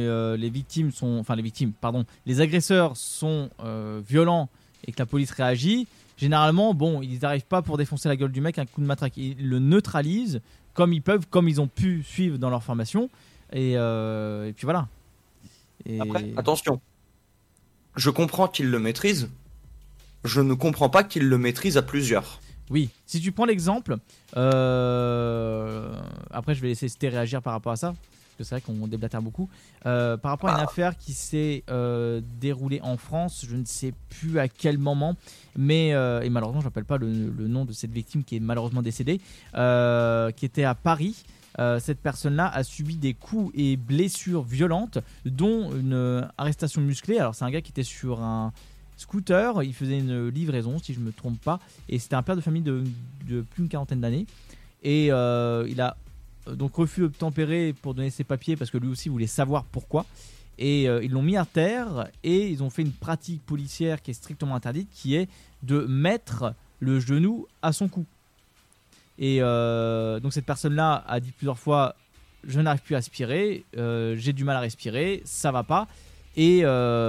les agresseurs sont violents et que la police réagit, généralement, bon, ils n'arrivent pas pour défoncer la gueule du mec un coup de matraque. Ils le neutralisent comme ils peuvent, comme ils ont pu suivre dans leur formation. Et puis voilà. Et... Après, attention. Je comprends qu'ils le maîtrisent. Je ne comprends pas qu'ils le maîtrisent à plusieurs. Oui, si tu prends l'exemple, après je vais laisser Sté réagir par rapport à ça, parce que c'est vrai qu'on déblatère beaucoup. Par rapport à une affaire qui s'est déroulée en France, je ne sais plus à quel moment, mais et malheureusement je ne rappelle pas le nom de cette victime qui est malheureusement décédée, qui était à Paris. Cette personne-là a subi des coups et blessures violentes, dont une arrestation musclée. Alors c'est un gars qui était sur un scooter, il faisait une livraison si je me trompe pas, et c'était un père de famille de plus d'une quarantaine d'années, et il a donc refus obtempéré pour donner ses papiers parce que lui aussi voulait savoir pourquoi, et ils l'ont mis à terre et ils ont fait une pratique policière qui est strictement interdite, qui est de mettre le genou à son cou. Et donc cette personne-là a dit plusieurs fois je n'arrive plus à aspirer, j'ai du mal à respirer, ça va pas, et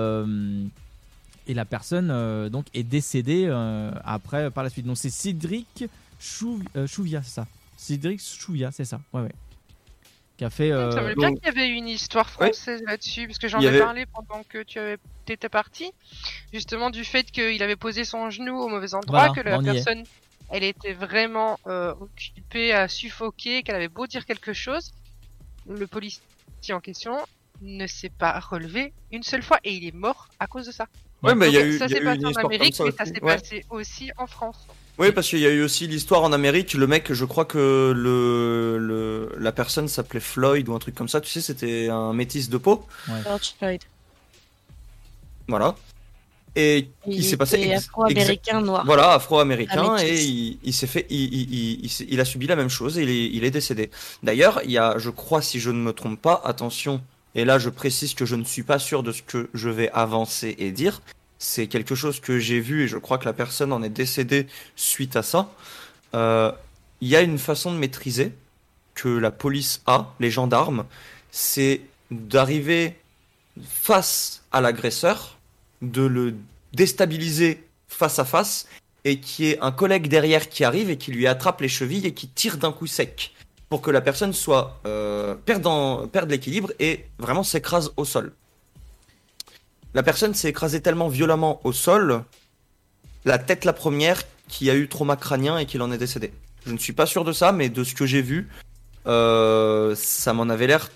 la personne donc est décédée après par la suite. Donc c'est Cédric Chouviat, c'est ça. Cédric Chouviat, c'est ça. Ouais. Qui a fait. Ça me bien qu'il y avait une histoire française là-dessus, parce que j'en ai parlé pendant que tu étais parti, justement du fait qu'il avait posé son genou au mauvais endroit, que la personne, elle était vraiment occupée à suffoquer, qu'elle avait beau dire quelque chose, le policier en question ne s'est pas relevé une seule fois et il est mort à cause de ça. Ouais, mais il y a eu, ça s'est passé une en histoire Amérique, comme ça mais ça s'est passé aussi en France. Oui, parce qu'il y a eu aussi l'histoire en Amérique. Le mec, je crois que la personne s'appelait Floyd ou un truc comme ça. Tu sais, c'était un métis de peau. George Floyd. Voilà. Et il s'est passé afro-américain noir. Voilà, afro-américain, et il s'est fait, il a subi la même chose et il est décédé. D'ailleurs, il y a, je crois, si je ne me trompe pas, attention. Et là, je précise que je ne suis pas sûr de ce que je vais avancer et dire. C'est quelque chose que j'ai vu et je crois que la personne en est décédée suite à ça. Il y a une façon de maîtriser que la police a, les gendarmes, c'est d'arriver face à l'agresseur, de le déstabiliser face à face et qu'il y ait un collègue derrière qui arrive et qui lui attrape les chevilles et qui tire d'un coup sec pour que la personne soit perde l'équilibre et vraiment s'écrase au sol. La personne s'est écrasée tellement violemment au sol, la tête la première, qui a eu trauma crânien et qu'il en est décédé. Je ne suis pas sûr de ça, mais de ce que j'ai vu, ça m'en avait l'air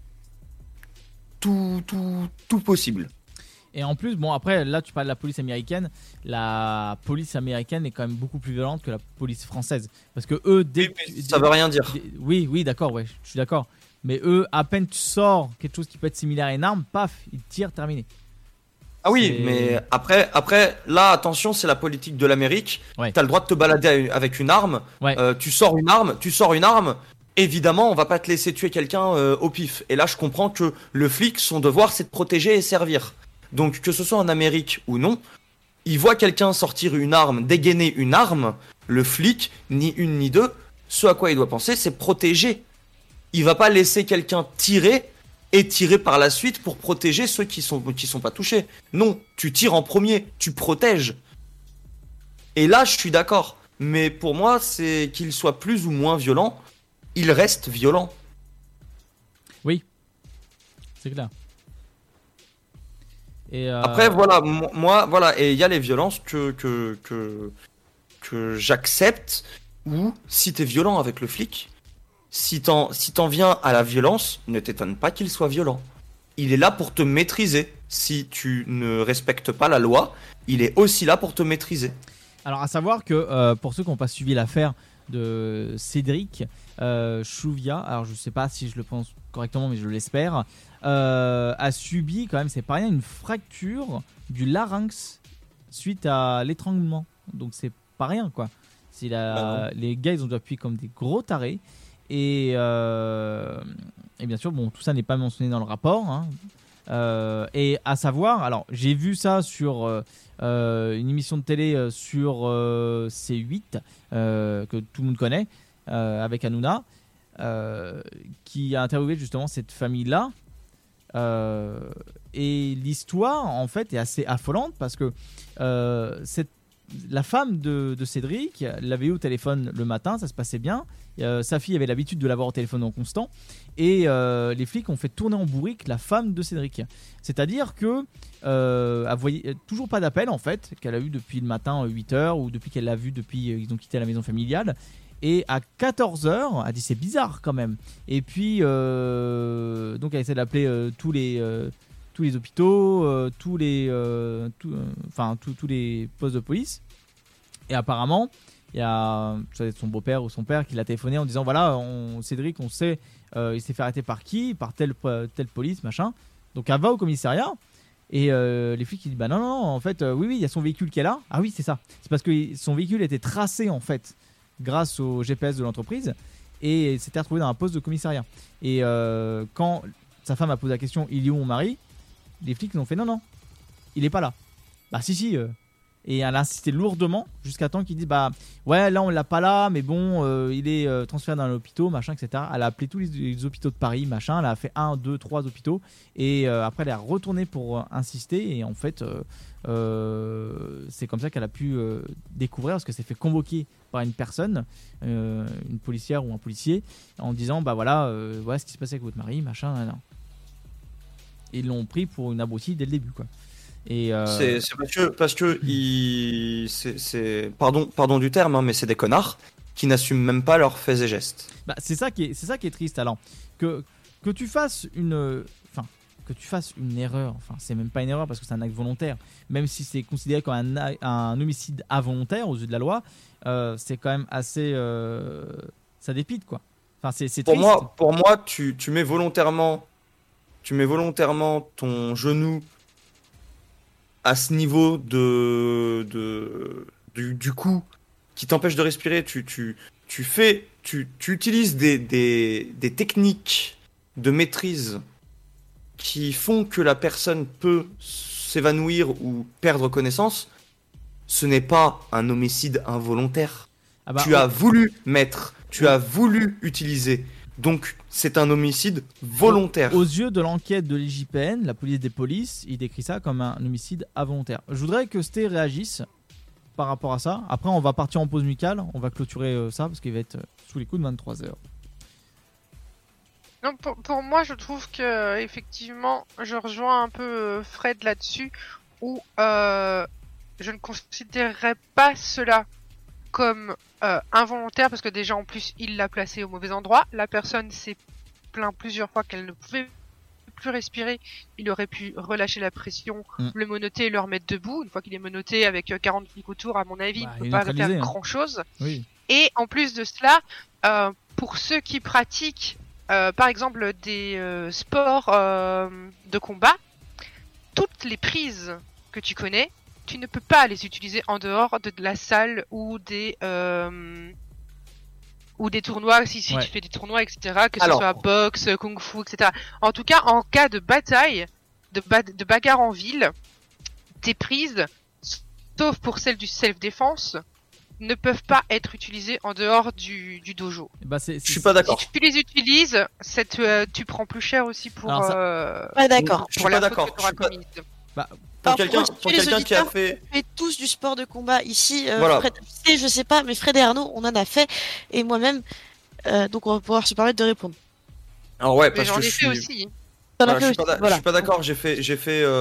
tout possible. Et en plus, bon, après, là, tu parles de la police américaine. La police américaine est quand même beaucoup plus violente que la police française. Parce que eux, ça veut rien dire. Oui, d'accord, ouais, je suis d'accord. Mais eux, à peine tu sors quelque chose qui peut être similaire à une arme, paf, ils tirent, terminé. Ah oui, mais après, là, attention, c'est la politique de l'Amérique. Ouais. T'as le droit de te balader avec une arme. Ouais. Tu sors une arme. Évidemment, on va pas te laisser tuer quelqu'un au pif. Et là, je comprends que le flic, son devoir, c'est de protéger et servir. Donc, que ce soit en Amérique ou non, il voit quelqu'un sortir une arme, dégainer une arme, le flic, ni une ni deux, ce à quoi il doit penser, c'est protéger. Il va pas laisser quelqu'un tirer et tirer par la suite pour protéger ceux qui sont pas touchés. Non, tu tires en premier, tu protèges. Et là, je suis d'accord. Mais pour moi, c'est qu'il soit plus ou moins violent, il reste violent. Oui, c'est clair. Et Après, voilà, moi, voilà, et il y a les violences que j'accepte, ou si t'es violent avec le flic, si t'en viens à la violence, ne t'étonne pas qu'il soit violent. Il est là pour te maîtriser. Si tu ne respectes pas la loi, il est aussi là pour te maîtriser. Alors, à savoir que pour ceux qui n'ont pas suivi l'affaire de Cédric Chouviat, alors je sais pas si je le prononce correctement, mais je l'espère, a subi quand même, c'est pas rien, une fracture du larynx suite à l'étranglement. Donc c'est pas rien quoi. Les gars ils ont dû appuyer comme des gros tarés. Et bien sûr, bon, tout ça n'est pas mentionné dans le rapport. Hein. Et à savoir, alors j'ai vu ça sur une émission de télé sur C8 que tout le monde connaît avec Hanouna qui a interviewé justement cette famille-là. Et l'histoire en fait est assez affolante parce que la femme de Cédric l'avait eu au téléphone le matin, ça se passait bien. Sa fille avait l'habitude de l'avoir au téléphone en constant et les flics ont fait tourner en bourrique la femme de Cédric. C'est-à-dire que elle voyait toujours pas d'appel en fait qu'elle a eu depuis le matin 8h ou depuis qu'elle l'a vu depuis ils ont quitté la maison familiale. Et à 14h, elle a dit c'est bizarre quand même. Et puis donc elle essaie d'appeler tous les hôpitaux, tous les postes de police. Et apparemment, il y a son beau-père ou son père qui l'a téléphoné en disant voilà, Cédric, on sait, il s'est fait arrêter par qui, par telle police, machin. Donc elle va au commissariat et les flics ils disent bah non, en fait, oui, il y a son véhicule qui est là. Ah oui, c'est ça. C'est parce que son véhicule était tracé en fait grâce au GPS de l'entreprise et s'était retrouvé dans un poste de commissariat. Et quand sa femme a posé la question il est où mon mari, les flics ont fait non, il est pas là. Bah si. Et elle a insisté lourdement jusqu'à temps qu'ils disent bah ouais là on l'a pas là mais bon il est transféré dans l'hôpital machin etc. Elle a appelé tous les hôpitaux de Paris machin, elle a fait 1, 2, 3 hôpitaux et après elle est retournée pour insister et en fait c'est comme ça qu'elle a pu découvrir parce que c'est fait convoquer par une personne, une policière ou un policier en disant bah voilà ce qui se passait avec votre mari machin nan. Et ils l'ont pris pour une abrutie dès le début quoi. Et c'est parce que c'est pardon du terme hein, mais c'est des connards qui n'assument même pas leurs faits et gestes. Bah, c'est ça qui est triste alors que tu fasses une erreur, enfin c'est même pas une erreur parce que c'est un acte volontaire, même si c'est considéré comme un homicide involontaire aux yeux de la loi, c'est quand même assez ça dépite quoi. Enfin c'est triste. Pour moi tu mets volontairement ton genou à ce niveau du cou qui t'empêche de respirer, tu utilises des techniques de maîtrise qui font que la personne peut s'évanouir ou perdre connaissance. Ce n'est pas un homicide involontaire. Ah bah, tu as voulu utiliser. Donc, c'est un homicide volontaire. Aux yeux de l'enquête de l'IJPN, la police des polices, il décrit ça comme un homicide involontaire. Je voudrais que Sté réagisse par rapport à ça. Après, on va partir en pause musicale. On va clôturer ça parce qu'il va être sous les coups de 23h. Non, pour moi, je trouve que effectivement, je rejoins un peu Fred là-dessus, où je ne considérerais pas cela comme involontaire parce que déjà en plus il l'a placé au mauvais endroit. La personne s'est plaint plusieurs fois qu'elle ne pouvait plus respirer. Il aurait pu relâcher la pression, le menotter et le remettre debout. Une fois qu'il est menotté avec 40 flics autour, à mon avis, il ne peut pas faire grand chose. Oui. Et en plus de cela, pour ceux qui pratiquent par exemple des sports de combat, toutes les prises que tu connais, tu ne peux pas les utiliser en dehors de la salle ou des tournois, si tu fais des tournois, etc., que ce soit boxe, kung-fu, etc. En tout cas, en cas de bataille, de bagarre en ville, tes prises, sauf pour celles du self-défense, ne peuvent pas être utilisées en dehors du dojo. Bah je suis pas d'accord. Si tu les utilises, tu prends plus cher aussi pour... Pas d'accord. Pour la faute que tu auras commise. Pour quelqu'un qui a fait... On fait tous du sport de combat ici. Voilà. Fred, je sais pas, mais Fred et Arnaud, on en a fait. Et moi-même, donc on va pouvoir se permettre de répondre. Alors ouais, mais parce j'en que ai fait aussi. Voilà, je suis pas d'accord. J'ai fait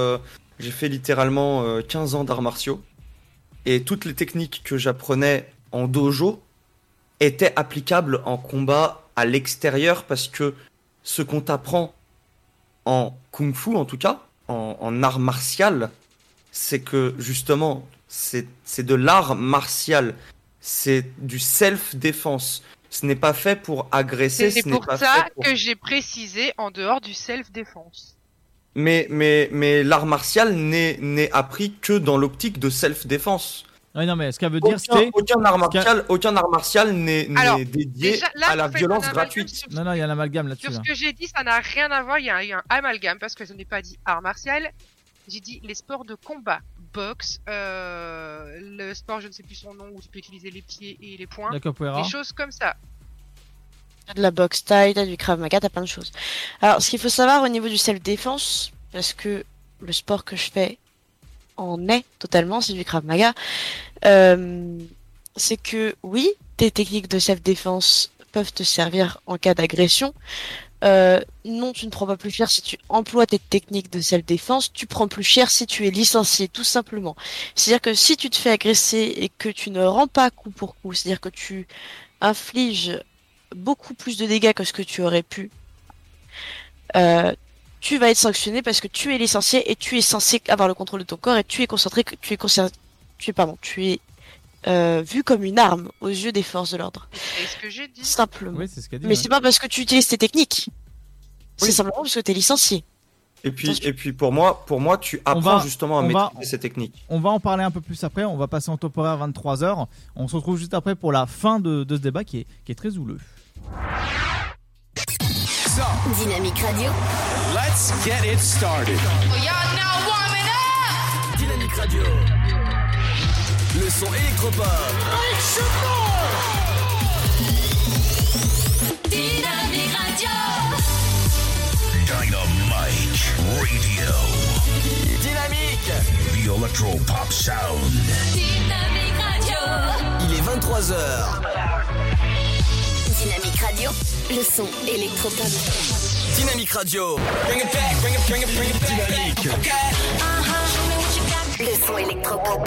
J'ai fait littéralement 15 ans d'arts martiaux. Et toutes les techniques que j'apprenais en dojo étaient applicables en combat à l'extérieur parce que ce qu'on t'apprend en kung-fu, en tout cas, en art martial, c'est que justement, c'est de l'art martial. C'est du self-défense. Ce n'est pas fait pour agresser. C'est pour ça que j'ai précisé en dehors du self-défense. Mais l'art martial n'est appris que dans l'optique de self-défense. Oui, non, mais ce qu'elle veut dire, c'est... Aucun art martial n'est dédié déjà, là, à la violence gratuite. Non, il y a l'amalgame là-dessus. Sur ce que j'ai dit, ça n'a rien à voir, il y a un amalgame, parce que je n'ai pas dit art martial, j'ai dit les sports de combat. Boxe, le sport, je ne sais plus son nom, où tu peux utiliser les pieds et les poings. La capoeira. Des choses comme ça. T'as de la boxe thaï, t'as du krav maga, t'as plein de choses. Alors, ce qu'il faut savoir au niveau du self-défense, parce que le sport que je fais en est totalement, c'est du krav maga, c'est que oui, tes techniques de self-défense peuvent te servir en cas d'agression. Non, tu ne prends pas plus cher si tu emploies tes techniques de self-défense, tu prends plus cher si tu es licencié, tout simplement. C'est-à-dire que si tu te fais agresser et que tu ne rends pas coup pour coup, c'est-à-dire que tu infliges beaucoup plus de dégâts que ce que tu aurais pu, tu vas être sanctionné parce que tu es licencié et tu es censé avoir le contrôle de ton corps et tu es concentré, tu es vu comme une arme aux yeux des forces de l'ordre. C'est ce que j'ai dit. Simplement. Oui, c'est ce qu'elle dit. Mais c'est pas parce que tu utilises tes techniques. Oui. C'est simplement parce que t'es licencié. Et puis pour moi, tu apprends justement à maîtriser ces techniques. On va en parler un peu plus après. On va passer en top horaire 23h. On se retrouve juste après pour la fin de ce débat qui est très houleux. Dynamique Radio. Let's get it started. Y'all now warming up. Dynamique Radio. Le son électropop. Dynamique Radio. Dynamite Radio. Dynamique. The electropop sound. Dynamique Radio. Il est 23h. Dynamique Radio. Le son électropop. Dynamique Radio. Bring it back, bring it, bring it, bring it back. Dynamique. Okay. Le son électropop.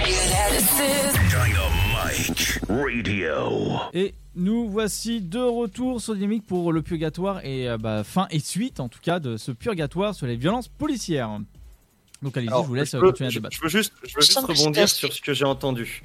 Dynamite Radio. Et nous voici de retour sur Dynamique pour le purgatoire et fin et suite en tout cas de ce purgatoire sur les violences policières. Donc allez-y, je vous laisse continuer à débattre. Je veux juste rebondir sur ce que j'ai entendu.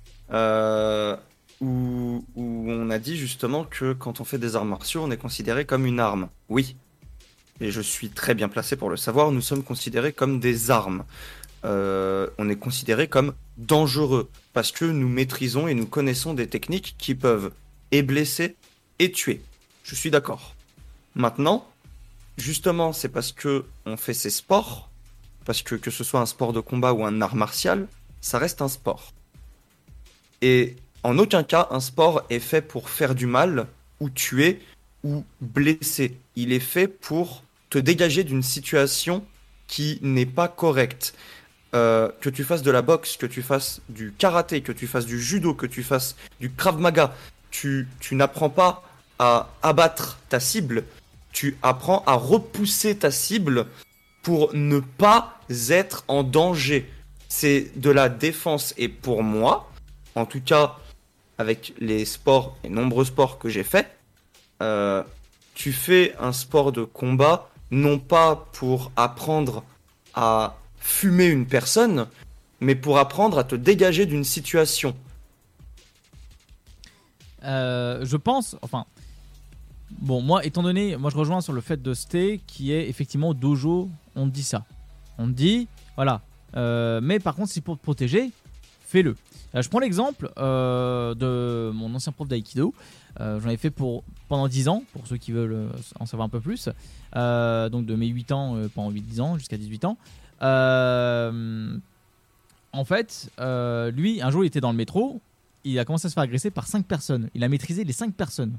Où on a dit justement que quand on fait des arts martiaux, on est considéré comme une arme. Oui. Et je suis très bien placé pour le savoir, nous sommes considérés comme des armes. On est considéré comme dangereux parce que nous maîtrisons et nous connaissons des techniques qui peuvent et blesser et tuer. Je suis d'accord. Maintenant, justement, c'est parce que on fait ces sports, parce que ce soit un sport de combat ou un art martial, ça reste un sport. Et en aucun cas, un sport est fait pour faire du mal, ou tuer, ou blesser. Il est fait pour te dégager d'une situation qui n'est pas correcte. Que tu fasses de la boxe, que tu fasses du karaté, que tu fasses du judo, que tu fasses du krav maga, tu n'apprends pas à abattre ta cible, tu apprends à repousser ta cible pour ne pas être en danger. C'est de la défense. Et pour moi, en tout cas, avec les sports et nombreux sports que j'ai faits, tu fais un sport de combat non pas pour apprendre à fumer une personne, mais pour apprendre à te dégager d'une situation. Je pense, bon, moi, étant donné, je rejoins sur le fait de Sté, qui est effectivement au dojo, on te dit ça. On te dit, voilà, mais par contre, si pour te protéger, fais-le. Je prends l'exemple de mon ancien prof d'aïkido. J'en ai fait pendant 10 ans, pour ceux qui veulent en savoir un peu plus. Donc de mes 8 ans, pendant 8-10 ans, jusqu'à 18 ans. En fait, lui, un jour, il était dans le métro. Il a commencé à se faire agresser par 5 personnes. Il a maîtrisé les 5 personnes.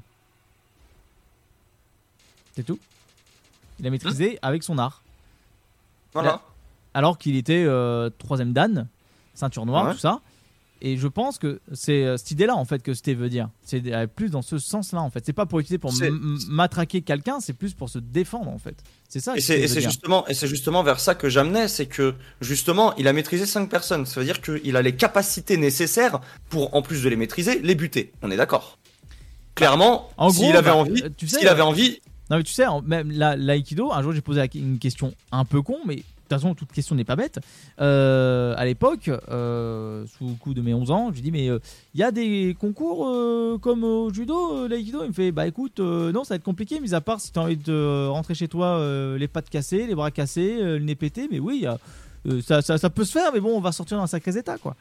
C'est tout. Il a maîtrisé avec son art. Voilà. Alors qu'il était 3ème dan, ceinture noire, tout ça. Et je pense que c'est cette idée-là en fait que Sté veut dire. C'est plus dans ce sens-là en fait. C'est pas pour utiliser pour matraquer quelqu'un, c'est plus pour se défendre en fait. C'est ça. Et c'est justement vers ça que j'amenais, c'est que justement il a maîtrisé 5 personnes. Ça veut dire qu'il a les capacités nécessaires pour, en plus de les maîtriser, les buter. On est d'accord. Clairement, s'il avait envie, s'il avait envie. Non mais tu sais, même l'aïkido, un jour j'ai posé une question un peu con, mais de toute façon toute question n'est pas bête. À l'époque, sous le coup de mes 11 ans, je lui dis mais il y a des concours comme au judo, l'aïkido. Il me fait bah écoute, non ça va être compliqué, mis à part si tu as envie de rentrer chez toi les pattes cassées, les bras cassés, le nez pété, mais oui, ça peut se faire, mais bon on va sortir dans un sacré état quoi.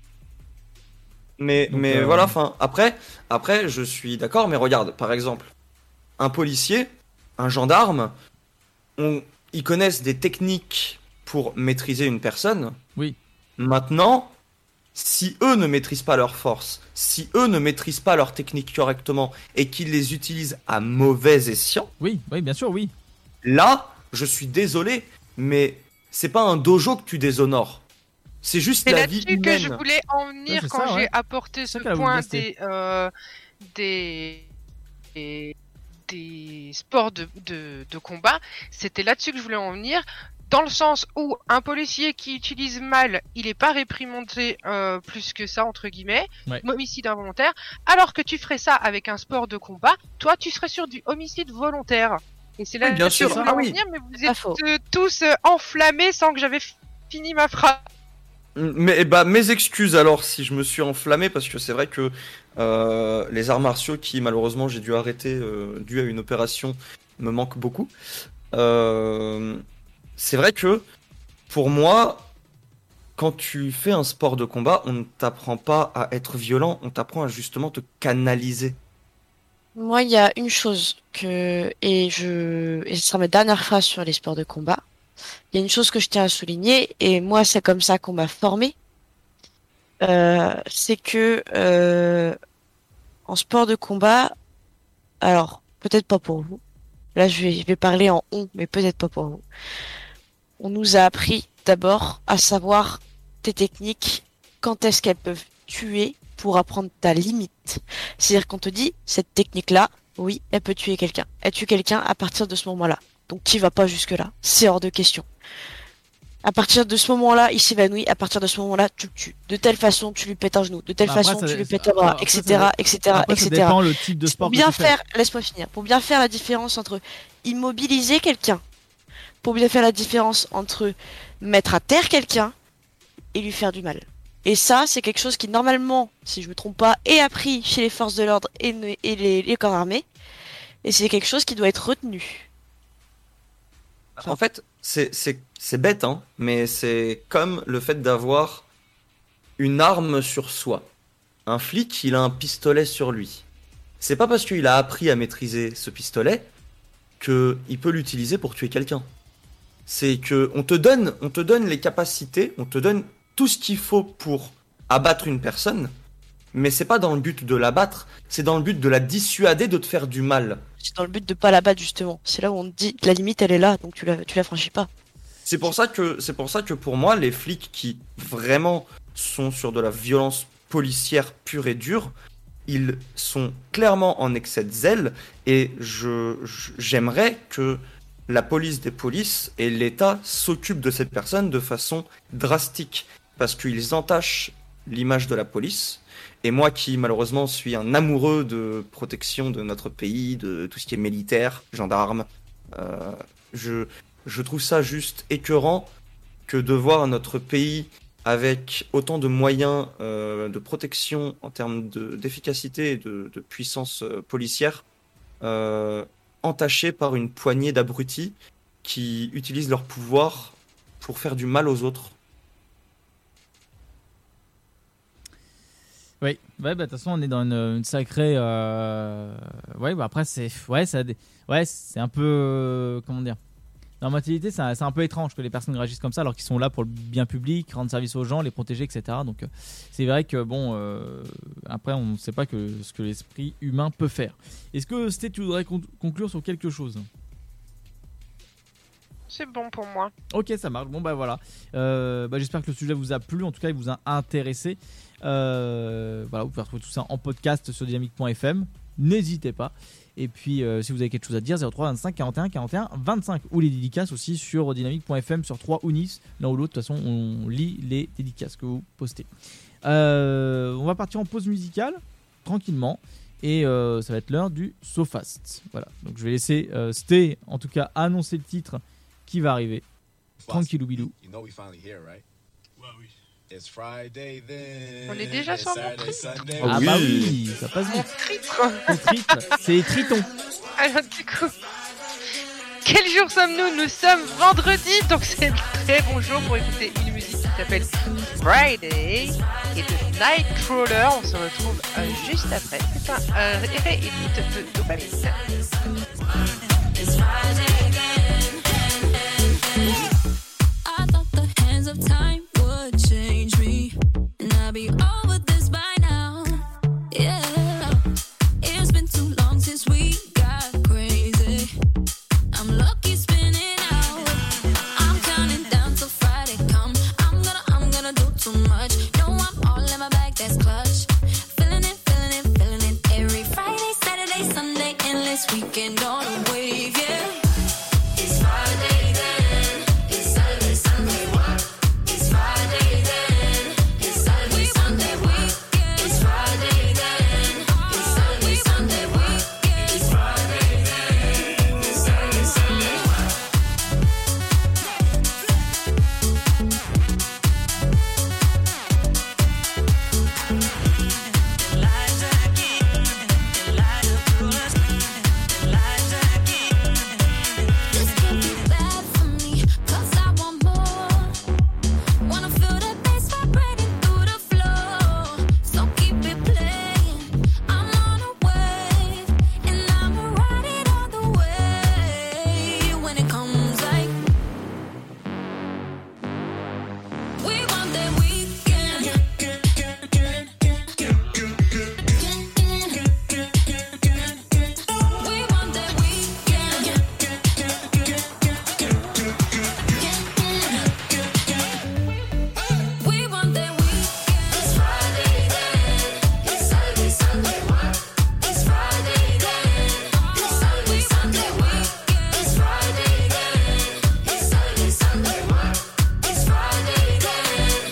Mais voilà, enfin après je suis d'accord, mais regarde, par exemple, un policier, un gendarme, ils connaissent des techniques pour maîtriser une personne. Oui. Maintenant, si eux ne maîtrisent pas leurs forces, si eux ne maîtrisent pas leurs techniques correctement et qu'ils les utilisent à mauvais escient. Oui, bien sûr, oui. Là, je suis désolé, mais c'est pas un dojo que tu déshonores. C'est juste la vie humaine. C'est là-dessus que je voulais en venir quand j'ai apporté ce point des sports de combat. C'était là-dessus que je voulais en venir, dans le sens où un policier qui utilise mal, il n'est pas réprimandé plus que ça, entre guillemets, homicide involontaire, alors que tu ferais ça avec un sport de combat, toi tu serais sur du homicide volontaire. Et c'est là bien que sûr, je voulais en venir, mais vous êtes tous enflammés sans que j'avais fini ma phrase. Mais mes excuses alors si je me suis enflammé, parce que c'est vrai que les arts martiaux qui malheureusement j'ai dû arrêter dû à une opération me manquent beaucoup. C'est vrai que pour moi, quand tu fais un sport de combat, on ne t'apprend pas à être violent, on t'apprend à justement te canaliser. Moi, il y a une chose et ce sera ma dernière phrase sur les sports de combat. Il y a une chose que je tiens à souligner, et moi c'est comme ça qu'on m'a formé. C'est que en sport de combat, alors peut-être pas pour vous. Là je vais parler en on, mais peut-être pas pour vous. On nous a appris d'abord à savoir tes techniques, quand est-ce qu'elles peuvent tuer, pour apprendre ta limite. C'est-à-dire qu'on te dit cette technique-là, oui, elle peut tuer quelqu'un. Elle tue quelqu'un à partir de ce moment-là. Donc tu vas pas jusque-là, c'est hors de question. À partir de ce moment-là, il s'évanouit, à partir de ce moment-là, tu le tues. De telle façon, tu lui pètes un genou, de telle façon, tu lui pètes un bras, etc., etc., après, etc. Ça dépend le type de sport Pour bien que tu fais. laisse-moi finir, pour bien faire la différence entre immobiliser quelqu'un, pour bien faire la différence entre mettre à terre quelqu'un et lui faire du mal. Et ça, c'est quelque chose qui, normalement, si je me trompe pas, est appris chez les forces de l'ordre et les corps armés. Et c'est quelque chose qui doit être retenu. En fait, c'est bête, hein, mais c'est comme le fait d'avoir une arme sur soi. Un flic, il a un pistolet sur lui. C'est pas parce qu'il a appris à maîtriser ce pistolet qu'il peut l'utiliser pour tuer quelqu'un. C'est que on te donne les capacités, on te donne tout ce qu'il faut pour abattre une personne, mais c'est pas dans le but de l'abattre, c'est dans le but de la dissuader de te faire du mal. C'est dans le but de pas la battre justement. C'est là où on te dit la limite elle est là, donc tu la franchis pas. C'est pour ça que pour moi les flics qui vraiment sont sur de la violence policière pure et dure, ils sont clairement en excès de zèle, et j'aimerais que la police des polices et l'État s'occupent de cette personne de façon drastique, parce qu'ils entachent l'image de la police. Et moi qui malheureusement suis un amoureux de protection de notre pays, de tout ce qui est militaire, gendarme, je trouve ça juste écœurant que de voir notre pays avec autant de moyens de protection en termes d'efficacité et de puissance policière, entaché par une poignée d'abrutis qui utilisent leur pouvoir pour faire du mal aux autres. Oui, de toute façon on est dans une sacrée. Après c'est c'est un peu comment dire. Dans la mentalité, c'est un peu étrange que les personnes réagissent comme ça alors qu'ils sont là pour le bien public, rendre service aux gens, les protéger, etc. Donc c'est vrai que après on ne sait pas ce que l'esprit humain peut faire. Est-ce que Sté, tu voudrais conclure sur quelque chose ? C'est bon pour moi. Ok, ça marche. Bon, bah voilà. J'espère que le sujet vous a plu. En tout cas, il vous a intéressé. Voilà, vous pouvez retrouver tout ça en podcast sur dynamique.fm. N'hésitez pas. Et puis, si vous avez quelque chose à dire, 03 25 41 41 25. Ou les dédicaces aussi sur dynamique.fm sur 3 ou Nice. L'un ou l'autre, de toute façon, on lit les dédicaces que vous postez. On va partir en pause musicale, tranquillement. Et ça va être l'heure du SoFast. Voilà. Donc, je vais laisser Sté, en tout cas, annoncer le titre qui va arriver. Tranquillou bilou. You know we finally here, right? Well, it's Friday then. On est déjà sur mon Ah bah oui, ça passe vite. C'est les tritons. Alors du coup, quel jour sommes-nous? Nous sommes vendredi, donc c'est un très bon jour pour écouter une musique qui s'appelle Friday et de Nightcrawler. On se retrouve juste après. C'est un effet écoute de dopamine. I thought the hands of time would change me, and I'd be over this by now. Yeah, it's been too long since we got crazy. I'm lucky spinning out. I'm counting down till Friday come. I'm gonna do too much. No, I'm all in my bag, that's clutch. Feeling it. Every Friday, Saturday, Sunday, endless weekend on a wave, yeah. It's Friday then. It's Saturday, Sunday, what? It's Friday then. It's Saturday, Sunday, weekend. It's Friday then. It's Saturday, Sunday, weekend. It's Friday then. It's Saturday, Sunday, what? This can't be bad for me, 'cause I want more. Wanna feel the bass vibrating through the floor. So keep it playing. I'm on a wave, and I'ma ride it all the way. When it comes like we want that weekend. We want that weekend. We want that weekend. It's Friday then. It's Saturday, Sunday, what? It's Friday then. It's Saturday, Sunday, weekend. It's Friday then. It's Saturday, Sunday, what? It's Friday then.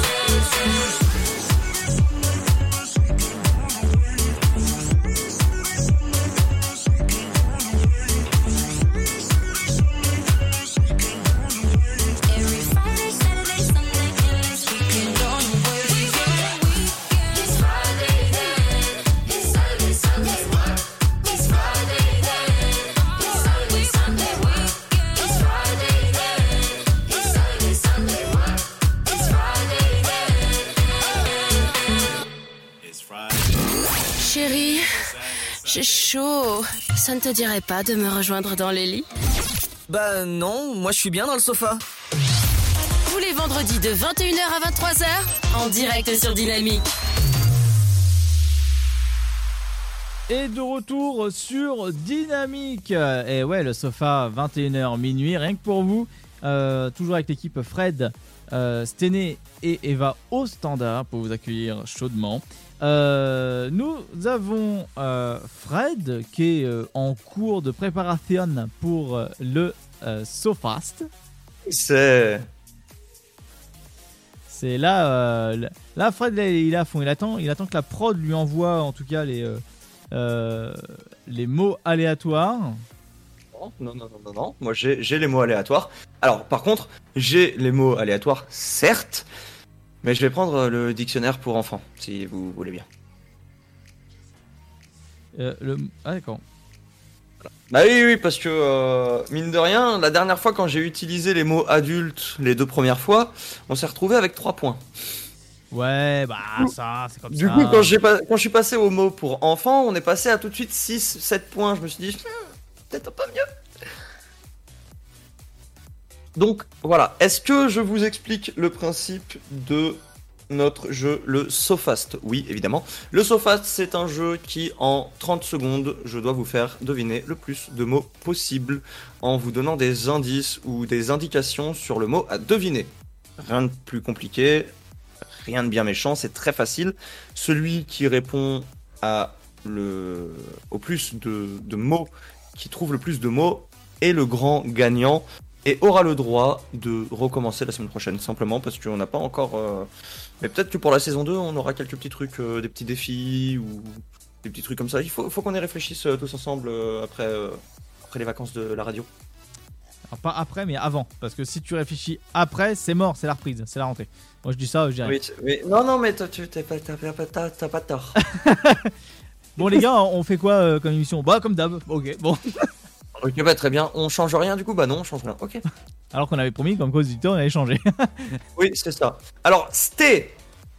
Every Friday, Saturday, Sunday, endless weekend on a wave. It's Friday then. It's Saturday, Sunday, what? It's Friday then. It's Saturday, Sunday, weekend. It's Friday then. It's Saturday, Sunday, what? It's Friday then. It's Friday. Chérie, j'ai chaud. Ça ne te dirait pas de me rejoindre dans les lits? Bah non, moi je suis bien dans le sofa. Tous les vendredis de 21h à 23h, en direct sur Dynamique. Et de retour sur Dynamique. Et ouais, le sofa, 21h minuit, rien que pour vous. Toujours avec l'équipe Fred, Stené et Eva au standard pour vous accueillir chaudement. Nous avons Fred qui est en cours de préparation pour le SoFast. C'est là, là Fred il est à fond. Il attend que la prod lui envoie en tout cas les mots aléatoires. Non. Moi, j'ai les mots aléatoires. Alors, par contre, j'ai les mots aléatoires, certes, mais je vais prendre le dictionnaire pour enfants, si vous voulez bien. Ah, d'accord. Bah oui, parce que, mine de rien, la dernière fois, quand j'ai utilisé les mots adultes, les 2 premières fois, on s'est retrouvé avec 3 points. Ouais, bah ça, c'est comme ça. Du coup, quand je suis passé au mot pour enfant, on est passé à tout de suite 6-7 points. Je me suis dit, peut-être pas mieux. Donc, voilà. Est-ce que je vous explique le principe de notre jeu, le SoFast. Oui, évidemment. Le SoFast, c'est un jeu qui, en 30 secondes, je dois vous faire deviner le plus de mots possible en vous donnant des indices ou des indications sur le mot à deviner. Rien de plus compliqué, rien de bien méchant, c'est très facile. Celui qui répond au plus de mots, qui trouve le plus de mots, est le grand gagnant et aura le droit de recommencer la semaine prochaine, simplement parce qu'on n'a pas encore... Mais peut-être que pour la saison 2, on aura quelques petits trucs, des petits défis ou des petits trucs comme ça. Il faut qu'on y réfléchisse tous ensemble après les vacances de la radio. Alors, pas après, mais avant. Parce que si tu réfléchis après, c'est mort, c'est la reprise, c'est la rentrée. Moi, je dis ça, je dirais. Oui, mais non, mais t'as pas tort. Bon, les gars, on fait quoi comme émission? Bah, comme d'hab. Ok, bon. Ok, bah très bien. On change rien du coup? Bah non, on change rien. Ok. Alors qu'on avait promis, comme cause du temps, on allait changer. Oui, c'est ça. Alors, Sté.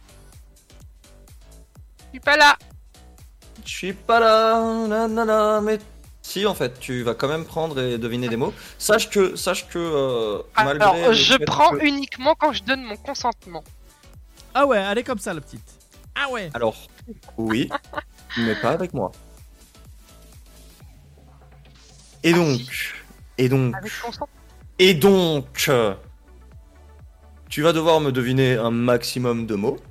Je suis pas là. Je suis pas là. Nanana, mais si, en fait, tu vas quand même prendre et deviner des mots. Sache que malgré. Alors, je le fait prends que- uniquement quand je donne mon consentement. Ah ouais, elle est comme ça, la petite. Ah ouais. Alors, oui, mais pas avec moi. Et donc, Avec consentement. tu vas devoir me deviner un maximum de mots.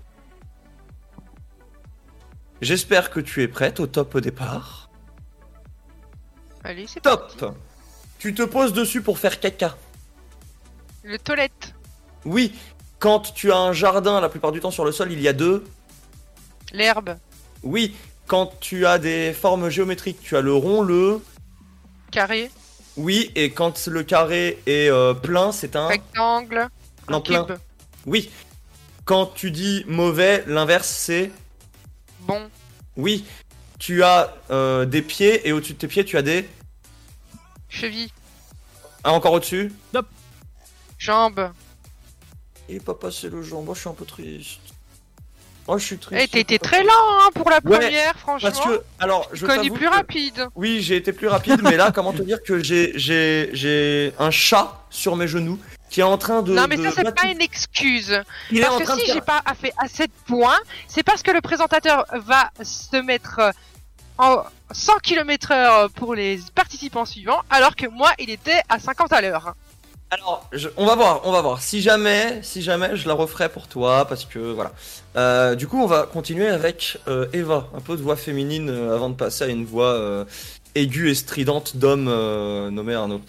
J'espère que tu es prête au top au départ. Allez, c'est Top. parti. Tu te poses dessus pour faire caca. Le toilette. Oui, quand tu as un jardin, la plupart du temps sur le sol, il y a deux. L'herbe. Oui, quand tu as des formes géométriques, tu as le rond, le... Carré. Oui, et quand le carré est plein, c'est un... Rectangle. Non, Un plein. cube. Oui. Quand tu dis mauvais, l'inverse c'est... Bon. Oui. Tu as des pieds et au-dessus de tes pieds, tu as des... Cheville. Ah, encore au-dessus? Top. Jambe. Il est pas passé le jour, moi je suis un peu triste. Oh, je suis triste. Eh, t'as été très lent hein, pour la Ouais, première, franchement. Parce que, alors, je Connu t'avoue plus que- rapide. Oui, j'ai été plus rapide, mais là, comment te dire que j'ai un chat sur mes genoux qui est en train de... Non mais de ça c'est battre- pas une excuse. Il est Parce en que train de si faire- j'ai pas fait assez de points, c'est parce que le présentateur va se mettre en 100 km/h pour les participants suivants, alors que moi il était à 50 à l'heure. Alors, on va voir. Si jamais, je la referai pour toi, parce que voilà. Du coup, on va continuer avec Eva, un peu de voix féminine avant de passer à une voix aiguë et stridente d'homme nommé Arnaud.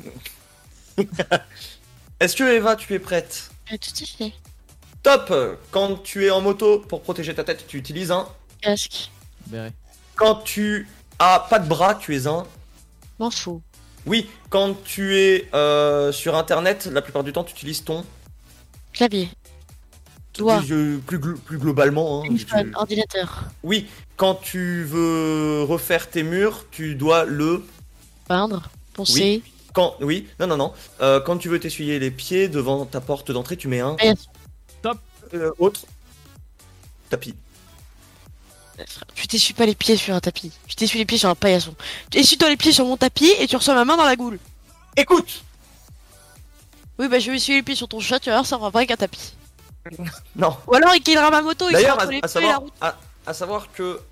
Est-ce que Eva, tu es prête? Tout à fait. Top. Quand tu es en moto, pour protéger ta tête, tu utilises un Casque. Béret. Quand tu as pas de bras, tu es un... M'en fous. Oui, quand tu es sur internet, la plupart du temps, tu utilises ton... Clavier. Doigt. Plus globalement. Hein, Téléphone. Ordinateur. Oui, quand tu veux refaire tes murs, tu dois le... Peindre. Poncer. Oui. Non. Quand tu veux t'essuyer les pieds devant ta porte d'entrée, tu mets un... Paillasson. Top. Autre. Tapis. Tu t'essuies pas les pieds sur un tapis. Tu t'essuies les pieds sur un paillasson. Tu essuies-toi les pieds sur mon tapis et tu reçois ma main dans la goule. Écoute. Oui, bah je vais essuyer les pieds sur ton chat, tu vas voir, ça fera pas qu'un tapis. Non. Ou alors il killera ma moto, il D'ailleurs, sera entre les à pieds et la route. savoir que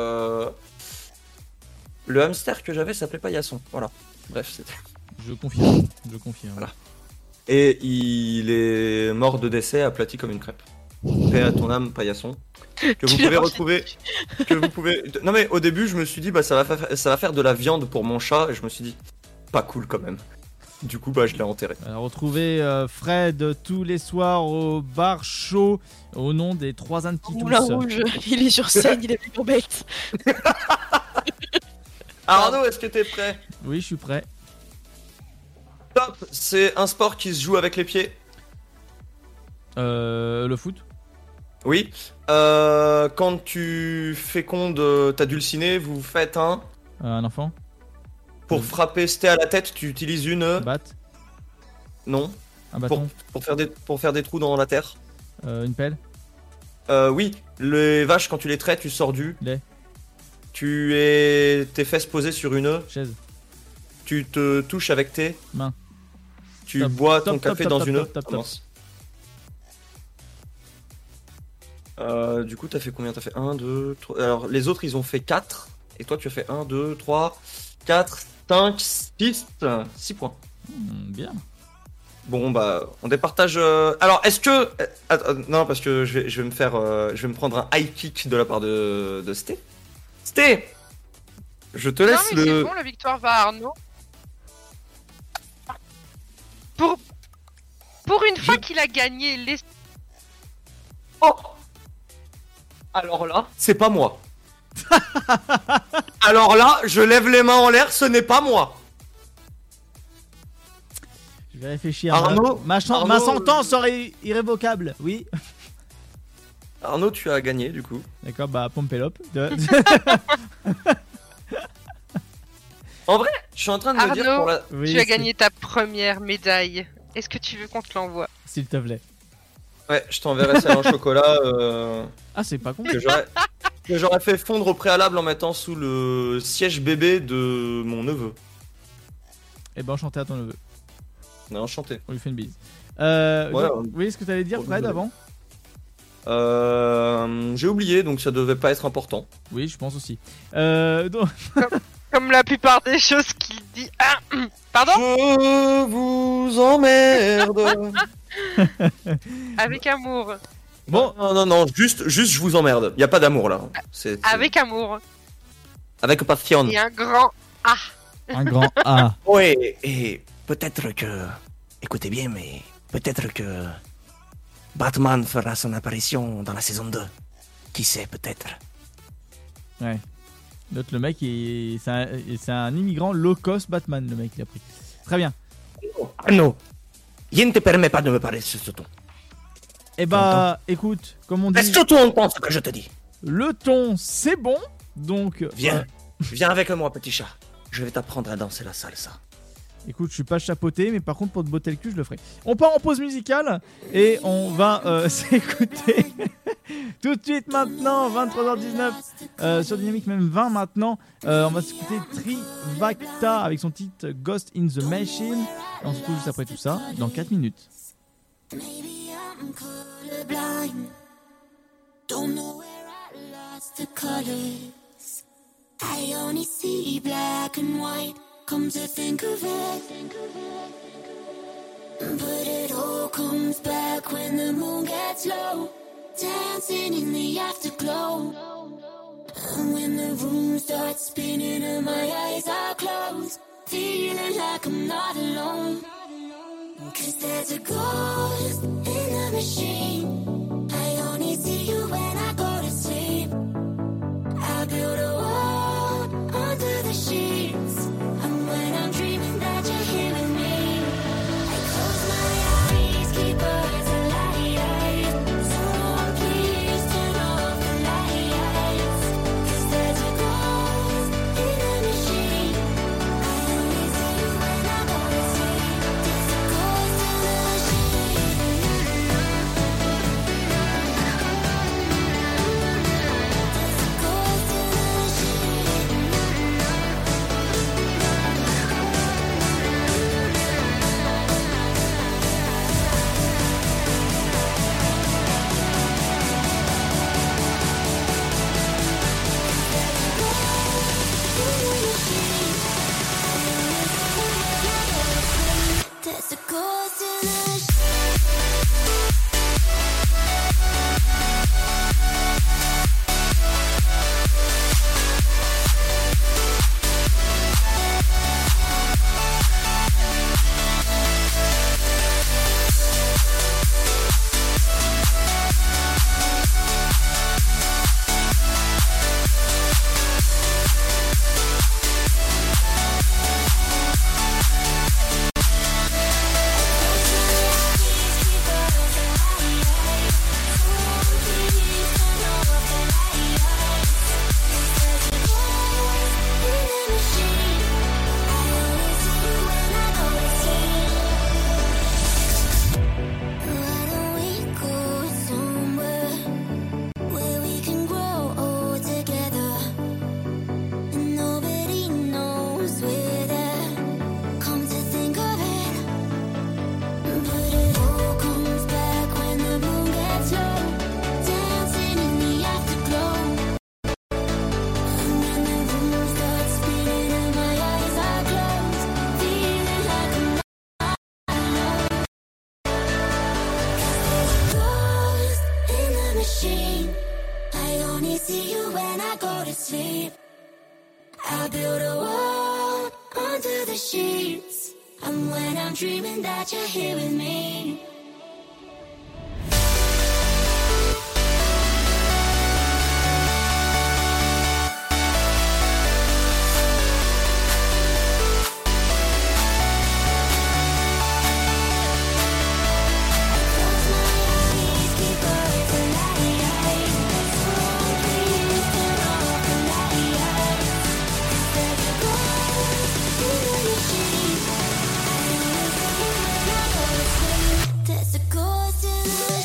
le hamster que j'avais s'appelait Paillasson. Voilà. Bref, c'était... Je confirme. Voilà. Et il est mort de décès, aplati comme une crêpe. Paix à ton âme, Paillasson. Que vous pouvez retrouver. Non mais au début, je me suis dit, bah ça va faire de la viande pour mon chat, et je me suis dit, pas cool quand même. Du coup, bah je l'ai enterré. Retrouvez Fred tous les soirs au bar chaud au nom des 3 ânes qui Moulin toussent. rouge, il est sur scène, il est avec bête. Arnaud, est-ce que t'es prêt? Oui, je suis prêt. Top. C'est un sport qui se joue avec les pieds. Le foot. Oui. Quand tu fécondes ta dulcinée, vous faites un... Un enfant. Pour frapper Sté à la tête, tu utilises une... Batte. Non. Un bâton. Pour faire des trous dans la terre. Une pelle. Oui. Les vaches, quand tu les traites, tu sors du... Lait. Tes fesses posées sur une... Chaise. Tu te touches avec tes... Mains. Tu bois ton top, café top, dans top, une... top, top, top. Du coup, t'as fait combien? T'as fait 1, 2, 3. Alors, les autres, ils ont fait 4. Et toi, tu as fait 1, 2, 3, 4, 5, 6. 6 points. Bien. Bon, bah, on départage. Alors, est-ce que. Non, parce que je vais me prendre un high kick de la part de Sté. Sté, je te Non, laisse mais le. c'est bon, la victoire va à Arnaud. Pour une fois qu'il a gagné les... Oh! Alors là, c'est pas moi. Alors là, je lève les mains en l'air, ce n'est pas moi. Je vais réfléchir. Arnaud, ma sentence serait irrévocable, oui. Arnaud, tu as gagné du coup. D'accord, bah Pompelope. En vrai, je suis en train de me dire pour la... tu as gagné ta première médaille. Est-ce que tu veux qu'on te l'envoie? S'il te plaît. Ouais, je t'enverrai ça en chocolat. Ah, c'est pas con. Que j'aurais fait fondre au préalable en mettant sous le siège bébé de mon neveu. Eh ben, enchanté à ton neveu. On est enchanté. On lui fait une bise. Ouais, oui, ce que t'allais dire, Fred, avant? J'ai oublié, donc ça devait pas être important. Oui, je pense aussi. Comme la plupart des choses qu'il dit. Pardon? Je vous emmerde. Avec amour. Bon, non, juste je vous emmerde. Y a pas d'amour là. Avec amour. Avec passion. Et un grand A. Un grand A. Oui, et peut-être que... Écoutez bien, mais peut-être que... Batman fera son apparition dans la saison 2. Qui sait, peut-être. Ouais. L'autre, le mec, c'est un immigrant low cost Batman, le mec, il a pris. Très bien. Non. Je ne te permets pas de me parler sur ce ton. Eh bah, écoute, comme on dit... Est-ce que tu entends ce que je te dis? Le ton, c'est bon, donc... Viens avec moi, petit chat. Je vais t'apprendre à danser la salsa. Écoute, je suis pas chapeauté, mais par contre, pour te botter le cul, je le ferai. On part en pause musicale et on va s'écouter tout de suite maintenant, 23h19, sur Dynamique, même 20 maintenant. On va s'écouter Trivacta avec son titre Ghost in the Machine. Et on se retrouve juste après tout ça, dans 4 minutes. Don't know where I lost the colors. I only see black and white. Come to think of it, but it all comes back when the moon gets low, dancing in the afterglow. And when the room starts spinning and my eyes are closed, feeling like I'm not alone. 'Cause there's a ghost in the machine. I only see you when I go to sleep. I build a wall under the sheets. And when I'm dreaming that you're here with me, I close my eyes, keep us alive. Someone please turn off the lights. 'Cause there's a ghost in the machine. I only see you when I go to sleep. There's a ghost in the machine. I go to sleep. I build a wall under the sheets. And when I'm dreaming that you're here with me. There's a ghost in the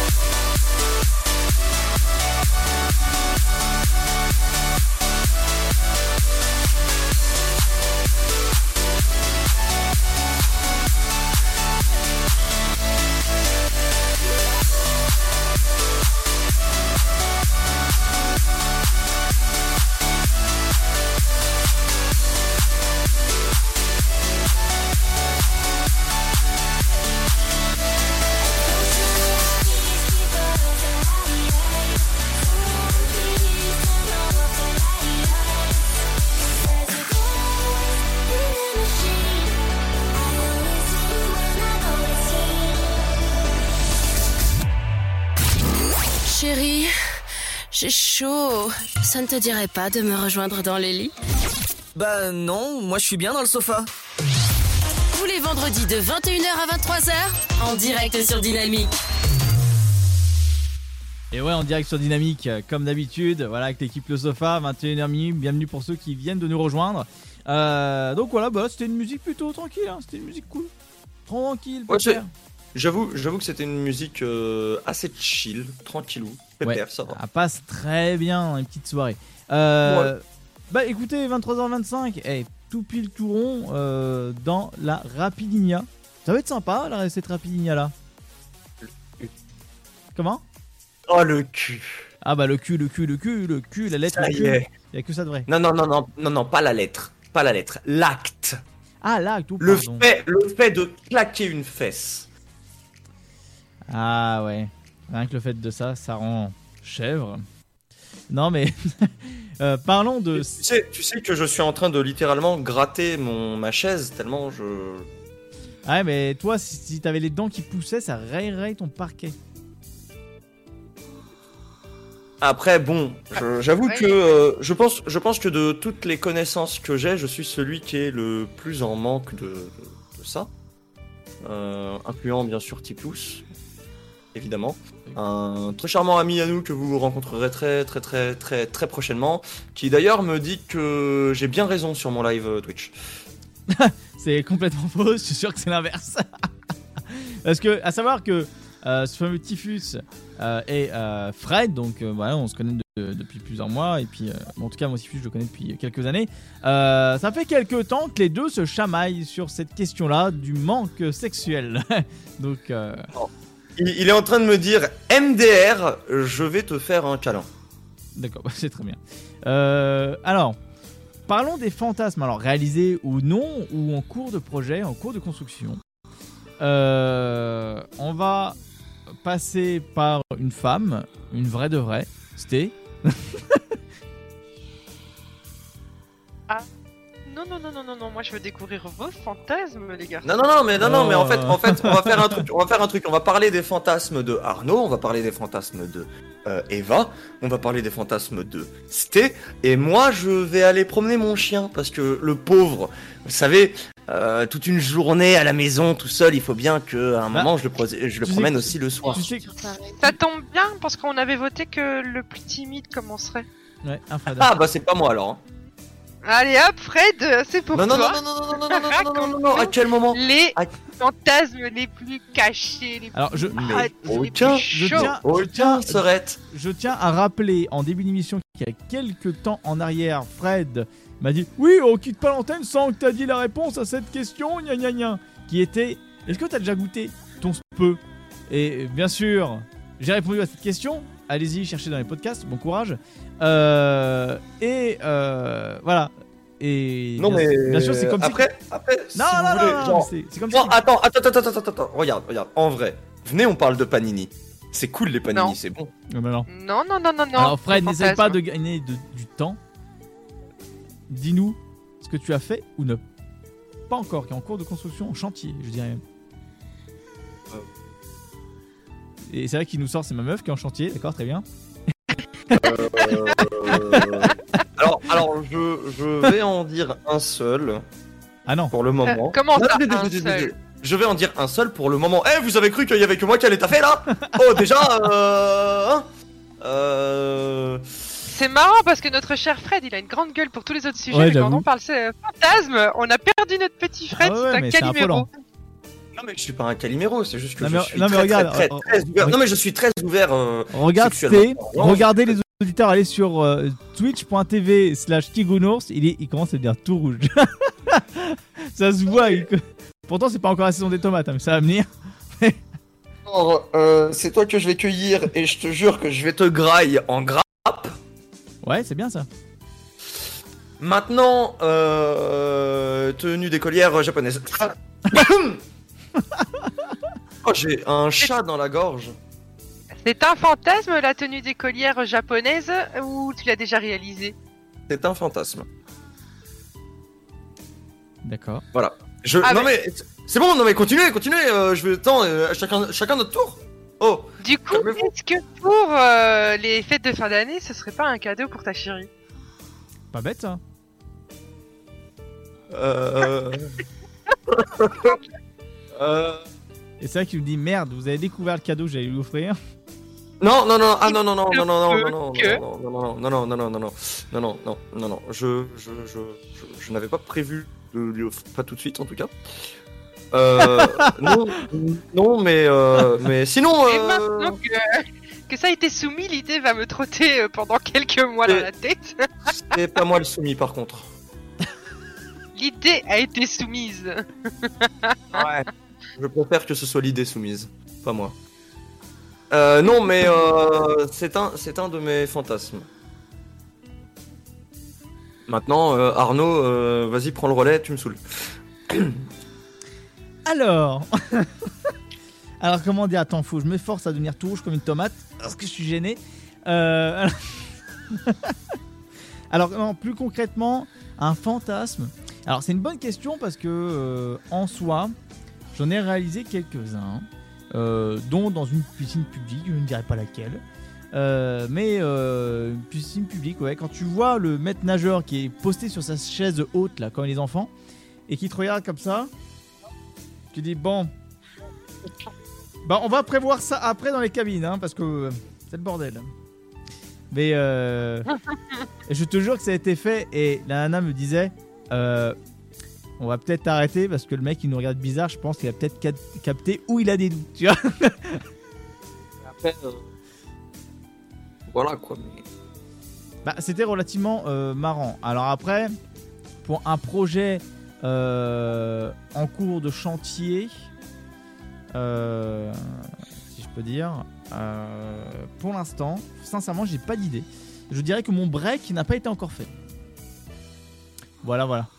Chérie, j'ai chaud. Ça ne te dirait pas de me rejoindre dans les lits? Bah non, moi je suis bien dans le sofa. Tous les vendredis de 21h à 23h, en direct sur Dynamique. Et ouais, en direct sur Dynamique, comme d'habitude, voilà, avec l'équipe Le Sofa, 21h minuit, bienvenue pour ceux qui viennent de nous rejoindre. Donc voilà, bah, c'était une musique plutôt tranquille, hein, c'était une musique cool. Tranquille, Ouais, pépère. J'avoue que c'était une musique assez chill, tranquillou, pépère, ça va. Ça passe très bien dans une petite soirée. Ouais. Bah écoutez, 23h25, tout pile tout rond dans la Rapidinia. Ça va être sympa, cette Rapidinia là. Comment? Oh le cul. Ah bah le cul, la lettre, Ça le y cul. est. Il y a que ça de vrai. Non, pas la lettre. Pas la lettre, l'acte. Ah l'acte, Le pardon. fait de claquer une fesse. Ah ouais, rien que le fait de ça, ça rend chèvre. Non mais, parlons de... Tu sais que je suis en train de littéralement gratter ma chaise tellement je... Ouais mais toi, si t'avais les dents qui poussaient, ça rayerait ton parquet. Après bon, j'avoue Ouais. que je pense que de toutes les connaissances que j'ai, je suis celui qui est le plus en manque de ça. Incluant bien sûr Tiplous, évidemment. Un très charmant ami à nous que vous rencontrerez très prochainement, qui d'ailleurs me dit que j'ai bien raison sur mon live Twitch. C'est complètement faux, je suis sûr que c'est l'inverse. Parce que, à savoir que ce fameux Typhus et Fred, donc voilà, on se connaît depuis plusieurs mois, et puis bon, en tout cas, moi Typhus, je le connais depuis quelques années. Ça fait quelques temps que les deux se chamaillent sur cette question-là du manque sexuel. Donc, Il est en train de me dire MDR, je vais te faire un câlin. d'accord, c'est très bien. Alors, parlons des fantasmes, alors réalisés ou non, ou en cours de projet, en cours de construction. On va passer par une femme, une vraie de vraie, Sté. Ah. Non, moi je veux découvrir vos fantasmes, les gars. Non, mais en fait, on va faire un truc. On va parler des fantasmes de Arnaud, on va parler des fantasmes de Eva, on va parler des fantasmes de Sté, et moi je vais aller promener mon chien parce que le pauvre, vous savez, toute une journée à la maison tout seul, il faut bien que à un moment je le promène aussi le soir. Ça tombe bien parce qu'on avait voté que le plus timide commencerait. Ouais, un Fred. Ah bah c'est pas moi alors. Hein. Allez hop, Fred, c'est pour Non, toi. Non, à quel moment? Les fantasmes les plus cachés, les Alors, plus je tiens à rappeler en début d'émission qu'il y a quelques temps en arrière, Fred m'a dit oui, on quitte pas l'antenne sans que t'as dit la réponse à cette question, gna gna gna, qui était est-ce que t'as déjà goûté ton speu? Et bien sûr, j'ai répondu à cette question. Allez-y, cherchez dans les podcasts, bon courage. Voilà. Et non mais bien sûr, c'est comme après, si non, vous voulez, genre... c'est comme non, ça. attends, regarde, en vrai, venez, on parle de Panini. C'est cool les panini, Non. c'est bon. Non, non. Non. Alors Fred, le n'essaye pas fantasme. de gagner du temps. Dis-nous ce que tu as fait ou ne pas encore, qui est en cours de construction, en chantier, je dirais même. Et c'est vrai qu'il nous sort, c'est ma meuf qui est en chantier, d'accord, très bien. Alors je vais en dire un seul. Ah non. Pour le moment. Comment ça, Non, un seul Je vais en dire un seul pour le moment. Eh, vous avez cru qu'il y avait que moi qui allait taffer là? Oh, déjà, C'est marrant parce que notre cher Fred, il a une grande gueule pour tous les autres sujets, Ouais, mais quand j'avoue. on parle fantasme, on a perdu notre petit Fred, Ah ouais, c'est un mais c'est Calimero. affolant. Non, mais je suis pas un Calimero, c'est juste que Non, mais- je suis non, mais très, regarde, très, très ouvert. Non, mais je suis très ouvert. Regarde sexuellement. regardez les auditeurs, allez sur twitch.tv/Kigounours, il commence à devenir tout rouge. Ça se voit. Pourtant, c'est pas encore la saison des tomates, hein, mais ça va venir. Alors, c'est toi que je vais cueillir et je te jure que je vais te graille en grappe. Ouais, c'est bien ça. Maintenant, tenue d'écolière japonaise. Oh, j'ai un chat dans la gorge. C'est un fantasme, la tenue d'écolière japonaise, ou tu l'as déjà réalisé? C'est un fantasme. D'accord. Voilà. Ah, non mais c'est bon, non mais continuez, je veux chacun notre tour. Oh. Du coup, est-ce que pour les fêtes de fin d'année, ce serait pas un cadeau pour ta chérie? Pas bête ça. Et c'est vrai qu'il nous dit merde, vous avez découvert le cadeau que j'allais lui offrir. Non, je n'avais pas prévu de lui offrir, pas tout de suite en tout cas. Non, mais sinon. Et maintenant que ça a été soumis, l'idée va me trotter pendant quelques mois dans la tête. C'est pas moi le soumis par contre. L'idée a été soumise. Ouais. Je préfère que ce soit l'idée soumise, pas moi. Non, mais c'est un de mes fantasmes. Maintenant, Arnaud, vas-y, prends le relais, tu me saoules. Alors, comment dire? Attends, faut que je m'efforce à devenir tout rouge comme une tomate parce que je suis gêné. Alors, non, plus concrètement, un fantasme. Alors, c'est une bonne question parce que en soi, j'en ai réalisé quelques-uns, dont dans une piscine publique, je ne dirais pas laquelle. Mais une piscine publique, ouais. Quand tu vois le maître nageur qui est posté sur sa chaise haute là, comme les enfants, et qui te regarde comme ça. Tu dis bon, on va prévoir ça après dans les cabines, hein, parce que c'est le bordel. Mais je te jure que ça a été fait et la nana me disait, on va peut-être arrêter parce que le mec il nous regarde bizarre. Je pense qu'il a peut-être capté où il a des doutes, tu vois. Après, voilà quoi. Mais... Bah, c'était relativement marrant. Alors après, pour un projet en cours de chantier, si je peux dire, pour l'instant, sincèrement, j'ai pas d'idée. Je dirais que mon break n'a pas été encore fait. Voilà.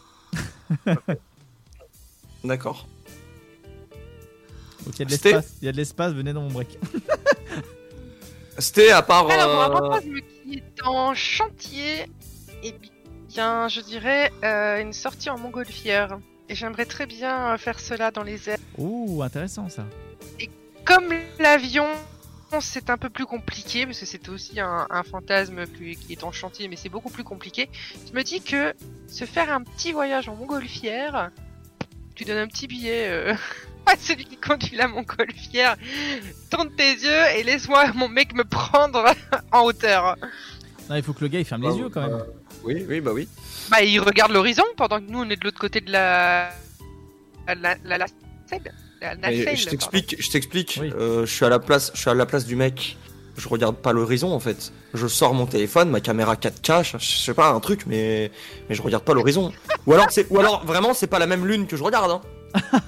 D'accord. Donc il y a de l'espace, venez dans mon break. C'était à part. Alors, pour un fantasme qui est en chantier, eh bien, je dirais une sortie en montgolfière. Et j'aimerais très bien faire cela dans les airs. Ouh, intéressant ça. Et comme l'avion, c'est un peu plus compliqué, parce que c'est aussi un fantasme qui est en chantier, mais c'est beaucoup plus compliqué. Je me dis que se faire un petit voyage en montgolfière, tu donnes un petit billet à celui qui conduit la montgolfière, tourne tes yeux et laisse-moi mon mec me prendre en hauteur. Non, il faut que le gars il ferme les yeux quand même. Oui. Bah, il regarde l'horizon pendant que nous on est de l'autre côté de la nacelle. Je t'explique. Oui. Je suis à la place du mec. Je regarde pas l'horizon en fait. Je sors mon téléphone, ma caméra 4K, je sais pas, un truc, mais je regarde pas l'horizon. ou alors vraiment c'est pas la même lune que je regarde. Hein.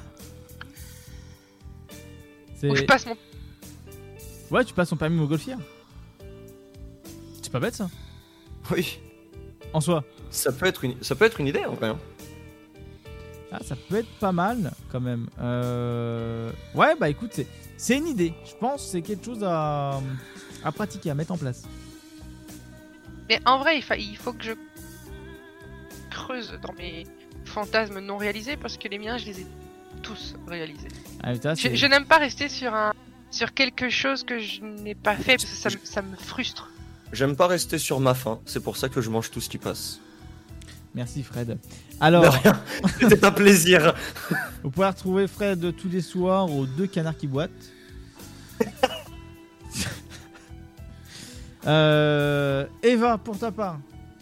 Ou je passe mon. Ouais, tu passes ton permis montgolfière. C'est pas bête ça. Oui. En soi. Ça peut être une idée en vrai. Hein. Ah, ça peut être pas mal quand même. Ouais, bah écoute, C'est une idée. Je pense que c'est quelque chose à pratiquer, à mettre en place. Mais en vrai, il faut que je creuse dans mes fantasmes non réalisés parce que les miens, je les ai tous réalisés. Ah, putain, Je n'aime pas rester sur quelque chose que je n'ai pas fait parce que ça me frustre. J'aime pas rester sur ma faim, c'est pour ça que je mange tout ce qui passe. Merci Fred. Alors, De rien, c'était un plaisir. vous pouvez retrouver Fred tous les soirs aux 2 canards qui boitent. Eva, pour ta part.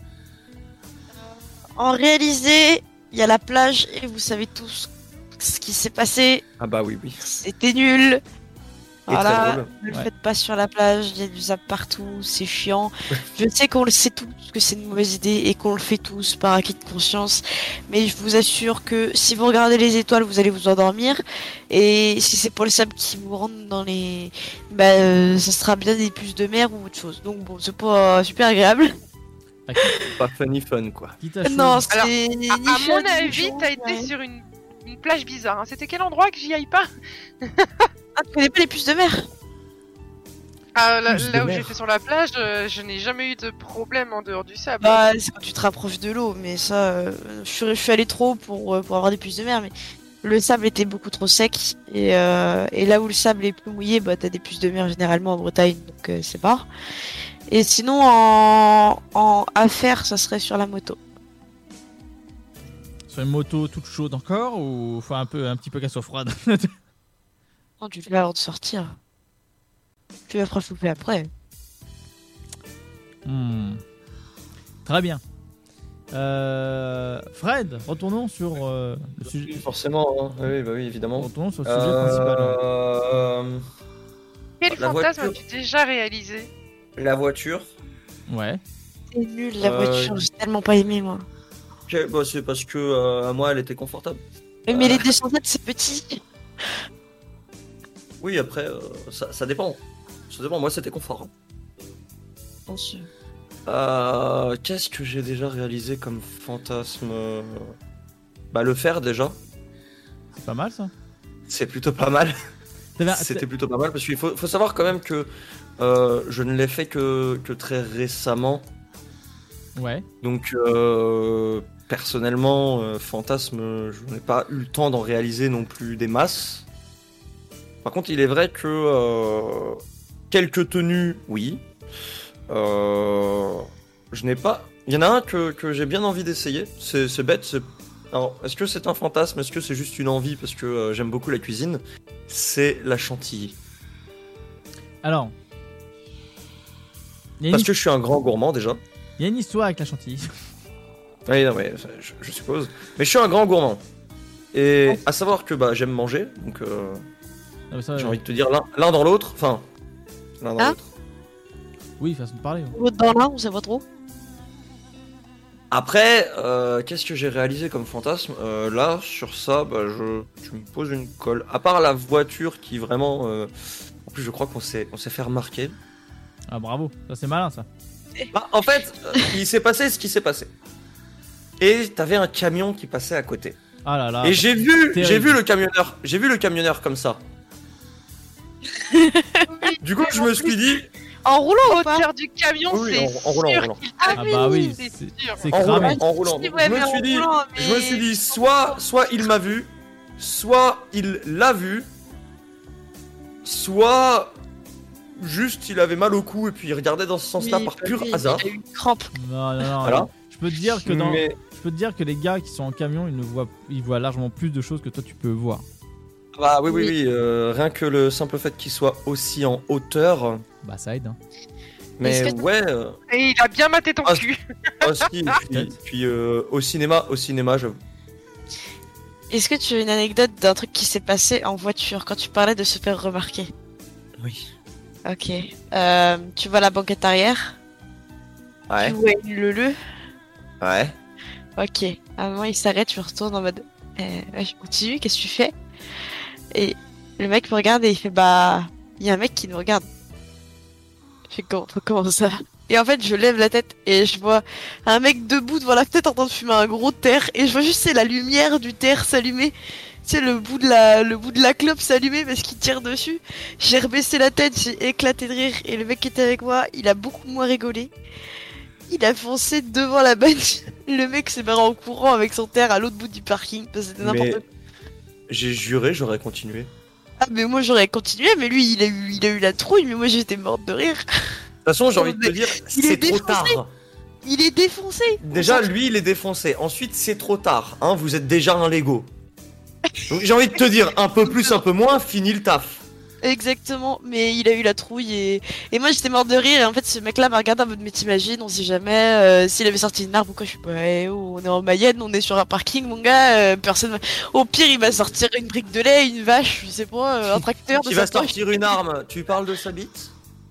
En réalisé, il y a la plage et vous savez tous ce qui s'est passé. Ah bah oui. C'était nul. Et très Voilà, drôle. ne le Ouais. faites pas sur la plage, il y a du zap partout, c'est chiant. Je sais qu'on le sait tous que c'est une mauvaise idée et qu'on le fait tous par acquis de conscience, mais je vous assure que si vous regardez les étoiles, vous allez vous endormir. Et si c'est pour le sable qui vous rentre dans les... ça sera bien des puces de mer ou autre chose. Donc bon, c'est pas super agréable. Pas funny fun quoi. Non, Alors, c'est... à mon avis, t'as été sur une plage bizarre. Hein. C'était quel endroit que j'y aille pas? Ah, tu connais pas les puces de mer? Là Puces de où mer. j'étais sur la plage, je n'ai jamais eu de problème en dehors du sable. Bah, c'est quand tu te rapproches de l'eau, mais ça, je suis allé trop pour avoir des puces de mer, mais le sable était beaucoup trop sec, et là où le sable est plus mouillé, bah, t'as des puces de mer généralement en Bretagne, donc c'est pas. Et sinon, en affaire, ça serait sur la moto. Sur une moto toute chaude encore ou faut un petit peu qu'elle soit froide? Non, tu fais avant de sortir. Tu vas profiter après. Très bien. Fred, retournons sur le sujet. Forcément, hein. Oui, bah oui, évidemment. Retournons sur le sujet principal. Quel la fantasme voiture. as-tu déjà réalisé? La voiture. Ouais. C'est nul la voiture, j'ai tellement pas aimé moi. Ok, bah, c'est parce que à moi elle était confortable. Mais les 200 mètres c'est petit. Oui, après, ça dépend. Ça dépend, moi c'était confort. Bien sûr. Qu'est-ce que j'ai déjà réalisé comme fantasme? Bah, le faire déjà. C'est pas mal ça. C'est plutôt pas mal. C'était plutôt pas mal parce qu'il faut savoir quand même que je ne l'ai fait que très récemment. Ouais. Donc, personnellement, fantasme, je n'ai pas eu le temps d'en réaliser non plus des masses. Par contre, il est vrai que quelques tenues, oui. Je n'ai pas. Il y en a un que j'ai bien envie d'essayer. C'est bête. Alors, est-ce que c'est un fantasme? Est-ce que c'est juste une envie parce que j'aime beaucoup la cuisine? C'est la chantilly. Alors. Parce que je suis un grand gourmand déjà. Il y a une histoire avec la chantilly. Oui, non, mais je suppose. Mais je suis un grand gourmand. Et à savoir que bah, j'aime manger, donc j'ai envie de te dire l'un dans l'autre. Enfin, l'un dans l'autre. Oui, façon de parler. L'autre dans l'un, on sait pas trop. Après, qu'est-ce que j'ai réalisé comme fantasme? Là, sur ça, bah, tu me poses une colle. À part la voiture qui vraiment... En plus, je crois qu'on s'est fait remarquer. Ah bravo, ça c'est malin ça. Bah, en fait, il s'est passé ce qui s'est passé. Et t'avais un camion qui passait à côté. Ah là là. Et j'ai vu le camionneur comme ça. Du coup, je me suis dit... En roulant Au ou pas? hauteur du camion, Oui, c'est en roulant, en sûr roulant. qu'il Ah bah oui, c'est sûr. c'est En roulant, cramé. en roulant. Oui, Donc, ouais, je mais me en suis dit, roulant, je me suis dit, soit il m'a vu, soit il l'a vu, soit juste il avait mal au cou et puis il regardait dans ce sens-là Oui, par bah pur oui, hasard. il a eu une crampe. Non, non, non. Voilà. Je peux te dire que Mais- je peux te dire que les gars qui sont en camion, ils voient largement plus de choses que toi tu peux voir. Bah oui, rien que le simple fait qu'il soit aussi en hauteur. Bah ça aide. Hein. Mais Est-ce que- ouais, Et il a bien maté ton Ah, cul. aussi, et puis au cinéma, j'avoue. Est-ce que tu as une anecdote d'un truc qui s'est passé en voiture quand tu parlais de se faire remarquer? Oui. Ok. Tu vois la banquette arrière? Ouais. Tu vois une leu. Ouais. Ok. À un moment, il s'arrête, tu retournes en mode ouais, je continue, qu'est-ce que tu fais? Et le mec me regarde et il fait bah, il y a un mec qui nous regarde. Je fais comment ça? Et en fait, je lève la tête et je vois un mec debout devant la fenêtre en train de fumer un gros terre et je vois juste c'est la lumière du terre s'allumer sais, le bout de la clope s'allumait parce qu'il tire dessus. J'ai rebaissé la tête, j'ai éclaté de rire et le mec qui était avec moi, il a beaucoup moins rigolé. Il a foncé devant la bench. Le mec s'est barré en courant avec son terre à l'autre bout du parking. Parce que c'était n'importe Mais quoi. j'ai juré, j'aurais continué. Ah, mais moi j'aurais continué, mais lui il a eu la trouille, mais moi j'étais morte de rire. De toute façon, j'ai envie de te dire, Il est c'est trop défoncé. tard. Il est défoncé. Déjà, lui, il est défoncé. Ensuite, c'est trop tard. Hein, vous êtes déjà un Lego. Donc, j'ai envie de te dire, un peu plus, un peu moins, fini le taf. Exactement, mais il a eu la trouille et moi j'étais morte de rire et en fait ce mec là m'a regardé en mode mais t'imagines, on sait jamais s'il avait sorti une arme ou quoi, je suis pas on est en Mayenne, on est sur un parking mon gars, personne au pire il va sortir une brique de lait, une vache, je sais pas, un tracteur. Tu vas sortir une arme, tu parles de sa bite.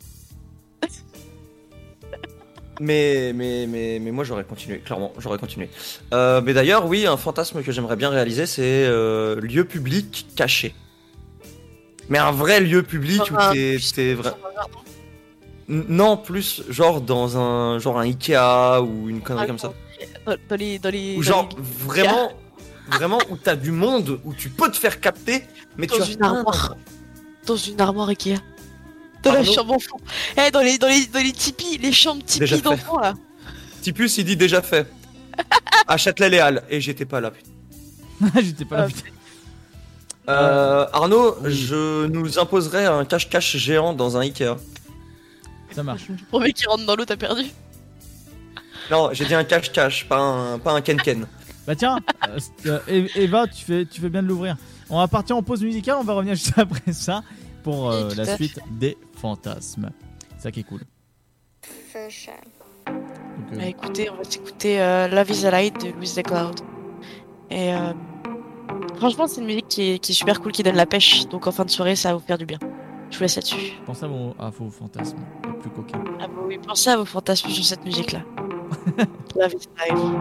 Mais moi j'aurais continué, clairement, j'aurais continué. Mais d'ailleurs, oui, un fantasme que j'aimerais bien réaliser, c'est lieu public caché. Mais un vrai lieu public où t'es vrai. Non, plus genre dans un Ikea ou une connerie comme ça. Dans les. Ou genre vraiment où t'as du monde, où tu peux te faire capter, mais dans tu as une armoire. Dans une armoire Ikea. Dans la chambre enfant. Dans les tipis, les chambres Déjà tipis fait. d'enfants là. Tipus, il dit déjà fait. À Châtelet-Les-Halles, et j'étais pas là, putain. J'étais pas là, putain. Arnaud, je nous imposerais un cache-cache géant dans un Ikea. Ça marche. Le premier qui rentre dans l'eau, t'as perdu. Non, j'ai dit un cache-cache, pas un ken-ken. Bah tiens, Eva, tu fais bien de l'ouvrir. On va partir en pause musicale, on va revenir juste après ça pour la suite des fantasmes. C'est ça qui est cool. Donc, Écoutez, on va s'écouter Love is a Light de Louis The Cloud. Et franchement, c'est une musique qui est super cool, qui donne la pêche. Donc en fin de soirée, ça va vous faire du bien. Je vous laisse là-dessus. Pensez à vos fantasmes, les plus coquins. Ah bah oui, pensez à vos fantasmes sur cette musique-là. Love is a Light.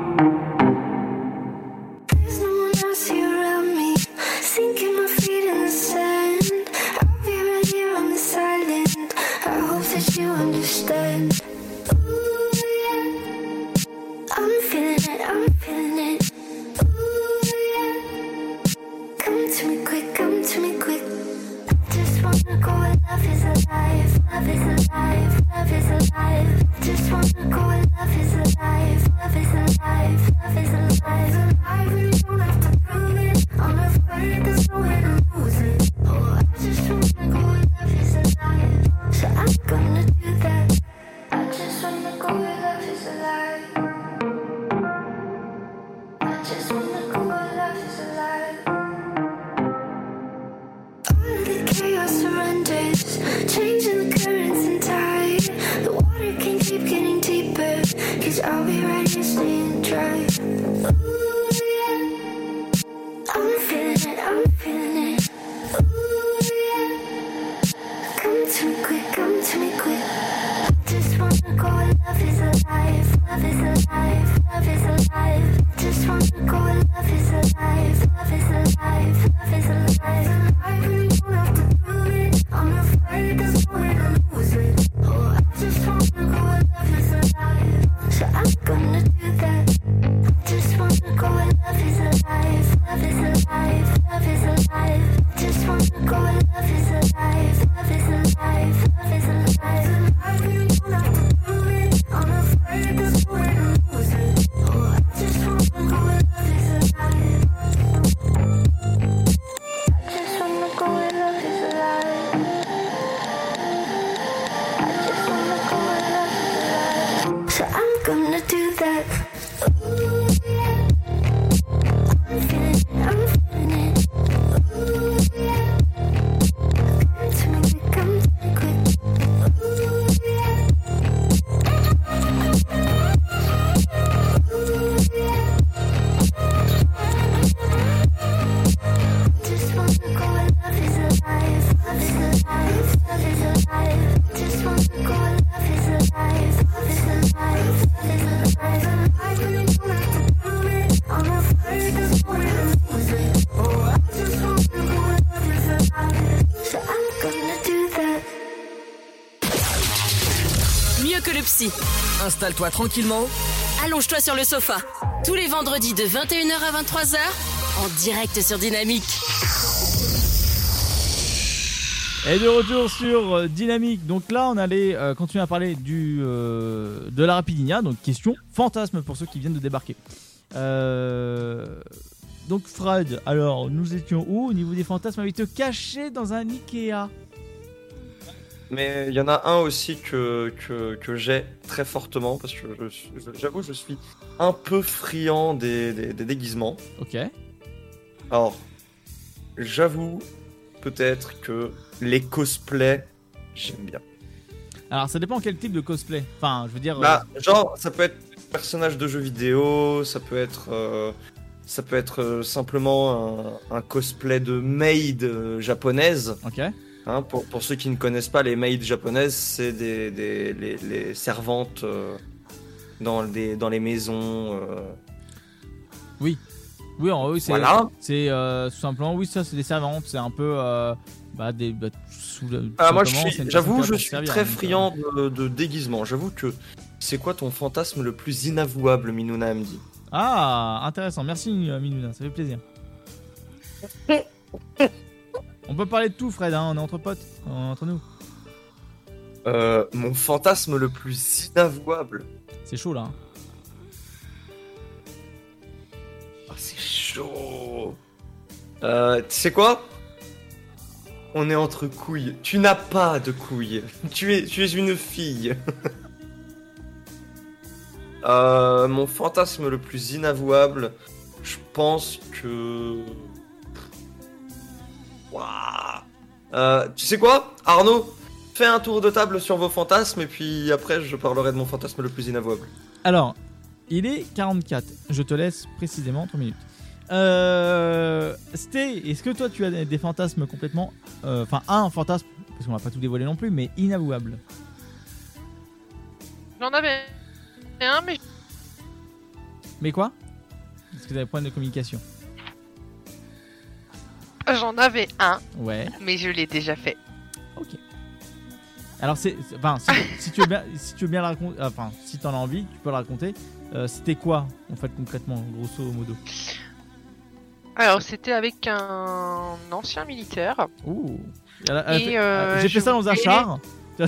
There's no one else here around me, sinking my feet in the sand. I'll be right here on this island. I hope that you understand. Ooh, yeah. I'm feeling it. Ooh, yeah. Come to me quick. I just wanna go where love is alive. Love is alive. Love is alive. I just wanna go where love is alive. Love is alive. Love is alive. I really don't have to prove it. I'm afraid there's nowhere to lose it. Oh, I just wanna go where love is alive. So I'm gonna do that. I just wanna go where love is alive. I just wanna go where love is alive. All of the chaos surrenders, changing the currents and tide. The water can keep getting deeper, 'cause I'll be right here staying dry. Ooh, yeah. I'm feeling it. Ooh, yeah. Come to me quick. I just wanna go where love is alive. Love is alive. Love is alive. I just wanna go where love is alive. Love is alive. Love is alive. I really don't have to prove it. I'm afraid there's nowhere to lose it. Oh, I just wanna go where love is alive. So I'm gonna do that. I just wanna go where love is alive. Love is alive. Love is alive. I just wanna go where love is alive. Love is alive. Love is alive. I really don't have to prove it. I'm afraid there's nowhere to lose it. Oh, I just wanna go where love is alive. I just wanna go where love is alive. I just wanna go where love is alive. So I'm gonna do that. Ooh, yeah. I'm feeling it. Ooh, yeah. Come to me quick. Ooh, yeah. Ooh, yeah. Just wanna go where love is alive. Love is alive. Love is alive. Just wanna go where love is alive. Love is alive. Love is alive. I really don't have to prove it. I'm afraid there's nowhere to lose it. Oh, I just wanna go where love is alive. So I'm gonna do that. Mieux que le psy. Installe-toi tranquillement. Allonge-toi sur le sofa. Tous les vendredis de 21h à 23h, en direct sur Dynamique. Et de retour sur Dynamique. Donc là, on allait continuer à parler de la Rapidinia. Donc question fantasme pour ceux qui viennent de débarquer. Donc Fred, alors nous étions où au niveau des fantasmes? Avec te cacher dans un Ikea. Mais il y en a un aussi que j'ai très fortement parce que j'avoue je suis un peu friand des déguisements. Ok. Alors, j'avoue peut-être que les cosplays, j'aime bien. Alors ça dépend quel type de cosplay. Enfin, je veux dire. Bah, genre, ça peut être personnage de jeu vidéo, ça peut être simplement un cosplay de maid japonaise. Ok. Hein, pour ceux qui ne connaissent pas, les maids japonaises, c'est les servantes dans les maisons. Oui. Oui, c'est voilà. C'est tout simplement, oui, ça c'est des servantes, c'est un peu moi j'avoue, je suis très friand de déguisement. J'avoue que c'est quoi ton fantasme le plus inavouable, Minouna me dit. Ah, intéressant, merci Minouna, ça fait plaisir. On peut parler de tout, Fred, hein, on est entre potes, entre nous. Mon fantasme le plus inavouable. C'est chaud là. Hein. Oh, c'est chaud. Tu sais quoi? On est entre couilles. Tu n'as pas de couilles. Tu es une fille. Mon fantasme le plus inavouable, je pense que... tu sais quoi, Arnaud, fais un tour de table sur vos fantasmes et puis après je parlerai de mon fantasme le plus inavouable. Alors, il est 44. Je te laisse précisément 3 minutes. Sté, est-ce que toi tu as des fantasmes complètement... Enfin, un fantasme, parce qu'on va pas tout dévoiler non plus, mais inavouable? J'en avais un, mais... Mais quoi? Est-ce que vous avez point de communication? J'en avais un, ouais, mais je l'ai déjà fait. Ok. Alors si tu veux bien la raconter, enfin si t'en as envie, tu peux la raconter. C'était quoi en fait concrètement, grosso modo? Alors c'était avec un ancien militaire. Ouh. J'ai fait ça dans un char.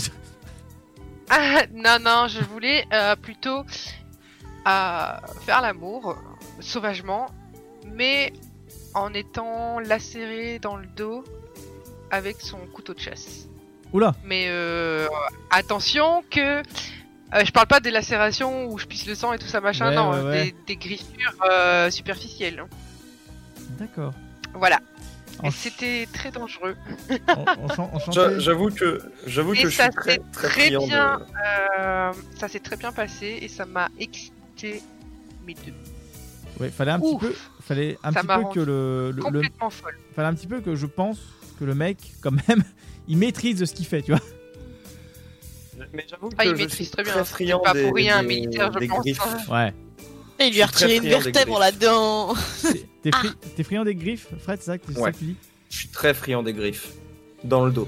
Non, je voulais plutôt faire l'amour sauvagement, mais en étant lacéré dans le dos avec son couteau de chasse. Oula. Mais attention que je parle pas des lacérations où je pisse le sang et tout ça machin, ouais, non, ouais. Des griffures superficielles. D'accord. Voilà. Et c'était très dangereux. J'avoue que je suis très friand bien, ça s'est très bien passé et ça m'a excité mes deux. Ouais, fallait un petit peu que complètement folle. Fallait un petit peu que je pense que le mec quand même il maîtrise ce qu'il fait, tu vois. Mais j'avoue que il je maîtrise suis très bien. très friand pas pour rien un militaire, je pense. Griffes. Ouais. Et il lui a retiré une vertèbre là-dedans. T'es friand des griffes, Fred, c'est ça que tu dis? Je suis très friand des griffes dans le dos.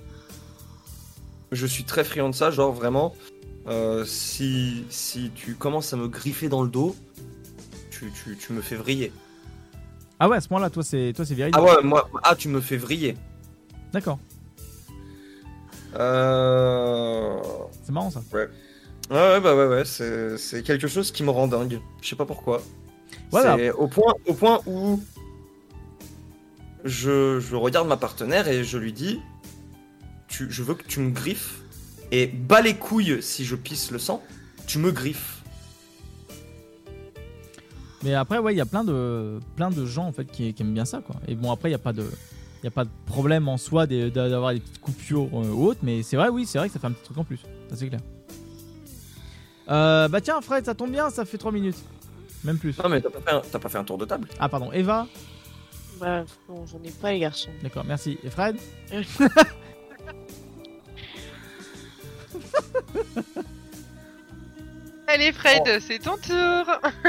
Je suis très friand de ça, genre vraiment. Si tu commences à me griffer dans le dos, tu me fais vriller. Ah ouais, à ce point-là, toi c'est véridique. Ah ouais, moi, tu me fais vriller. D'accord. C'est marrant ça. Ouais. Ouais, c'est quelque chose qui me rend dingue. Je sais pas pourquoi. Voilà. C'est au point où je regarde ma partenaire et je lui dis je veux que tu me griffes et bats les couilles si je pisse le sang, tu me griffes. Mais après, ouais, il y a plein de gens en fait qui aiment bien ça, quoi. Et bon, après, il y a pas de problème en soi d'avoir des petites coupures ou autres, mais c'est vrai que ça fait un petit truc en plus. Ça c'est clair. Bah tiens, Fred, ça tombe bien, ça fait 3 minutes, même plus. Non mais t'as pas fait un tour de table. Ah pardon, Eva. Bah non, j'en ai pas les garçons. D'accord, merci. Et Fred? Allez Fred, c'est ton tour.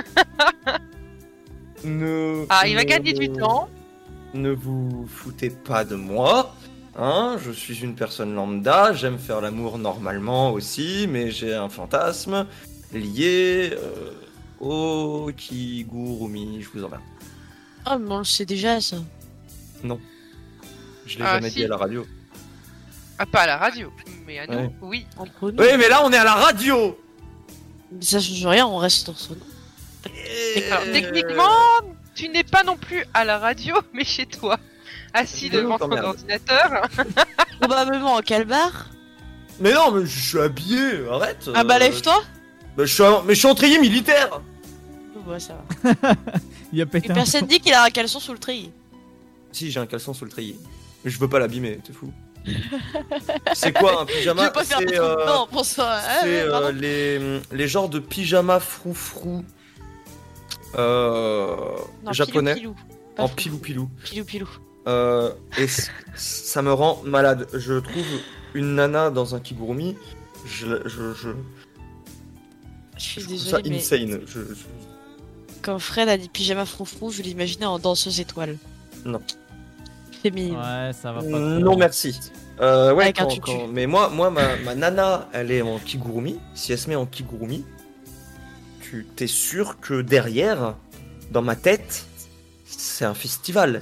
Il va qu'à 18 ans. Ne vous foutez pas de moi. Hein, je suis une personne lambda, j'aime faire l'amour normalement aussi, mais j'ai un fantasme lié au Kigurumi, je vous emmerde. Ah, mais on le sait déjà, ça. Non. Je l'ai Ah, jamais si. dit à la radio. Ah, pas à la radio, mais à nous, Ouais. oui. Entre nous. Oui, mais là, on est à la radio. Mais ça change rien, on reste dans son nom. Alors, techniquement, tu n'es pas non plus à la radio, mais chez toi. Assis Non, devant ton t'emmerdes. ordinateur. Probablement en calbar. Mais non, mais je suis habillé, arrête. Ah bah lève-toi. Mais je suis en treillis militaire. Ouais, ça va. Il a Et pété un personne dit qu'il a un caleçon sous le treillis. Si, j'ai un caleçon sous le treillis. Mais je veux pas l'abîmer, t'es fou. C'est quoi un Je pyjama? veux pas faire C'est, beaucoup de temps pour ça. Ah, c'est ouais, pardon. les genres de pyjama froufrou Non, japonais pilou-pilou. Pas en fou. pilou-pilou. Pilou-pilou. Et ça me rend malade. Je trouve une nana dans un kigurumi, je Je suis trouve ça désolée, mais insane. quand Fred a dit pyjama froufrou, je l'imaginais en danseuse étoile. Non. Féminine. Ouais, ça va pas. trop. Non merci. Ouais, Avec un tutu. mais moi ma nana, elle est en kigurumi. Si elle se met en kigurumi, t'es sûr que derrière, dans ma tête, c'est un festival.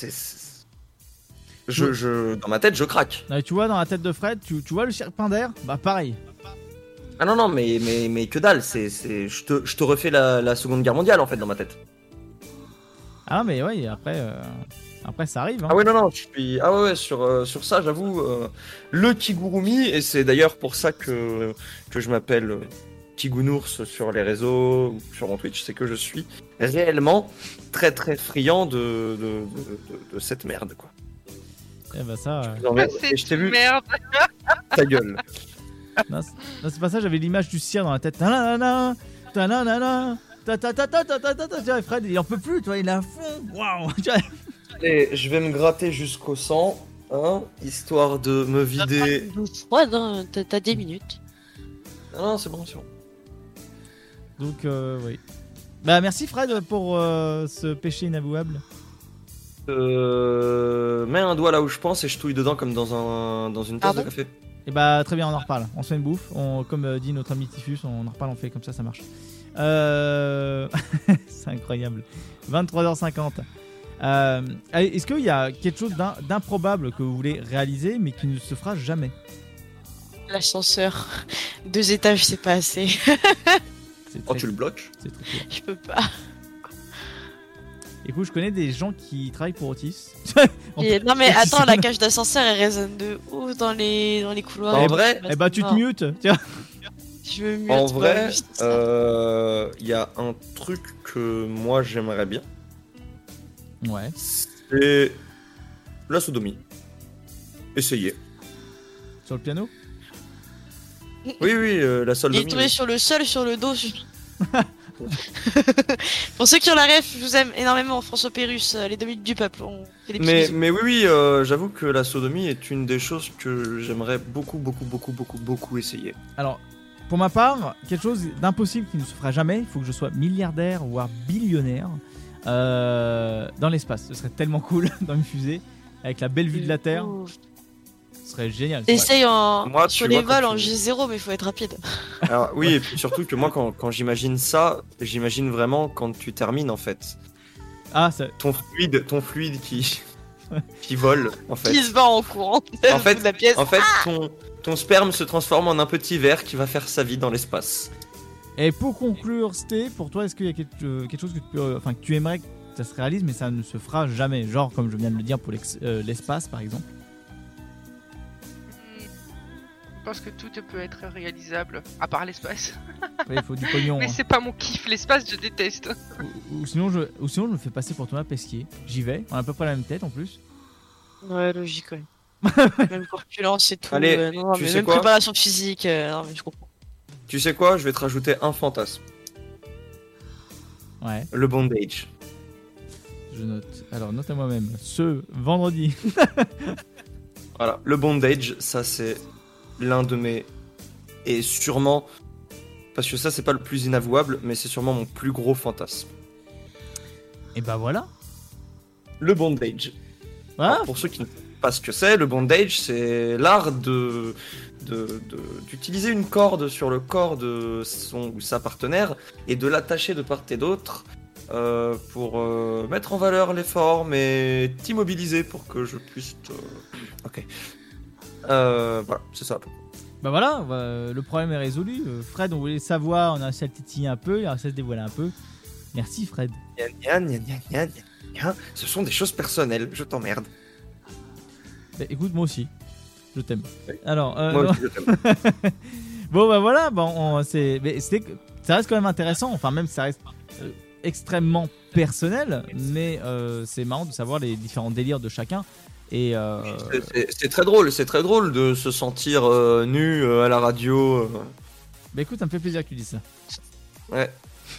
Dans ma tête, je craque. Ouais, tu vois, dans la tête de Fred, tu vois le cirque Pinder? Bah pareil. Ah non, mais que dalle. Je te refais la Seconde Guerre mondiale en fait dans ma tête. Ah mais ouais, après ça arrive. Hein. Ah ouais, non, je suis. Ah ouais, sur ça, j'avoue, le kigurumi, et c'est d'ailleurs pour ça que je m'appelle Kigunours sur les réseaux, ou sur mon Twitch, c'est que je suis réellement très très friand de cette merde, quoi. Eh bah ça. Non, mais- C'est et je t'ai vu, merde. ta gueule. Non, c'est pas ça, j'avais l'image du cire dans la tête. Ta-na-na-na, ta-na-na-na, ta-ta-ta-ta-ta-ta-ta. Tu vois, Fred, il en peut plus, toi, il est à fond. Waouh. Tu vois. Allez, je vais me gratter jusqu'au sang, hein, histoire de me vider. Fred, hein, t'as 10 minutes. Non, c'est bon, c'est bon. Donc, oui. Bah, merci Fred pour ce péché inavouable. Mets un doigt là où je pense et je touille dedans comme dans une tasse de café. Et bah, très bien, on en reparle. On se fait une bouffe. Comme dit notre ami Tifus, on en reparle, on fait comme ça marche. C'est incroyable. 23h50. Allez, est-ce qu'il y a quelque chose d'improbable que vous voulez réaliser mais qui ne se fera jamais? L'ascenseur. 2 étages, c'est pas assez. Oh, tu le bloques? C'est très court. Je peux pas. Écoute, je connais des gens qui travaillent pour Otis. Non mais attends, la cage d'ascenseur elle résonne de ouf dans les couloirs. En vrai, eh bah tu te mutes, tiens. Je me mute. En pas, vrai, juste ça. il y a un truc que moi j'aimerais bien. Ouais. C'est la sodomie. Essayez. Sur le piano? Oui, la Il est sodomie. tombé sur le sol, sur le dos. Pour ceux qui ont la ref, je vous aime énormément, François Pérusse, les 2 minutes du peuple. On fait des petits bisous. Mais oui, j'avoue que la sodomie est une des choses que j'aimerais beaucoup essayer. Alors, pour ma part, quelque chose d'impossible qui ne se fera jamais, il faut que je sois milliardaire, voire billionnaire, dans l'espace. Ce serait tellement cool dans une fusée, avec la belle vue de la Terre. Ce serait génial. Essaye Moi, tu sur les vois, vols quand en tu- G0, mais il faut être rapide. Alors oui, et puis surtout que moi quand j'imagine ça, j'imagine vraiment quand tu termines en fait. Ah, ça... Ton fluide qui vole en fait. Qui se bat en courant En fait, de la pièce. ton sperme se transforme en un petit ver qui va faire sa vie dans l'espace. Et pour conclure, Sté, pour toi, est-ce qu'il y a quelque chose que tu aimerais que ça se réalise, mais ça ne se fera jamais? Genre, comme je viens de le dire, pour l'espace, par exemple. Je pense que tout peut être réalisable, à part l'espace. Ouais, il faut du pognon. Mais Hein. c'est pas mon kiff, l'espace je déteste. Ou sinon, je me fais passer pour Thomas Pesquet. J'y vais. On a à peu près la même tête, en plus. Ouais, logique, ouais. Même corpulence et tout. Allez, non, tu mais sais même quoi préparation physique. Non, mais je comprends. Tu sais quoi? Je vais te rajouter un fantasme. Ouais. Le bondage. Je note. Alors, note à moi-même. Ce vendredi. Voilà, le bondage, ça c'est l'un de mes... Et sûrement... Parce que ça c'est pas le plus inavouable, mais c'est sûrement mon plus gros fantasme. Et bah voilà. Le bondage. Ah. Alors, pour ceux qui ne savent pas ce que c'est, le bondage c'est l'art d'utiliser une corde sur le corps de son ou sa partenaire et de l'attacher de part et d'autre pour mettre en valeur l'effort, mais t'immobiliser pour que je puisse te... Ok. Voilà, c'est ça. Bah voilà, le problème est résolu. Fred, on voulait savoir, on a réussi à le titiller un peu, il a réussi à se dévoiler un peu. Merci Fred. Ce sont des choses personnelles, je t'emmerde. Bah, écoute, moi aussi, je t'aime. Alors, Moi aussi, je t'aime. bon bah voilà, ça reste quand même intéressant, enfin même ça reste extrêmement personnel, mais c'est marrant de savoir les différents délires de chacun. Et c'est très drôle de se sentir nu à la radio. Bah écoute, ça me fait plaisir que tu dises ça. Ouais.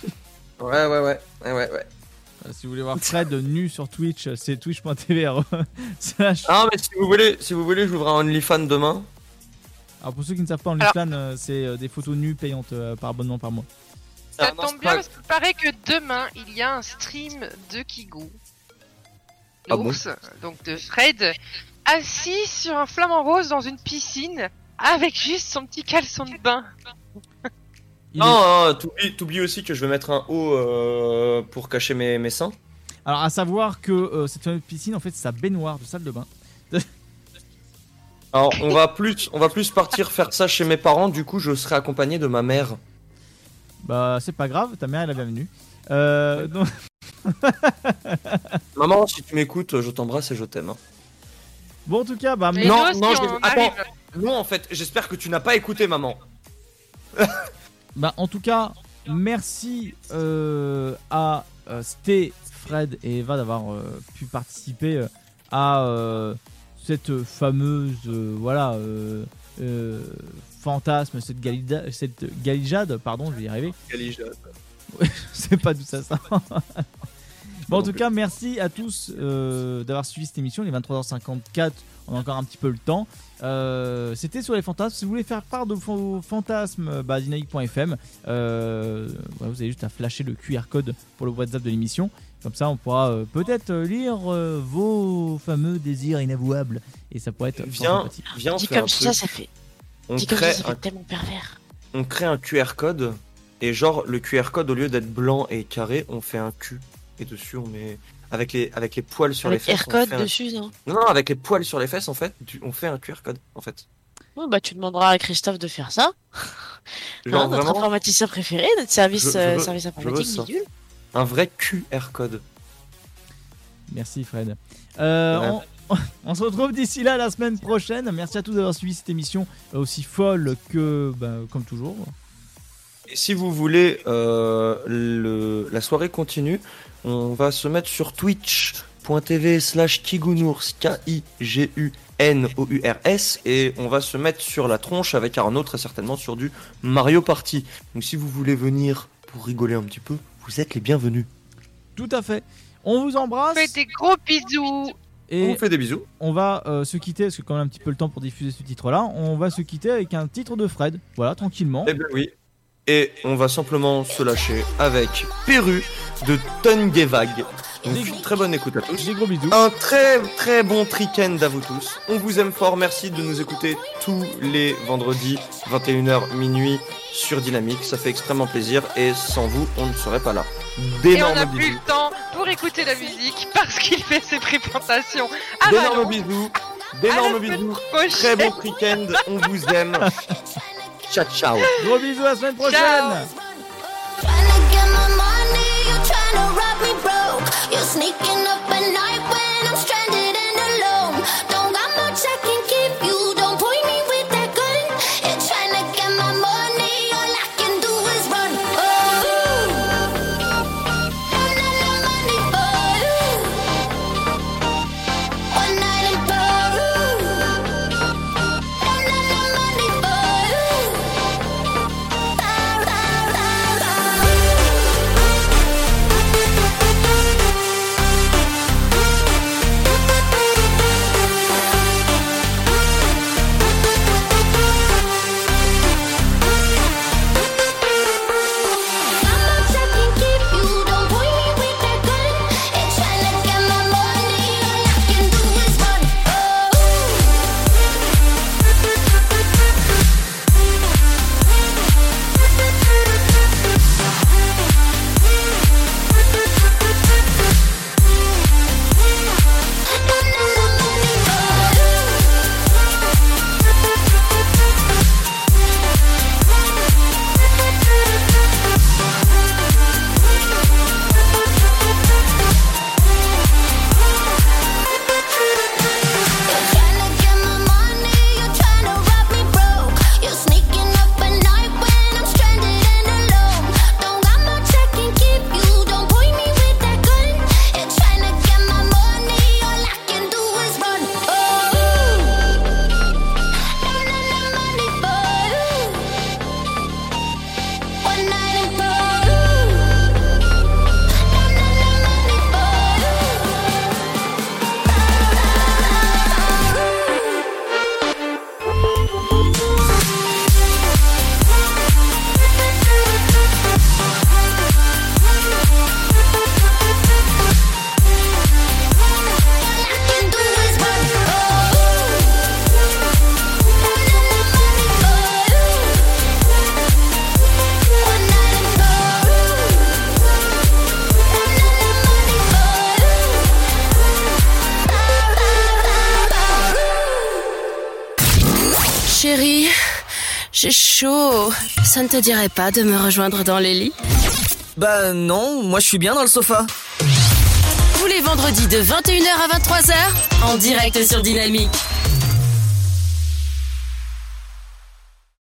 Si vous voulez voir Fred nu sur Twitch, c'est twitch.tv. Ah mais si vous voulez, j'ouvre un OnlyFans demain. Alors pour ceux qui ne savent pas, OnlyFans, c'est des photos nues payantes par abonnement par mois. Ça tombe bien parce qu'il paraît que demain il y a un stream de Kigou. L'ours, donc de Fred, assis sur un flamant rose dans une piscine avec juste son petit caleçon de bain. Non, t'oublies aussi que je vais mettre un haut pour cacher mes seins. Alors à savoir que cette fameuse piscine, en fait, c'est sa baignoire de salle de bain. Alors on va plus partir faire ça chez mes parents. Du coup, je serai accompagné de ma mère. Bah c'est pas grave, ta mère est la bienvenue. Donc... Maman, si tu m'écoutes, je t'embrasse et je t'aime. Bon, en tout cas, bah attends, non, en fait, j'espère que tu n'as pas écouté, maman. Bah, en tout cas, merci à Sté, Fred et Eva d'avoir pu participer à cette fameuse fantasme, cette galijade, pardon, je vais y arriver. Galijade. C'est pas d'où ça sort. Bon, en tout cas, merci à tous d'avoir suivi cette émission. Il est 23h54, on a encore un petit peu le temps. C'était sur les fantasmes. Si vous voulez faire part de vos fantasmes, dynamique.fm, vous avez juste à flasher le QR code pour le WhatsApp de l'émission. Comme ça, on pourra peut-être lire vos fameux désirs inavouables. Et ça pourrait être viens, on dit fait comme un ça, truc. ça fait. On Dit comme crée ça fait tellement pervers. On crée un QR code. Et genre, le QR code, au lieu d'être blanc et carré, on fait un cul. Et dessus, on met... Avec les poils sur avec les fesses. Avec code dessus, non? Non, avec les poils sur les fesses, en fait, on fait un QR code, en fait. Oh, bah, tu demanderas à Christophe de faire ça. Genre, notre vraiment, informaticien préféré, notre service, service informatique ça. bidule. Un vrai QR code. Merci, Fred. On se retrouve d'ici là la semaine prochaine. Merci à tous d'avoir suivi cette émission aussi folle que, comme toujours. Et si vous voulez, la soirée continue. On va se mettre sur twitch.tv/Kigunours, Kigunours, et on va se mettre sur la tronche avec Arnaud, très certainement sur du Mario Party. Donc si vous voulez venir pour rigoler un petit peu, vous êtes les bienvenus. Tout à fait. On vous embrasse. Faites des gros bisous. Et on vous fait des bisous. On va se quitter, parce que quand même un petit peu le temps pour diffuser ce titre-là. On va se quitter avec un titre de Fred. Voilà, tranquillement. Eh bien oui. Et on va simplement se lâcher avec Perru de Tungevag. Donc très bonne écoute à tous. Des gros bisous. Un très très bon week-end à vous tous. On vous aime fort. Merci de nous écouter tous les vendredis 21h minuit sur Dynamique. Ça fait extrêmement plaisir et sans vous, on ne serait pas là. Et on n'a plus le temps pour écouter la musique parce qu'il fait ses préplantations. D'énormes bisous. D'énormes bisous. Très bon week-end. On vous aime. Ciao, ciao. Gros bisous, à la semaine prochaine. j'ai chaud. Ça ne te dirait pas de me rejoindre dans les lits? Bah non, moi je suis bien dans le sofa. Tous les vendredis de 21h à 23h, en direct sur Dynamique.